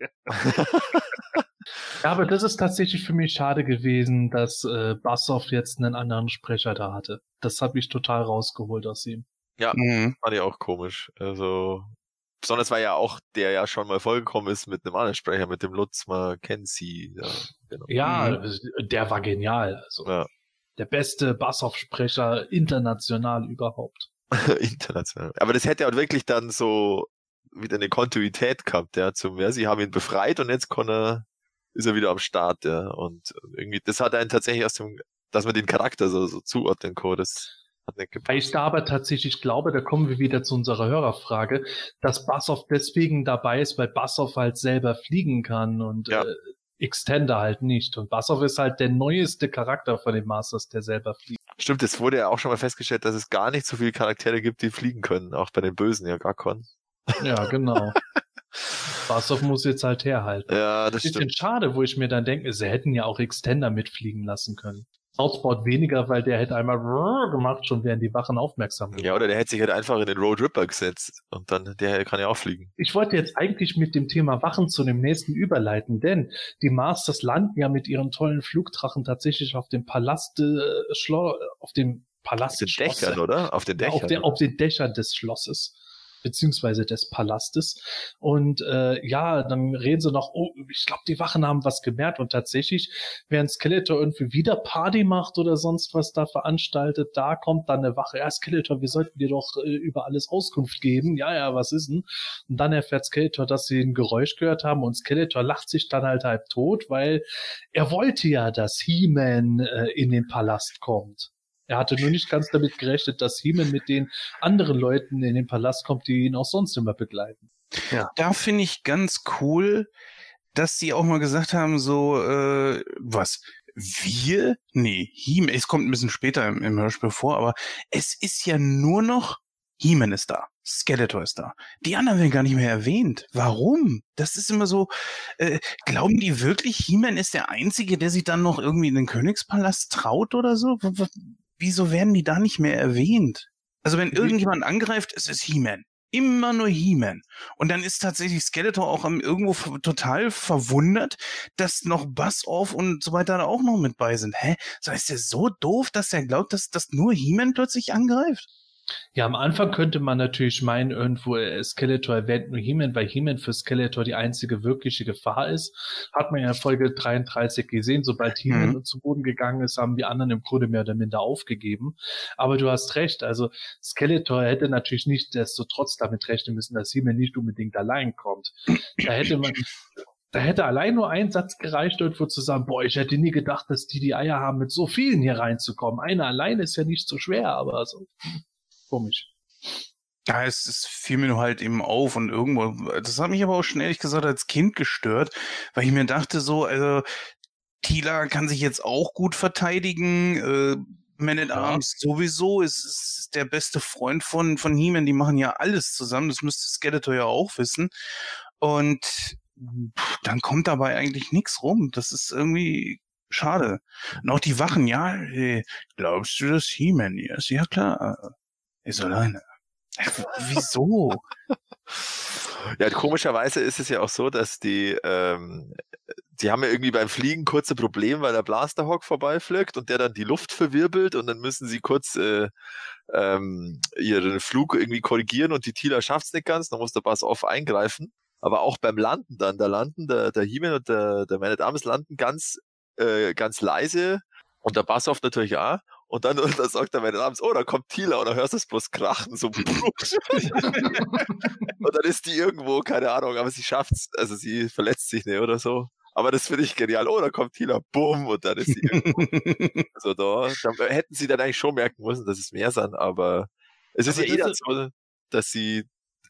Ja, aber das ist tatsächlich für mich schade gewesen, dass Bassoff jetzt einen anderen Sprecher da hatte. Das habe ich total rausgeholt aus ihm. Ja, fand ich auch komisch. Also, besonders weil ja auch der ja schon mal vorgekommen ist mit einem anderen Sprecher, mit dem Lutz Mackenzie. Ja, genau. Ja, der war genial. Also der beste Bassoff-Sprecher international überhaupt. International. Aber das hätte ja auch wirklich dann so wieder eine Kontinuität gehabt, ja, sie haben ihn befreit und jetzt ist er wieder am Start, ja, und irgendwie, das hat einen tatsächlich dass man den Charakter so zuordnen kann, das hat nicht gepasst. Weil ich da aber tatsächlich glaube, da kommen wir wieder zu unserer Hörerfrage, dass Bassoff deswegen dabei ist, weil Bassoff halt selber fliegen kann und Extender halt nicht. Und Bassoff ist halt der neueste Charakter von den Masters, der selber fliegt. Stimmt, es wurde ja auch schon mal festgestellt, dass es gar nicht so viele Charaktere gibt, die fliegen können, auch bei den Bösen ja gar keinen. Ja, genau. Bassoff muss jetzt halt herhalten. Ja, das bisschen stimmt. Schade, wo ich mir dann denke, sie hätten ja auch Extender mitfliegen lassen können. Outsport weniger, weil der hätte einmal gemacht, schon wären die Wachen aufmerksam geworden. Ja, oder der hätte sich halt einfach in den Road Ripper gesetzt und dann, der kann ja auch fliegen. Ich wollte jetzt eigentlich mit dem Thema Wachen zu dem nächsten überleiten, denn die Masters landen ja mit ihren tollen Flugdrachen tatsächlich auf dem Dächern, oder? Auf den Dächern. Auf den Dächern des Schlosses. beziehungsweise des Palastes. Und dann reden sie noch, oh, ich glaube, die Wachen haben was gemerkt. Und tatsächlich, während Skeletor irgendwie wieder Party macht oder sonst was da veranstaltet, da kommt dann eine Wache. Ja, Skeletor, wir sollten dir doch über alles Auskunft geben. Ja, was ist denn? Und dann erfährt Skeletor, dass sie ein Geräusch gehört haben. Und Skeletor lacht sich dann halt halb tot, weil er wollte ja, dass He-Man in den Palast kommt. Er hatte nur nicht ganz damit gerechnet, dass He-Man mit den anderen Leuten in den Palast kommt, die ihn auch sonst immer begleiten. Ja. Da finde ich ganz cool, dass sie auch mal gesagt haben, so, was? Wir? Nee, He-Man, es kommt ein bisschen später im Hörspiel vor, aber es ist ja nur noch He-Man ist da, Skeletor ist da. Die anderen werden gar nicht mehr erwähnt. Warum? Das ist immer so, glauben die wirklich, He-Man ist der Einzige, der sich dann noch irgendwie in den Königspalast traut oder so? Wieso werden die da nicht mehr erwähnt? Also wenn irgendjemand angreift, es ist He-Man. Immer nur He-Man. Und dann ist tatsächlich Skeletor auch irgendwo total verwundert, dass noch Buzz-Off und so weiter da auch noch mit bei sind. Hä? So, ist der so doof, dass er glaubt, dass nur He-Man plötzlich angreift? Ja, am Anfang könnte man natürlich meinen, irgendwo Skeletor erwähnt nur He-Man, weil He-Man für Skeletor die einzige wirkliche Gefahr ist. Hat man ja in Folge 33 gesehen, sobald He-Man zu Boden gegangen ist, haben die anderen im Grunde mehr oder minder aufgegeben. Aber du hast recht, also Skeletor hätte natürlich nichtsdestotrotz damit rechnen müssen, dass He-Man nicht unbedingt allein kommt. Da hätte allein nur ein Satz gereicht, irgendwo zu sagen, boah, ich hätte nie gedacht, dass die Eier haben, mit so vielen hier reinzukommen. Einer allein ist ja nicht so schwer, aber so komisch. Ja, es fiel mir nur halt eben auf und irgendwo, das hat mich aber auch schon ehrlich gesagt als Kind gestört, weil ich mir dachte so, also Teela kann sich jetzt auch gut verteidigen, Man-at-Arms sowieso, ist der beste Freund von He-Man, die machen ja alles zusammen, das müsste Skeletor ja auch wissen und dann kommt dabei eigentlich nichts rum, das ist irgendwie schade. Und auch die Wachen, ja, glaubst du, dass He-Man hier ist? Ja klar. Ist alleine. Wieso? Ja, komischerweise ist es ja auch so, dass die haben ja irgendwie beim Fliegen kurze Probleme, weil der Blasterhawk vorbeifliegt und der dann die Luft verwirbelt und dann müssen sie kurz ihren Flug irgendwie korrigieren und die Teela schafft's nicht ganz, dann muss der Buzz-Off eingreifen. Aber auch beim Landen dann, der He-Man und der Man-at-Arms landen ganz leise und der Buzz-Off natürlich auch. Und dann sagt er mir abends, oh, da kommt Teela und dann hörst du es bloß krachen, so und dann ist die irgendwo, keine Ahnung, aber sie schafft's, also sie verletzt sich nicht oder so. Aber das finde ich genial. Oh, da kommt Teela, bumm, und dann ist sie irgendwo. Also da hätten sie dann eigentlich schon merken müssen, dass es mehr sind, aber es ist ja eh dann so, dass sie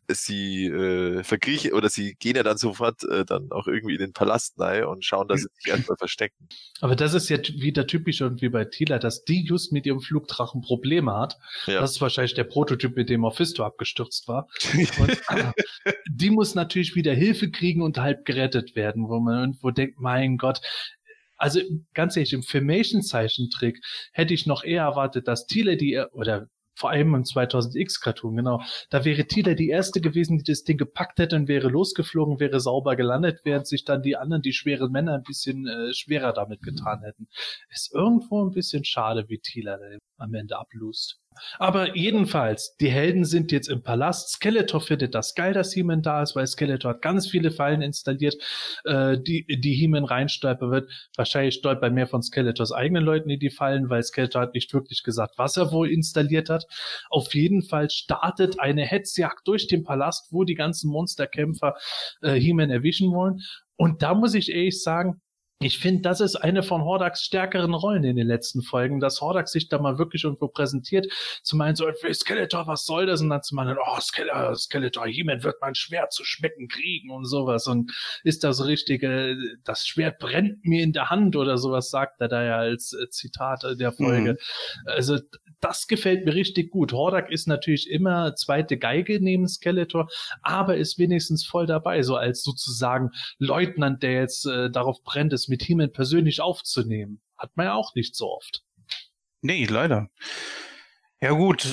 verkriechen oder sie gehen ja dann sofort dann auch irgendwie in den Palast rein und schauen, dass sie sich erstmal verstecken. Aber das ist ja wieder typisch irgendwie bei Teela, dass die just mit ihrem Flugdrachen Probleme hat. Ja. Das ist wahrscheinlich der Prototyp, mit dem Mephisto abgestürzt war. Und die muss natürlich wieder Hilfe kriegen und halb gerettet werden, wo man irgendwo denkt, mein Gott. Also ganz ehrlich, im Filmation-Zeichentrick hätte ich noch eher erwartet, dass Teela vor allem im 2000X-Cartoon, genau. Da wäre Teela die erste gewesen, die das Ding gepackt hätte und wäre losgeflogen, wäre sauber gelandet, während sich dann die anderen, die schweren Männer, ein bisschen schwerer damit getan hätten. Ist irgendwo ein bisschen schade, wie Teela am Ende ablust. Aber jedenfalls, die Helden sind jetzt im Palast. Skeletor findet das geil, dass He-Man da ist, weil Skeletor hat ganz viele Fallen installiert, die He-Man reinstolpern wird. Wahrscheinlich stolpern mehr von Skeletors eigenen Leuten in die Fallen, weil Skeletor hat nicht wirklich gesagt, was er wohl installiert hat. Auf jeden Fall startet eine Hetzjagd durch den Palast, wo die ganzen Monsterkämpfer He-Man erwischen wollen. Und da muss ich ehrlich sagen, ich finde, das ist eine von Hordaks stärkeren Rollen in den letzten Folgen, dass Hordak sich da mal wirklich irgendwo präsentiert, zu meinen so, Skeletor, was soll das? Und dann zu meinen, oh, Skeletor, He-Man wird mein Schwert zu schmecken kriegen und sowas. Und ist da so richtig, das Schwert brennt mir in der Hand oder sowas, sagt er da ja als Zitat der Folge. Also das gefällt mir richtig gut. Hordak ist natürlich immer zweite Geige neben Skeletor, aber ist wenigstens voll dabei, so als sozusagen Leutnant, der jetzt darauf brennt, es mit He-Man persönlich aufzunehmen. Hat man ja auch nicht so oft. Nee, leider. Ja gut,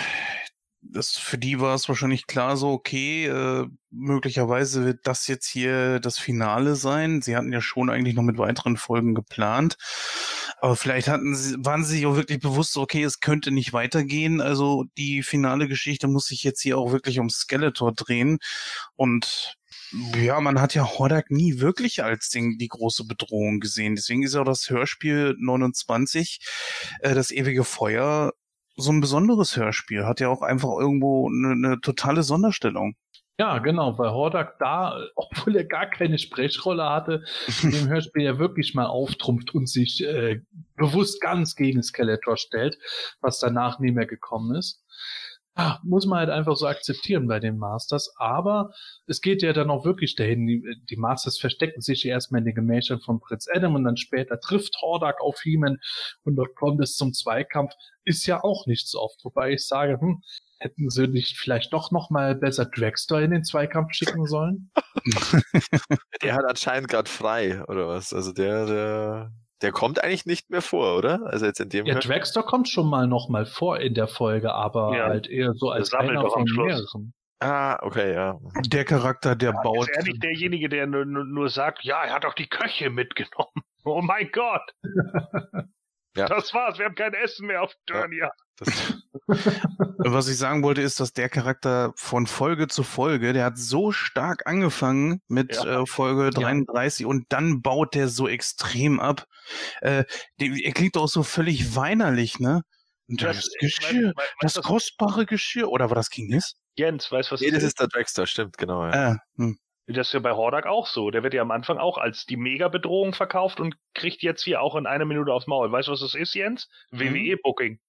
für die war es wahrscheinlich klar so, okay, möglicherweise wird das jetzt hier das Finale sein. Sie hatten ja schon eigentlich noch mit weiteren Folgen geplant. Aber vielleicht waren sie sich auch wirklich bewusst, okay, es könnte nicht weitergehen. Also die finale Geschichte muss sich jetzt hier auch wirklich um Skeletor drehen. Und ja, man hat ja Hordak nie wirklich als die große Bedrohung gesehen. Deswegen ist ja auch das Hörspiel 29, das ewige Feuer, so ein besonderes Hörspiel. Hat ja auch einfach irgendwo eine totale Sonderstellung. Ja, genau, weil Hordak da, obwohl er gar keine Sprechrolle hatte, in dem Hörspiel ja wirklich mal auftrumpft und sich bewusst ganz gegen Skeletor stellt, was danach nie mehr gekommen ist. Muss man halt einfach so akzeptieren bei den Masters, aber es geht ja dann auch wirklich dahin, die Masters verstecken sich ja erstmal in den Gemächern von Prinz Adam und dann später trifft Hordak auf He-Man und dort kommt es zum Zweikampf, ist ja auch nicht so oft, wobei ich sage, hätten sie nicht vielleicht doch noch mal besser Dragster in den Zweikampf schicken sollen? Der hat anscheinend gerade frei, oder was? Also der kommt eigentlich nicht mehr vor, oder? Also jetzt in dem Dragster kommt schon noch mal vor in der Folge, aber halt eher so als einer von mehreren. Okay, ja. Der Charakter, der baut... Ist er nicht derjenige, der nur sagt, ja, er hat doch die Köche mitgenommen. Oh mein Gott. Ja. Das war's, wir haben kein Essen mehr auf Turnier. Was ich sagen wollte, ist, dass der Charakter von Folge zu Folge, der hat so stark angefangen mit Folge 33 und dann baut der so extrem ab. Er klingt auch so völlig weinerlich, ne? Und das Geschirr, das kostbare Geschirr, oder war das King Hiss? Jens, weißt du, was das ist? Das ist der Dragster, stimmt, genau. Ja. Das ist ja bei Hordak auch so. Der wird ja am Anfang auch als die Mega-Bedrohung verkauft und kriegt jetzt hier auch in einer Minute aufs Maul. Weißt du, was das ist, Jens? WWE-Booking.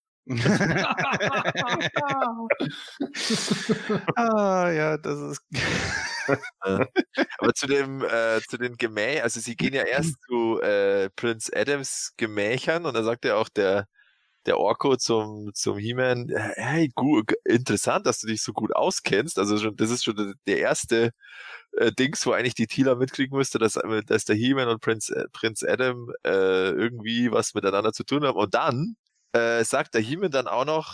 Ja, das ist... Aber zu den Gemächern, also sie gehen ja erst zu Prinz Adams Gemächern und da sagt ja auch der Orko zum He-Man, hey, interessant, dass du dich so gut auskennst. Also das ist schon der erste Dings, wo eigentlich die Teela mitkriegen müsste, dass der He-Man und Prinz Adam irgendwie was miteinander zu tun haben. Und dann sagt der He-Man dann auch noch,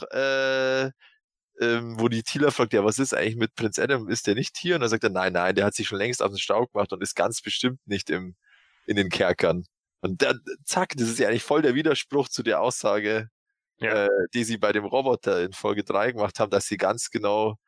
wo die Teela fragt, ja, was ist eigentlich mit Prinz Adam? Ist der nicht hier? Und dann sagt er, nein, der hat sich schon längst auf den Staub gemacht und ist ganz bestimmt nicht in den Kerkern. Und dann, zack, das ist ja eigentlich voll der Widerspruch zu der Aussage, die sie bei dem Roboter in Folge 3 gemacht haben, dass sie ganz genau,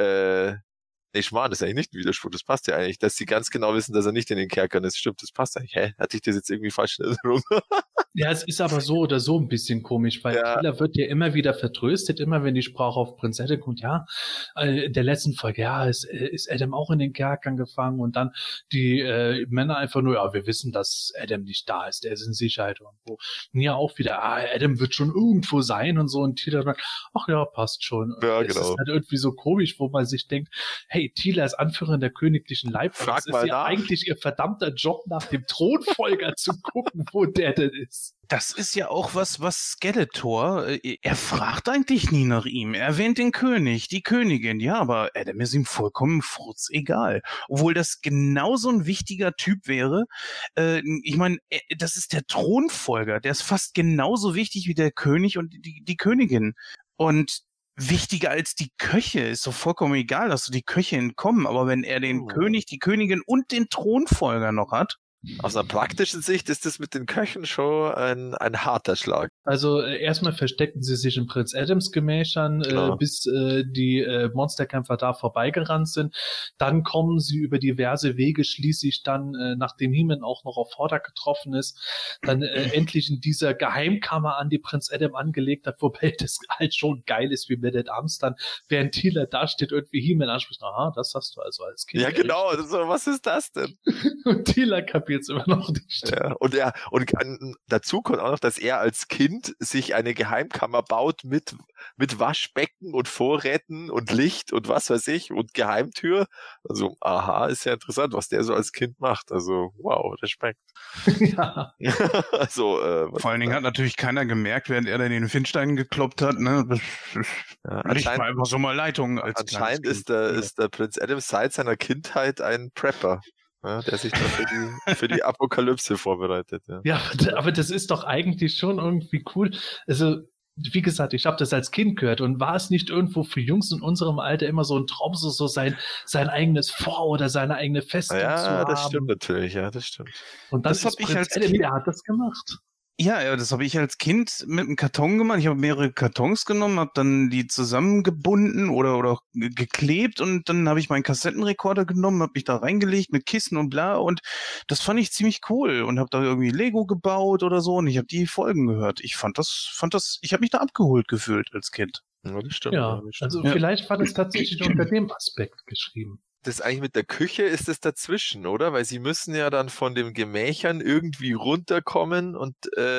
das ist eigentlich nicht ein Widerspruch, das passt ja eigentlich, dass sie ganz genau wissen, dass er nicht in den Kerkern ist. Stimmt, das passt eigentlich. Hatte ich das jetzt irgendwie falsch in Erinnerung? Ja, es ist aber so oder so ein bisschen komisch, weil Teela wird ja immer wieder vertröstet, immer wenn die Sprache auf Prinz Adam kommt, in der letzten Folge, ist Adam auch in den Kerkern gefangen und dann die Männer einfach nur, wir wissen, dass Adam nicht da ist, der ist in Sicherheit irgendwo. Und ja auch wieder, Adam wird schon irgendwo sein und so und Teela sagt, ach ja, passt schon. Ja, es genau. ist halt irgendwie so komisch, wo man sich denkt, hey, Teela ist Anführerin der königlichen Leibwache. Frag mal nach. Eigentlich ihr verdammter Job, nach dem Thronfolger zu gucken, wo der denn ist. Das ist ja auch was Skeletor, er fragt eigentlich nie nach ihm. Er erwähnt den König, die Königin, ja, aber Adam ist ihm vollkommen frutzegal. Obwohl das genauso ein wichtiger Typ wäre. Ich meine, das ist der Thronfolger, der ist fast genauso wichtig wie der König und die Königin. Und wichtiger als die Köche, ist doch vollkommen egal, dass so die Köche entkommen, aber wenn er den König, die Königin und den Thronfolger noch hat. Aus einer praktischen Sicht ist das mit den Köchen schon ein harter Schlag. Also erstmal verstecken sie sich in Prinz Adams Gemächern, bis die Monsterkämpfer da vorbeigerannt sind. Dann kommen sie über diverse Wege schließlich dann, nachdem He-Man auch noch auf Hordak getroffen ist, dann endlich in dieser Geheimkammer an, die Prinz Adam angelegt hat, wobei das halt schon geil ist, wie Man at Arms dann, während Teela da steht, irgendwie He-Man anspricht, aha, das hast du also als Kind. Ja, genau, so, was ist das denn? Und Teela kapiert es immer noch nicht. Ja, und dazu kommt auch noch, dass er als Kind sich eine Geheimkammer baut mit Waschbecken und Vorräten und Licht und was weiß ich und Geheimtür. Also, aha, ist ja interessant, was der so als Kind macht. Also, wow, Respekt. Ja. Also, vor allen Dingen hat natürlich keiner gemerkt, während er dann den Finnstein gekloppt hat, ne? Nicht mal einfach so mal Leitung. Anscheinend ist der Prinz Adam seit seiner Kindheit ein Prepper. Ja, der sich dann für die Apokalypse vorbereitet. Ja, aber das ist doch eigentlich schon irgendwie cool. Also, wie gesagt, ich habe das als Kind gehört und war es nicht irgendwo für Jungs in unserem Alter immer so ein Traum, so sein eigenes Fort oder seine eigene Festung zu haben? Ja, das stimmt natürlich, ja, das stimmt. Und das ist Prinz Adam, der hat das gemacht. Ja, das habe ich als Kind mit einem Karton gemacht. Ich habe mehrere Kartons genommen, habe dann die zusammengebunden oder geklebt und dann habe ich meinen Kassettenrekorder genommen, habe mich da reingelegt mit Kissen und bla und das fand ich ziemlich cool und habe da irgendwie Lego gebaut oder so und ich habe die Folgen gehört. Ich fand das, ich habe mich da abgeholt gefühlt als Kind. Ja, das stimmt. Ja, das stimmt. also Ja. vielleicht war das tatsächlich unter dem Aspekt geschrieben. Das eigentlich mit der Küche ist es dazwischen, oder? Weil sie müssen ja dann von den Gemächern irgendwie runterkommen und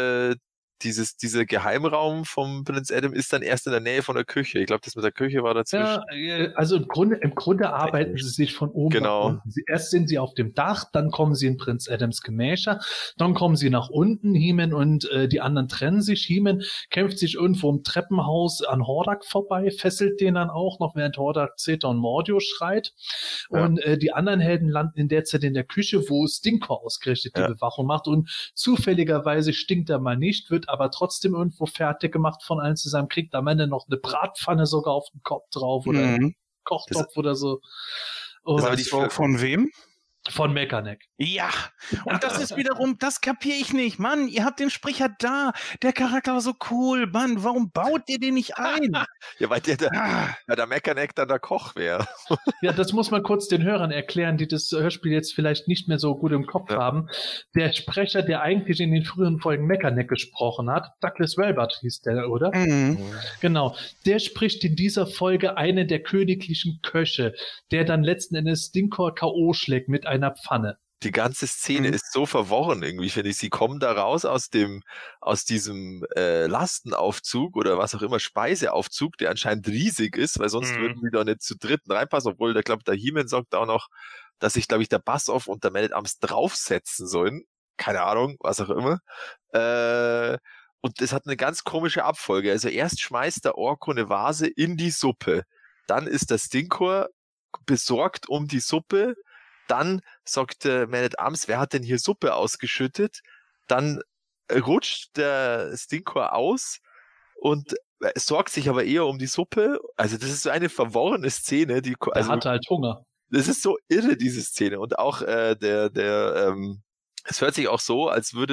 dieser Geheimraum vom Prinz Adam ist dann erst in der Nähe von der Küche. Ich glaube, das mit der Küche war dazwischen. Ja, also im Grunde arbeiten sie sich von oben Genau. nach unten. Erst sind sie auf dem Dach, dann kommen sie in Prinz Adams Gemächer, dann kommen sie nach unten, He-Man und die anderen trennen sich. He-Man kämpft sich irgendwo im Treppenhaus an Hordak vorbei, fesselt den dann auch noch, während Hordak Zeta und Mordio schreit. Ja. Und die anderen Helden landen in der Zeit in der Küche, wo Stinkor ausgerichtet die Ja. Bewachung macht und zufälligerweise stinkt er mal nicht, wird aber trotzdem irgendwo fertig gemacht von allen zusammen, kriegt am Ende noch eine Bratpfanne sogar auf den Kopf drauf oder einen Kochtopf oder so. Und Das ist aber die Von wem? von Mechaneck. Ja, und das ist wiederum, das kapiere ich nicht. Mann, ihr habt den Sprecher da. Der Charakter war so cool. Mann, warum baut ihr den nicht ein? Ja, weil der Mechaneck dann der Koch wäre. Ja, das muss man kurz den Hörern erklären, die das Hörspiel jetzt vielleicht nicht mehr so gut im Kopf haben. Der Sprecher, der eigentlich in den früheren Folgen Mechaneck gesprochen hat, Douglas Welbert hieß der, oder? Genau. Der spricht in dieser Folge einen der königlichen Köche, der dann letzten Endes Stinkor K.O. schlägt mit einer Pfanne. Die ganze Szene ist so verworren irgendwie, finde ich. Sie kommen da raus aus diesem Lastenaufzug oder was auch immer, Speiseaufzug, der anscheinend riesig ist, weil sonst würden die doch nicht zu dritten reinpassen, obwohl der He-Man sagt auch noch, dass sich, glaube ich, der Bassoff und der Man-at-Arms draufsetzen sollen. Keine Ahnung, was auch immer. Und das hat eine ganz komische Abfolge. Also erst schmeißt der Orko eine Vase in die Suppe. Dann ist der Stinkor besorgt um die Suppe. Dann sagt Man-at-Arms, wer hat denn hier Suppe ausgeschüttet? Dann rutscht der Stinkor aus und sorgt sich aber eher um die Suppe. Also das ist so eine verworrene Szene. Der hatte halt Hunger. Das ist so irre, diese Szene. Und auch es hört sich auch so, als würde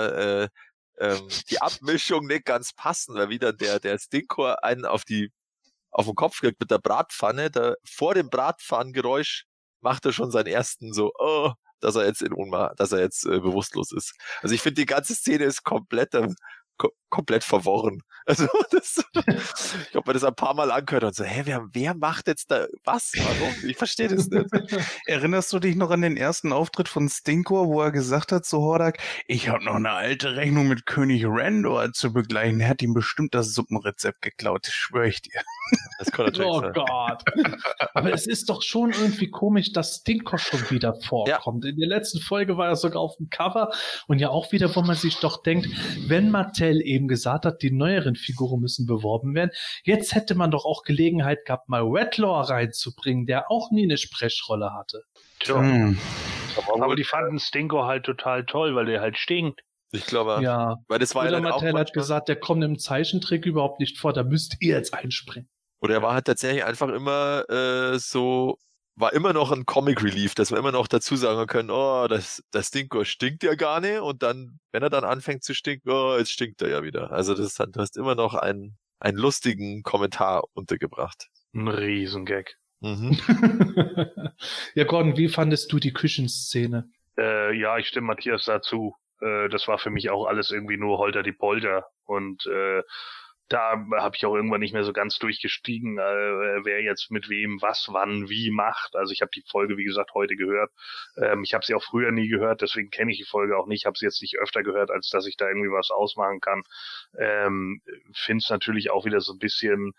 die Abmischung nicht ganz passen, weil wieder der Stinkor einen auf den Kopf kriegt mit der Bratpfanne. Vor dem Bratpfannengeräusch macht er schon seinen ersten so, dass er jetzt bewusstlos ist. Also ich finde, die ganze Szene ist komplett verworren. Also ich habe mir das ein paar Mal angehört und so, wer macht jetzt da was? Warum? Ich verstehe das nicht. Erinnerst du dich noch an den ersten Auftritt von Stinkor, wo er gesagt hat zu Hordak, ich habe noch eine alte Rechnung mit König Randor zu begleichen. Er hat ihm bestimmt das Suppenrezept geklaut, das schwöre ich dir. Das kann natürlich sein. Gott. Aber es ist doch schon irgendwie komisch, dass Stinkor schon wieder vorkommt. In der letzten Folge war er sogar auf dem Cover und ja auch wieder, wo man sich doch denkt, wenn Mattel eben gesagt hat, die neueren Figuren müssen beworben werden, jetzt hätte man doch auch Gelegenheit gehabt, mal Redlaw reinzubringen, der auch nie eine Sprechrolle hatte. Tja. Aber die fanden Stinkor halt total toll, weil der halt stinkt. Ich glaube, Ja. weil das war Oder ja dann auch Mattel hat manchmal, gesagt, der kommt im Zeichentrick überhaupt nicht vor, da müsst ihr jetzt einspringen. oder er war halt tatsächlich einfach immer war immer noch ein Comic Relief, dass wir immer noch dazu sagen können, das Stinkor stinkt ja gar nicht und dann, wenn er dann anfängt zu stinken, jetzt stinkt er ja wieder. Also du hast immer noch einen lustigen Kommentar untergebracht. Ein Riesengag. Mhm. Ja, Gordon, wie fandest du die Küchenszene? Ja, ich stimme Matthias dazu. Das war für mich auch alles irgendwie nur Holter die Polter. Und da habe ich auch irgendwann nicht mehr so ganz durchgestiegen, wer jetzt mit wem was, wann, wie macht. Also ich habe die Folge, wie gesagt, heute gehört. Ich habe sie auch früher nie gehört, deswegen kenne ich die Folge auch nicht. Habe sie jetzt nicht öfter gehört, als dass ich da irgendwie was ausmachen kann. Finde es natürlich auch wieder so ein bisschen,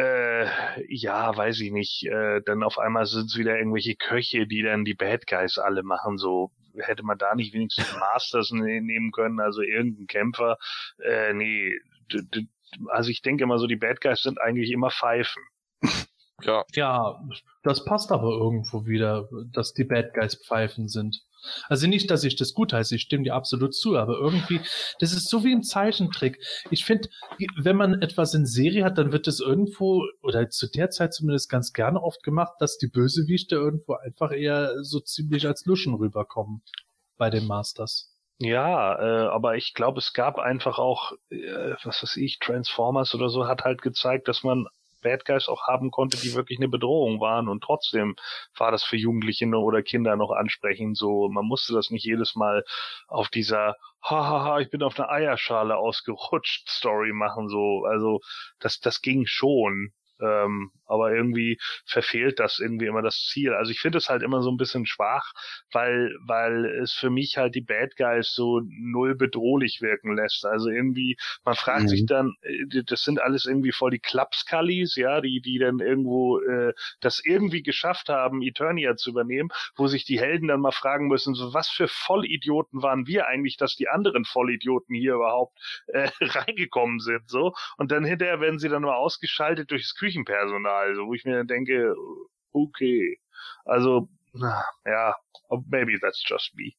ja, weiß ich nicht. Dann auf einmal sind es wieder irgendwelche Köche, die dann die Bad Guys alle machen, so. Hätte man da nicht wenigstens Masters nehmen können, also irgendein Kämpfer. Nee, also ich denke immer so, die Bad Guys sind eigentlich immer Pfeifen. Ja. Ja, das passt aber irgendwo wieder, dass die Bad Guys Pfeifen sind. Also nicht, dass ich das gut heiße, ich stimme dir absolut zu, aber irgendwie, das ist so wie im Zeichentrick. Ich finde, wenn man etwas in Serie hat, dann wird es irgendwo, oder zu der Zeit zumindest ganz gerne oft gemacht, dass die Bösewichte irgendwo einfach eher so ziemlich als Luschen rüberkommen bei den Masters. Ja, aber ich glaube, es gab einfach auch, was weiß ich, Transformers oder so hat halt gezeigt, dass man Bad Guys auch haben konnte, die wirklich eine Bedrohung waren, und trotzdem war das für Jugendliche oder Kinder noch ansprechend so. Man musste das nicht jedes Mal auf dieser Hahaha, ich bin auf einer Eierschale ausgerutscht Story machen, so. Also das ging schon. Aber irgendwie verfehlt das irgendwie immer das Ziel. Also ich finde es halt immer so ein bisschen schwach, weil es für mich halt die Bad Guys so null bedrohlich wirken lässt. Also irgendwie, man fragt sich dann, das sind alles irgendwie voll die Klapskallis, ja, die dann irgendwo das irgendwie geschafft haben, Eternia zu übernehmen, wo sich die Helden dann mal fragen müssen, so was für Vollidioten waren wir eigentlich, dass die anderen Vollidioten hier überhaupt reingekommen sind, so. Und dann hinterher werden sie dann mal ausgeschaltet durchs Küchenpersonal, so, wo ich mir dann denke, okay, also, ja, maybe that's just me.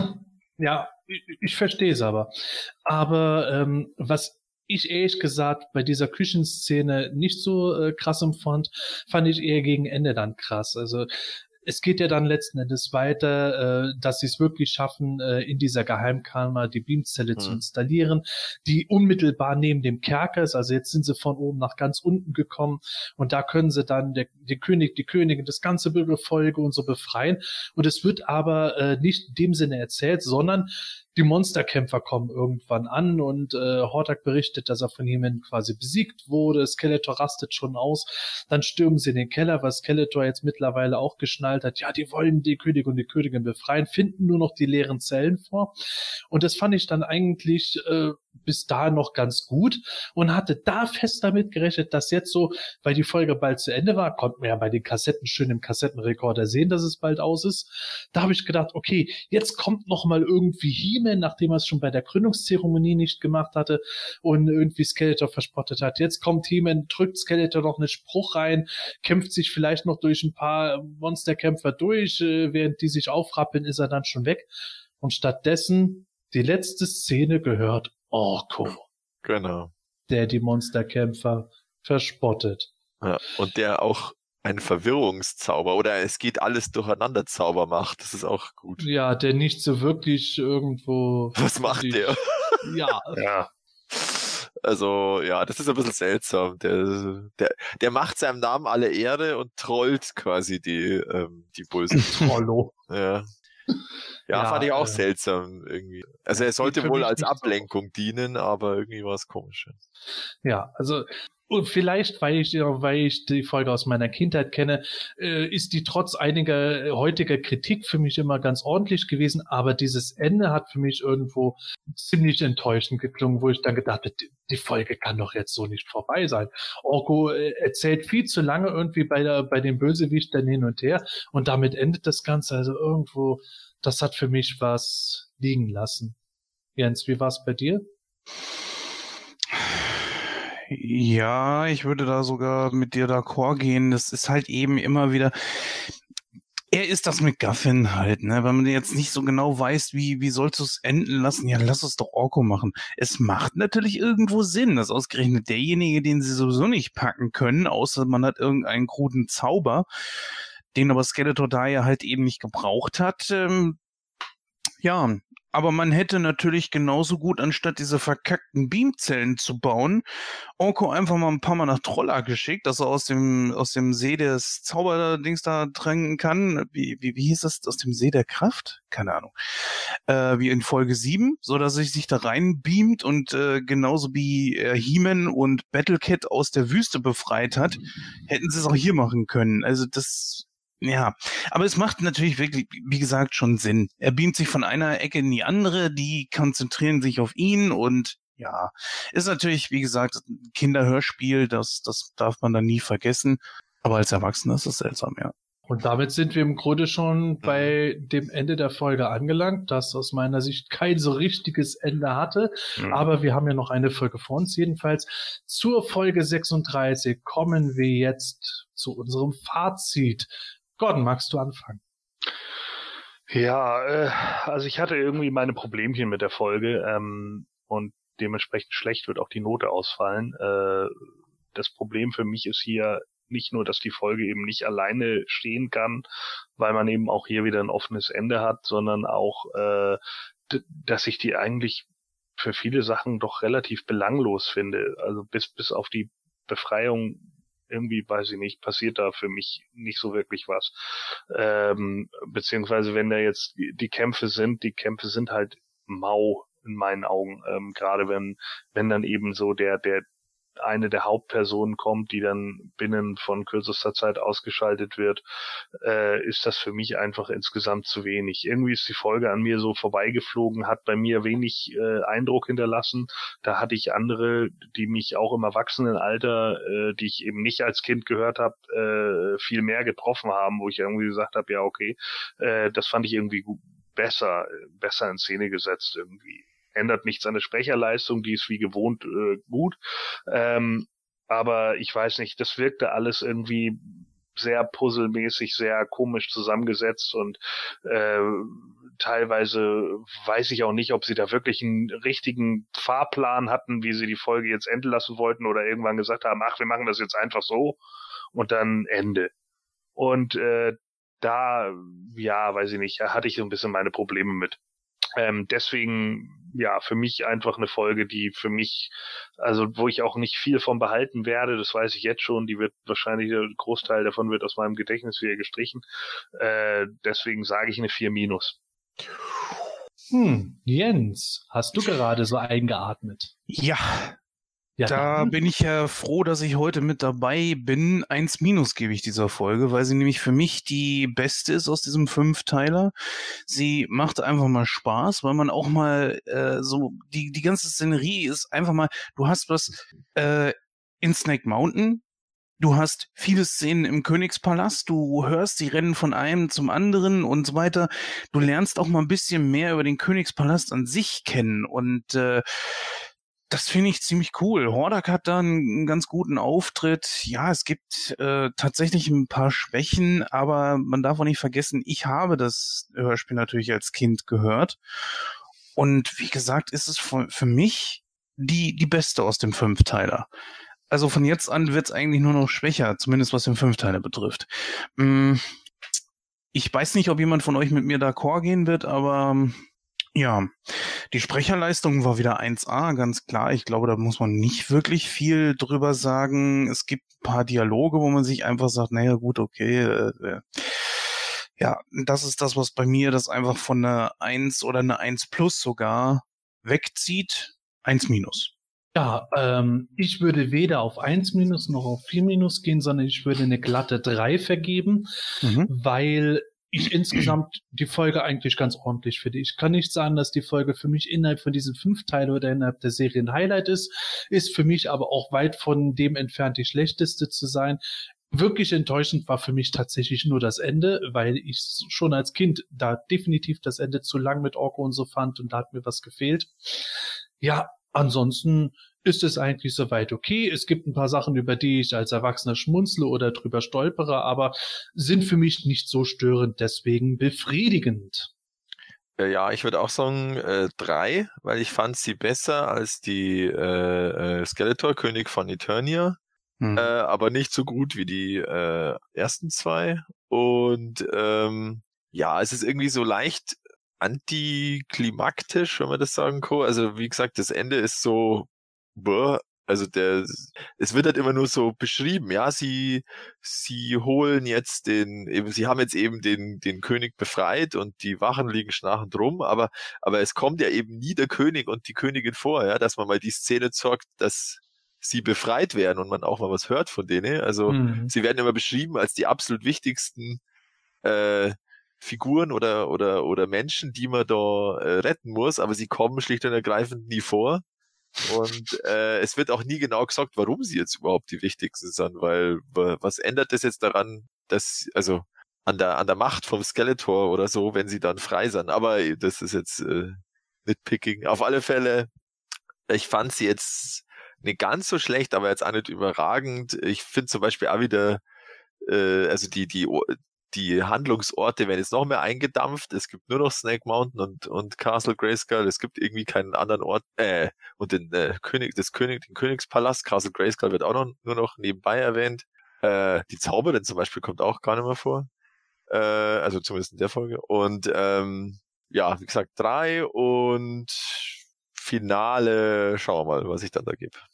Ja, ich verstehe es aber. Aber was ich ehrlich gesagt bei dieser Küchenszene nicht so krass empfand, fand ich eher gegen Ende dann krass. Also es geht ja dann letzten Endes weiter, dass sie es wirklich schaffen, in dieser Geheimkammer die Beamzelle zu installieren, die unmittelbar neben dem Kerker ist. Also jetzt sind sie von oben nach ganz unten gekommen und da können sie dann die Königin, das ganze Bürgervolk und so befreien. Und es wird aber nicht in dem Sinne erzählt, sondern die Monsterkämpfer kommen irgendwann an und Hordak berichtet, dass er von jemandem quasi besiegt wurde. Skeletor rastet schon aus. Dann stürmen sie in den Keller, was Skeletor jetzt mittlerweile auch geschnallt hat. Ja, die wollen die König und die Königin befreien, finden nur noch die leeren Zellen vor. Und das fand ich dann eigentlich bis dahin noch ganz gut und hatte da fest damit gerechnet, dass jetzt so, weil die Folge bald zu Ende war, konnten wir ja bei den Kassetten schön im Kassettenrekorder sehen, dass es bald aus ist. Da habe ich gedacht, okay, jetzt kommt noch mal irgendwie He-Man, nachdem er es schon bei der Gründungszeremonie nicht gemacht hatte und irgendwie Skeletor verspottet hat. Jetzt kommt He-Man, drückt Skeletor noch einen Spruch rein, kämpft sich vielleicht noch durch ein paar Monsterkämpfer durch, während die sich aufrappeln, ist er dann schon weg. Und stattdessen die letzte Szene gehört Orko. Genau. Der die Monsterkämpfer verspottet. Ja, und der auch einen Verwirrungszauber oder es geht alles durcheinander Zauber macht. Das ist auch gut. Ja, der nicht so wirklich irgendwo... Was macht der? Ja. Ja. Also, ja, das ist ein bisschen seltsam. Der macht seinem Namen alle Ehre und trollt quasi die Bösen. Trollo. Ja. Ja, fand ich auch seltsam irgendwie. Also er sollte wohl als Ablenkung dienen, aber irgendwie war es komisch. Ja, also und vielleicht, weil ich die Folge aus meiner Kindheit kenne, ist die trotz einiger heutiger Kritik für mich immer ganz ordentlich gewesen, aber dieses Ende hat für mich irgendwo ziemlich enttäuschend geklungen, wo ich dann gedacht habe, die Folge kann doch jetzt so nicht vorbei sein. Orko erzählt viel zu lange irgendwie bei den Bösewichtern hin und her und damit endet das Ganze, also irgendwo, das hat für mich was liegen lassen. Jens, wie war es bei dir? Ja, ich würde da sogar mit dir d'accord gehen. Das ist halt eben immer wieder, er ist das MacGuffin halt, ne? Wenn man jetzt nicht so genau weiß, wie sollst du es enden lassen, ja, lass es doch Orko machen. Es macht natürlich irgendwo Sinn, dass ausgerechnet derjenige, den sie sowieso nicht packen können, außer man hat irgendeinen kruden Zauber, den aber Skeletor da ja halt eben nicht gebraucht hat, ja, aber man hätte natürlich genauso gut, anstatt diese verkackten Beamzellen zu bauen, Orko einfach mal ein paar Mal nach Trolla geschickt, dass er aus dem See des Zauberdings da tränken kann. Wie hieß das? Aus dem See der Kraft? Keine Ahnung. Wie in Folge 7, so dass er sich da rein beamt und genauso wie He-Man und Battlecat aus der Wüste befreit hat, hätten sie es auch hier machen können. Also das... Ja, aber es macht natürlich wirklich, wie gesagt, schon Sinn. Er beamt sich von einer Ecke in die andere, die konzentrieren sich auf ihn und ja, ist natürlich, wie gesagt, ein Kinderhörspiel, das darf man dann nie vergessen. Aber als Erwachsener ist es seltsam, ja. Und damit sind wir im Grunde schon bei dem Ende der Folge angelangt, das aus meiner Sicht kein so richtiges Ende hatte. Aber wir haben ja noch eine Folge vor uns jedenfalls. Zur Folge 36 kommen wir jetzt zu unserem Fazit. Gordon, magst du anfangen? Ja, also ich hatte irgendwie meine Problemchen mit der Folge und dementsprechend schlecht wird auch die Note ausfallen. Das Problem für mich ist hier nicht nur, dass die Folge eben nicht alleine stehen kann, weil man eben auch hier wieder ein offenes Ende hat, sondern auch, dass ich die eigentlich für viele Sachen doch relativ belanglos finde. Also bis auf die Befreiung irgendwie, weiß ich nicht, passiert da für mich nicht so wirklich was. Beziehungsweise wenn da jetzt die Kämpfe sind halt mau in meinen Augen. Gerade wenn dann eben so eine der Hauptpersonen kommt, die dann binnen von kürzester Zeit ausgeschaltet wird, ist das für mich einfach insgesamt zu wenig. Irgendwie ist die Folge an mir so vorbeigeflogen, hat bei mir wenig Eindruck hinterlassen. Da hatte ich andere, die mich auch im Erwachsenenalter, die ich eben nicht als Kind gehört habe, viel mehr getroffen haben, wo ich irgendwie gesagt habe, ja okay, das fand ich irgendwie besser in Szene gesetzt irgendwie. Ändert nichts an der Sprecherleistung, die ist wie gewohnt gut. Aber ich weiß nicht, das wirkte alles irgendwie sehr puzzelmäßig, sehr komisch zusammengesetzt und teilweise weiß ich auch nicht, ob sie da wirklich einen richtigen Fahrplan hatten, wie sie die Folge jetzt enden lassen wollten oder irgendwann gesagt haben, ach, wir machen das jetzt einfach so und dann Ende. Und da, ja, weiß ich nicht, hatte ich so ein bisschen meine Probleme mit. Deswegen, ja, für mich einfach eine Folge, die für mich, also wo ich auch nicht viel von behalten werde, das weiß ich jetzt schon, die wird wahrscheinlich, der Großteil davon wird aus meinem Gedächtnis wieder gestrichen. Deswegen sage ich eine 4-. Jens, hast du gerade so eingeatmet? Ja, Ja, da dann. bin ich ja froh, dass ich heute mit dabei bin. 1- gebe ich dieser Folge, weil sie nämlich für mich die beste ist aus diesem 5-Teiler. Sie macht einfach mal Spaß, weil man auch mal so, die ganze Szenerie ist einfach mal, du hast was in Snake Mountain, du hast viele Szenen im Königspalast, du hörst die Rennen von einem zum anderen und so weiter. Du lernst auch mal ein bisschen mehr über den Königspalast an sich kennen und das finde ich ziemlich cool. Hordak hat da einen ganz guten Auftritt. Ja, es gibt tatsächlich ein paar Schwächen, aber man darf auch nicht vergessen, ich habe das Hörspiel natürlich als Kind gehört. Und wie gesagt, ist es für mich die beste aus dem 5-Teiler. Also von jetzt an wird es eigentlich nur noch schwächer, zumindest was den 5-Teiler betrifft. Ich weiß nicht, ob jemand von euch mit mir d'accord gehen wird, aber ja, die Sprecherleistung war wieder 1A, ganz klar. Ich glaube, da muss man nicht wirklich viel drüber sagen. Es gibt ein paar Dialoge, wo man sich einfach sagt, naja gut, okay. Ja, das ist das, was bei mir das einfach von einer 1 oder einer 1+ sogar wegzieht. 1-. Ja, ich würde weder auf 1- noch auf 4- gehen, sondern ich würde eine glatte 3 vergeben, weil ich insgesamt die Folge eigentlich ganz ordentlich finde. Ich kann nicht sagen, dass die Folge für mich innerhalb von diesen 5 Teilen oder innerhalb der Serie ein Highlight ist für mich aber auch weit von dem entfernt, die schlechteste zu sein. Wirklich enttäuschend war für mich tatsächlich nur das Ende, weil ich schon als Kind da definitiv das Ende zu lang mit Orko und so fand und da hat mir was gefehlt. Ja, ansonsten ist es eigentlich soweit okay. Es gibt ein paar Sachen, über die ich als Erwachsener schmunzle oder drüber stolpere, aber sind für mich nicht so störend, deswegen befriedigend. Ja, ich würde auch sagen 3, weil ich fand sie besser als die Skeletor-König von Eternia, aber nicht so gut wie die ersten 2. Und ja, es ist irgendwie so leicht antiklimaktisch, wenn man das sagen kann. Also wie gesagt, das Ende ist so, also es wird halt immer nur so beschrieben, ja, sie holen jetzt sie haben jetzt eben den König befreit und die Wachen liegen schnarchend rum, aber es kommt ja eben nie der König und die Königin vor, ja, dass man mal die Szene sorgt, dass sie befreit werden und man auch mal was hört von denen. Also sie werden immer beschrieben als die absolut wichtigsten Figuren oder Menschen, die man da retten muss, aber sie kommen schlicht und ergreifend nie vor. Und es wird auch nie genau gesagt, warum sie jetzt überhaupt die wichtigsten sind, weil was ändert das jetzt daran, dass, also an der Macht vom Skeletor oder so, wenn sie dann frei sind. Aber das ist jetzt nitpicking. Auf alle Fälle, ich fand sie jetzt nicht ganz so schlecht, aber jetzt auch nicht überragend. Ich finde zum Beispiel auch wieder, also die Handlungsorte werden jetzt noch mehr eingedampft. Es gibt nur noch Snake Mountain und Castle Grayskull. Es gibt irgendwie keinen anderen Ort. Und den Königspalast, Castle Grayskull wird auch nur noch nebenbei erwähnt. Die Zauberin zum Beispiel kommt auch gar nicht mehr vor. Also zumindest in der Folge. Und ja, wie gesagt, 3 und Finale, schauen wir mal, was ich dann da gebe.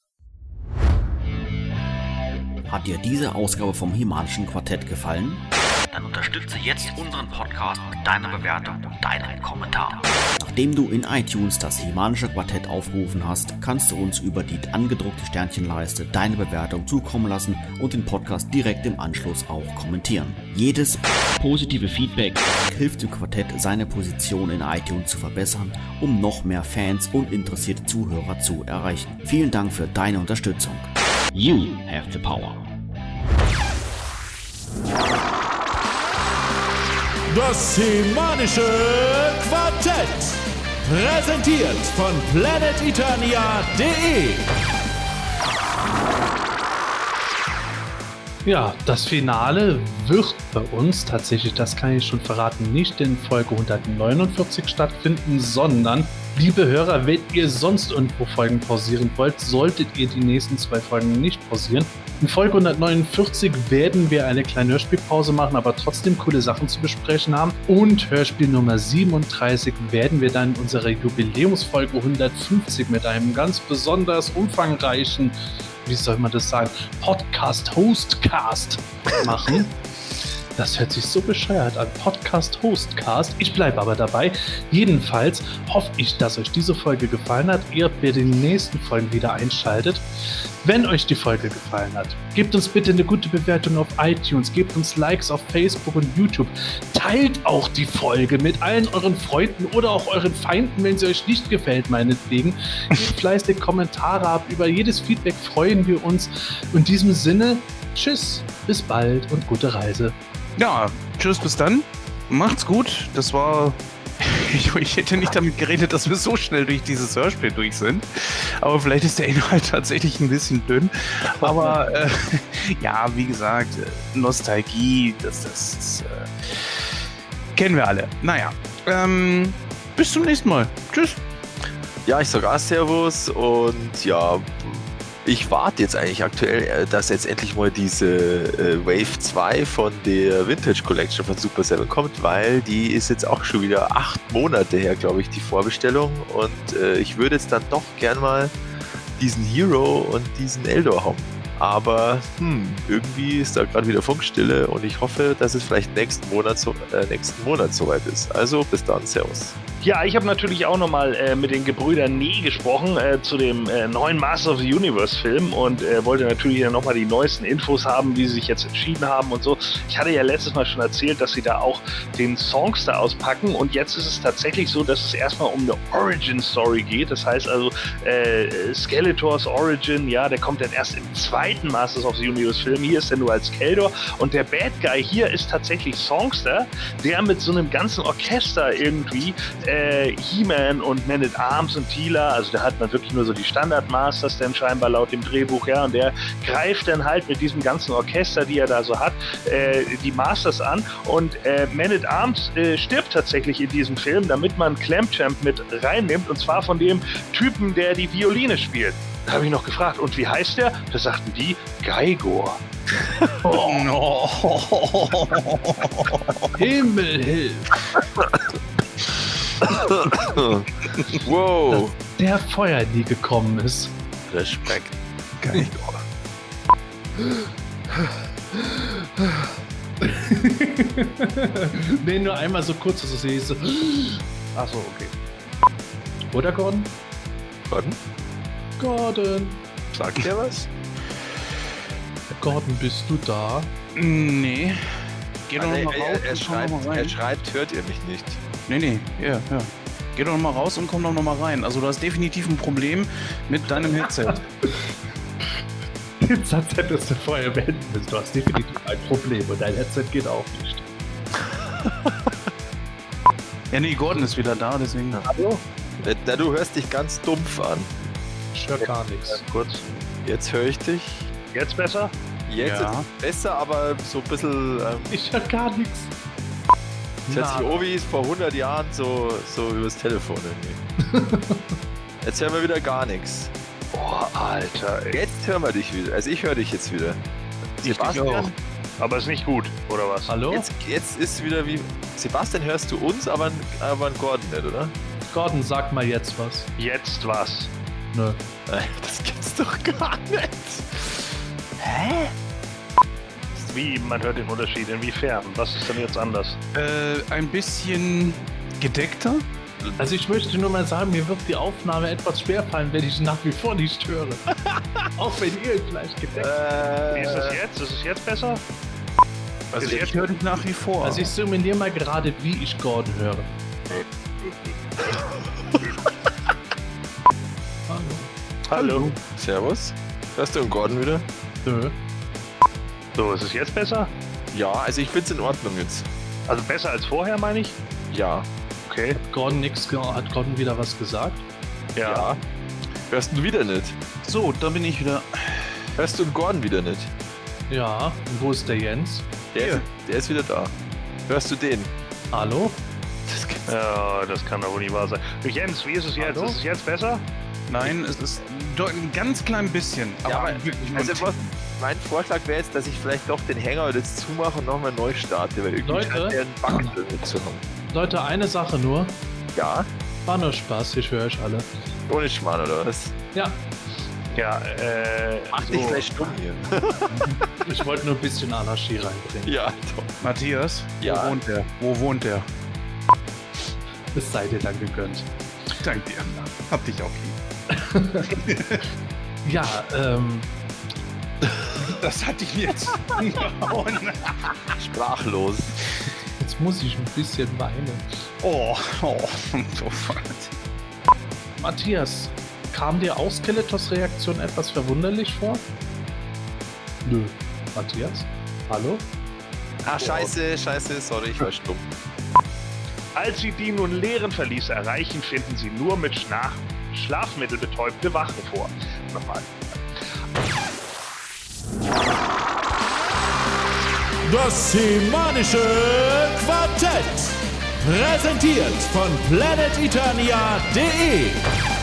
Hat dir diese Ausgabe vom Himalischen Quartett gefallen? Dann unterstütze jetzt unseren Podcast mit deiner Bewertung und deinem Kommentar. Nachdem du in iTunes das Himanische Quartett aufgerufen hast, kannst du uns über die angedruckte Sternchenleiste deine Bewertung zukommen lassen und den Podcast direkt im Anschluss auch kommentieren. Jedes positive Feedback hilft dem Quartett, seine Position in iTunes zu verbessern, um noch mehr Fans und interessierte Zuhörer zu erreichen. Vielen Dank für deine Unterstützung. You have the power. Das Himanische Quartett. Präsentiert von planeteternia.de. Ja, das Finale wird bei uns tatsächlich, das kann ich schon verraten, nicht in Folge 149 stattfinden, sondern, liebe Hörer, wenn ihr sonst irgendwo Folgen pausieren wollt, solltet ihr die nächsten 2 Folgen nicht pausieren. In Folge 149 werden wir eine kleine Hörspielpause machen, aber trotzdem coole Sachen zu besprechen haben. Und Hörspiel Nummer 37 werden wir dann in unserer Jubiläumsfolge 150 mit einem ganz besonders umfangreichen, wie soll man das sagen, Podcast-Hostcast machen. Das hört sich so bescheuert an. Podcast-Hostcast. Ich bleibe aber dabei. Jedenfalls hoffe ich, dass euch diese Folge gefallen hat. Ihr bei den nächsten Folgen wieder einschaltet. Wenn euch die Folge gefallen hat, gebt uns bitte eine gute Bewertung auf iTunes. Gebt uns Likes auf Facebook und YouTube. Teilt auch die Folge mit allen euren Freunden oder auch euren Feinden, wenn sie euch nicht gefällt, meinetwegen. Gebt fleißig Kommentare ab. Über jedes Feedback freuen wir uns. In diesem Sinne, tschüss, bis bald und gute Reise. Ja, tschüss, bis dann. Macht's gut. Das war... Ich hätte nicht damit geredet, dass wir so schnell durch dieses Hörspiel durch sind. Aber vielleicht ist der Inhalt tatsächlich ein bisschen dünn. Aber ja, wie gesagt, Nostalgie, das kennen wir alle. Naja, bis zum nächsten Mal. Tschüss. Ja, ich sag auch Servus und ja, ich warte jetzt eigentlich aktuell, dass jetzt endlich mal diese Wave 2 von der Vintage Collection von Super 7 kommt, weil die ist jetzt auch schon wieder 8 Monate her, glaube ich, die Vorbestellung. Und ich würde jetzt dann doch gern mal diesen Hero und diesen Eldor haben. Aber irgendwie ist da gerade wieder Funkstille und ich hoffe, dass es vielleicht nächsten Monat soweit ist. Also bis dann, Servus. Ja, ich habe natürlich auch nochmal mit den Gebrüdern Nee gesprochen zu dem neuen Master of the Universe Film und wollte natürlich dann nochmal die neuesten Infos haben, wie sie sich jetzt entschieden haben und so. Ich hatte ja letztes Mal schon erzählt, dass sie da auch den Songster auspacken und jetzt ist es tatsächlich so, dass es erstmal um eine Origin-Story geht. Das heißt also Skeletors Origin, ja, der kommt dann erst im zweiten Masters of the Universe Film. Hier ist er nur als Keldor und der Bad Guy hier ist tatsächlich Songster, der mit so einem ganzen Orchester irgendwie He-Man und Man-at-Arms und Teela, also da hat man wirklich nur so die Standard-Masters dann scheinbar laut dem Drehbuch, ja, und der greift dann halt mit diesem ganzen Orchester, die er da so hat, die Masters an und Man-at-Arms stirbt tatsächlich in diesem Film, damit man Clamchamp mit reinnimmt und zwar von dem Typen, der die Violine spielt. Da habe ich noch gefragt, und wie heißt der? Da sagten die, Geigor. Himmel hilf! Wow. Dass der Feuer nie gekommen ist. Respekt. Geigor. Nee, nur einmal so kurz, dass du siehst. Achso, okay. Oder Gordon? Gordon? Gordon. Sagt der was? Gordon, bist du da? Nee. Geh doch noch mal raus er und komm noch mal rein. Er schreibt, hört ihr mich nicht? Nee, ja. Geh doch noch mal raus und komm doch noch mal rein. Also du hast definitiv ein Problem mit deinem Headset. Den Satz hättest du vorher beenden müssen. Du hast definitiv ein Problem und dein Headset geht auch nicht. Ja, nee, Gordon ist wieder da, deswegen. Hallo? Na, du hörst dich ganz dumpf an. Ich höre gar nichts. Kurz. Jetzt höre ich dich. Jetzt besser? Jetzt Ja. ist es besser, aber so ein bisschen... Ich höre gar nichts. Es hört sich an wie vor 100 Jahren so übers Telefon irgendwie. Jetzt hören wir wieder gar nichts. Boah, Alter, ey. Jetzt hören wir dich wieder. Also ich höre dich jetzt wieder. Ich dich auch. Aber ist nicht gut, oder was? Hallo? Jetzt ist wieder wie... Sebastian, hörst du uns, aber an Gordon nicht, oder? Gordon, sag mal jetzt was. Jetzt was? Nö. Das gibt's doch gar nicht. Wie, man hört den Unterschied. Inwiefern? Was ist denn jetzt anders? Ein bisschen gedeckter? Also ich möchte nur mal sagen, mir wird die Aufnahme etwas schwerfallen, wenn ich nach wie vor nicht höre. Auch wenn ihr vielleicht gedeckt seid. Wie ist es jetzt? Ist es jetzt besser? Also Ist ich jetzt- höre dich nach wie vor. Also ich simuliere mal gerade, wie ich Gordon höre. Hallo. Servus. Hörst du den Gordon wieder? Nö. So, ist es jetzt besser? Ja, also ich find's in Ordnung jetzt. Also besser als vorher, meine ich? Ja. Okay. Gordon hat Gordon wieder was gesagt? Ja. Hörst du ihn wieder nicht? So, da bin ich wieder. Hörst du den Gordon wieder nicht? Ja. Und wo ist der Jens? Der ist wieder da. Hörst du den? Hallo? Ja, das kann doch wohl nicht wahr sein. Jens, wie ist es jetzt? Hallo? Ist es jetzt besser? Nein, es ist ein ganz klein bisschen. Aber wirklich nur Also ein was, mein Vorschlag wäre jetzt, dass ich vielleicht doch den Hänger jetzt zumache und nochmal neu starte, weil irgendwie Leute? scheint der einen Bug drin zu haben. Leute, eine Sache nur. Ja? War nur Spaß, ich höre euch alle. Ohne Schmarrn, oder was? Ja, Ja, Mach dich gleich stumm hier. ich wollte nur ein bisschen Anarchie reinbringen. Ja, doch. Matthias, Ja. wo wohnt der? Wo wohnt der? Es sei dir dann gegönnt. Dank dir. Hab dich auch lieb. Ja, Das hatte ich jetzt. Oh, nein. Sprachlos. jetzt muss ich ein bisschen weinen. Oh, so fuck. Matthias, kam dir auch Skeletors Reaktion etwas verwunderlich vor? Nö. Matthias? Hallo? Ah, scheiße, sorry, ich war stumm. als sie die nun leeren Verliese erreichen, finden sie nur mit Schlafmittel betäubte Wachen vor. Nochmal. Das Semanische Quartett. Präsentiert von planeteternia.de.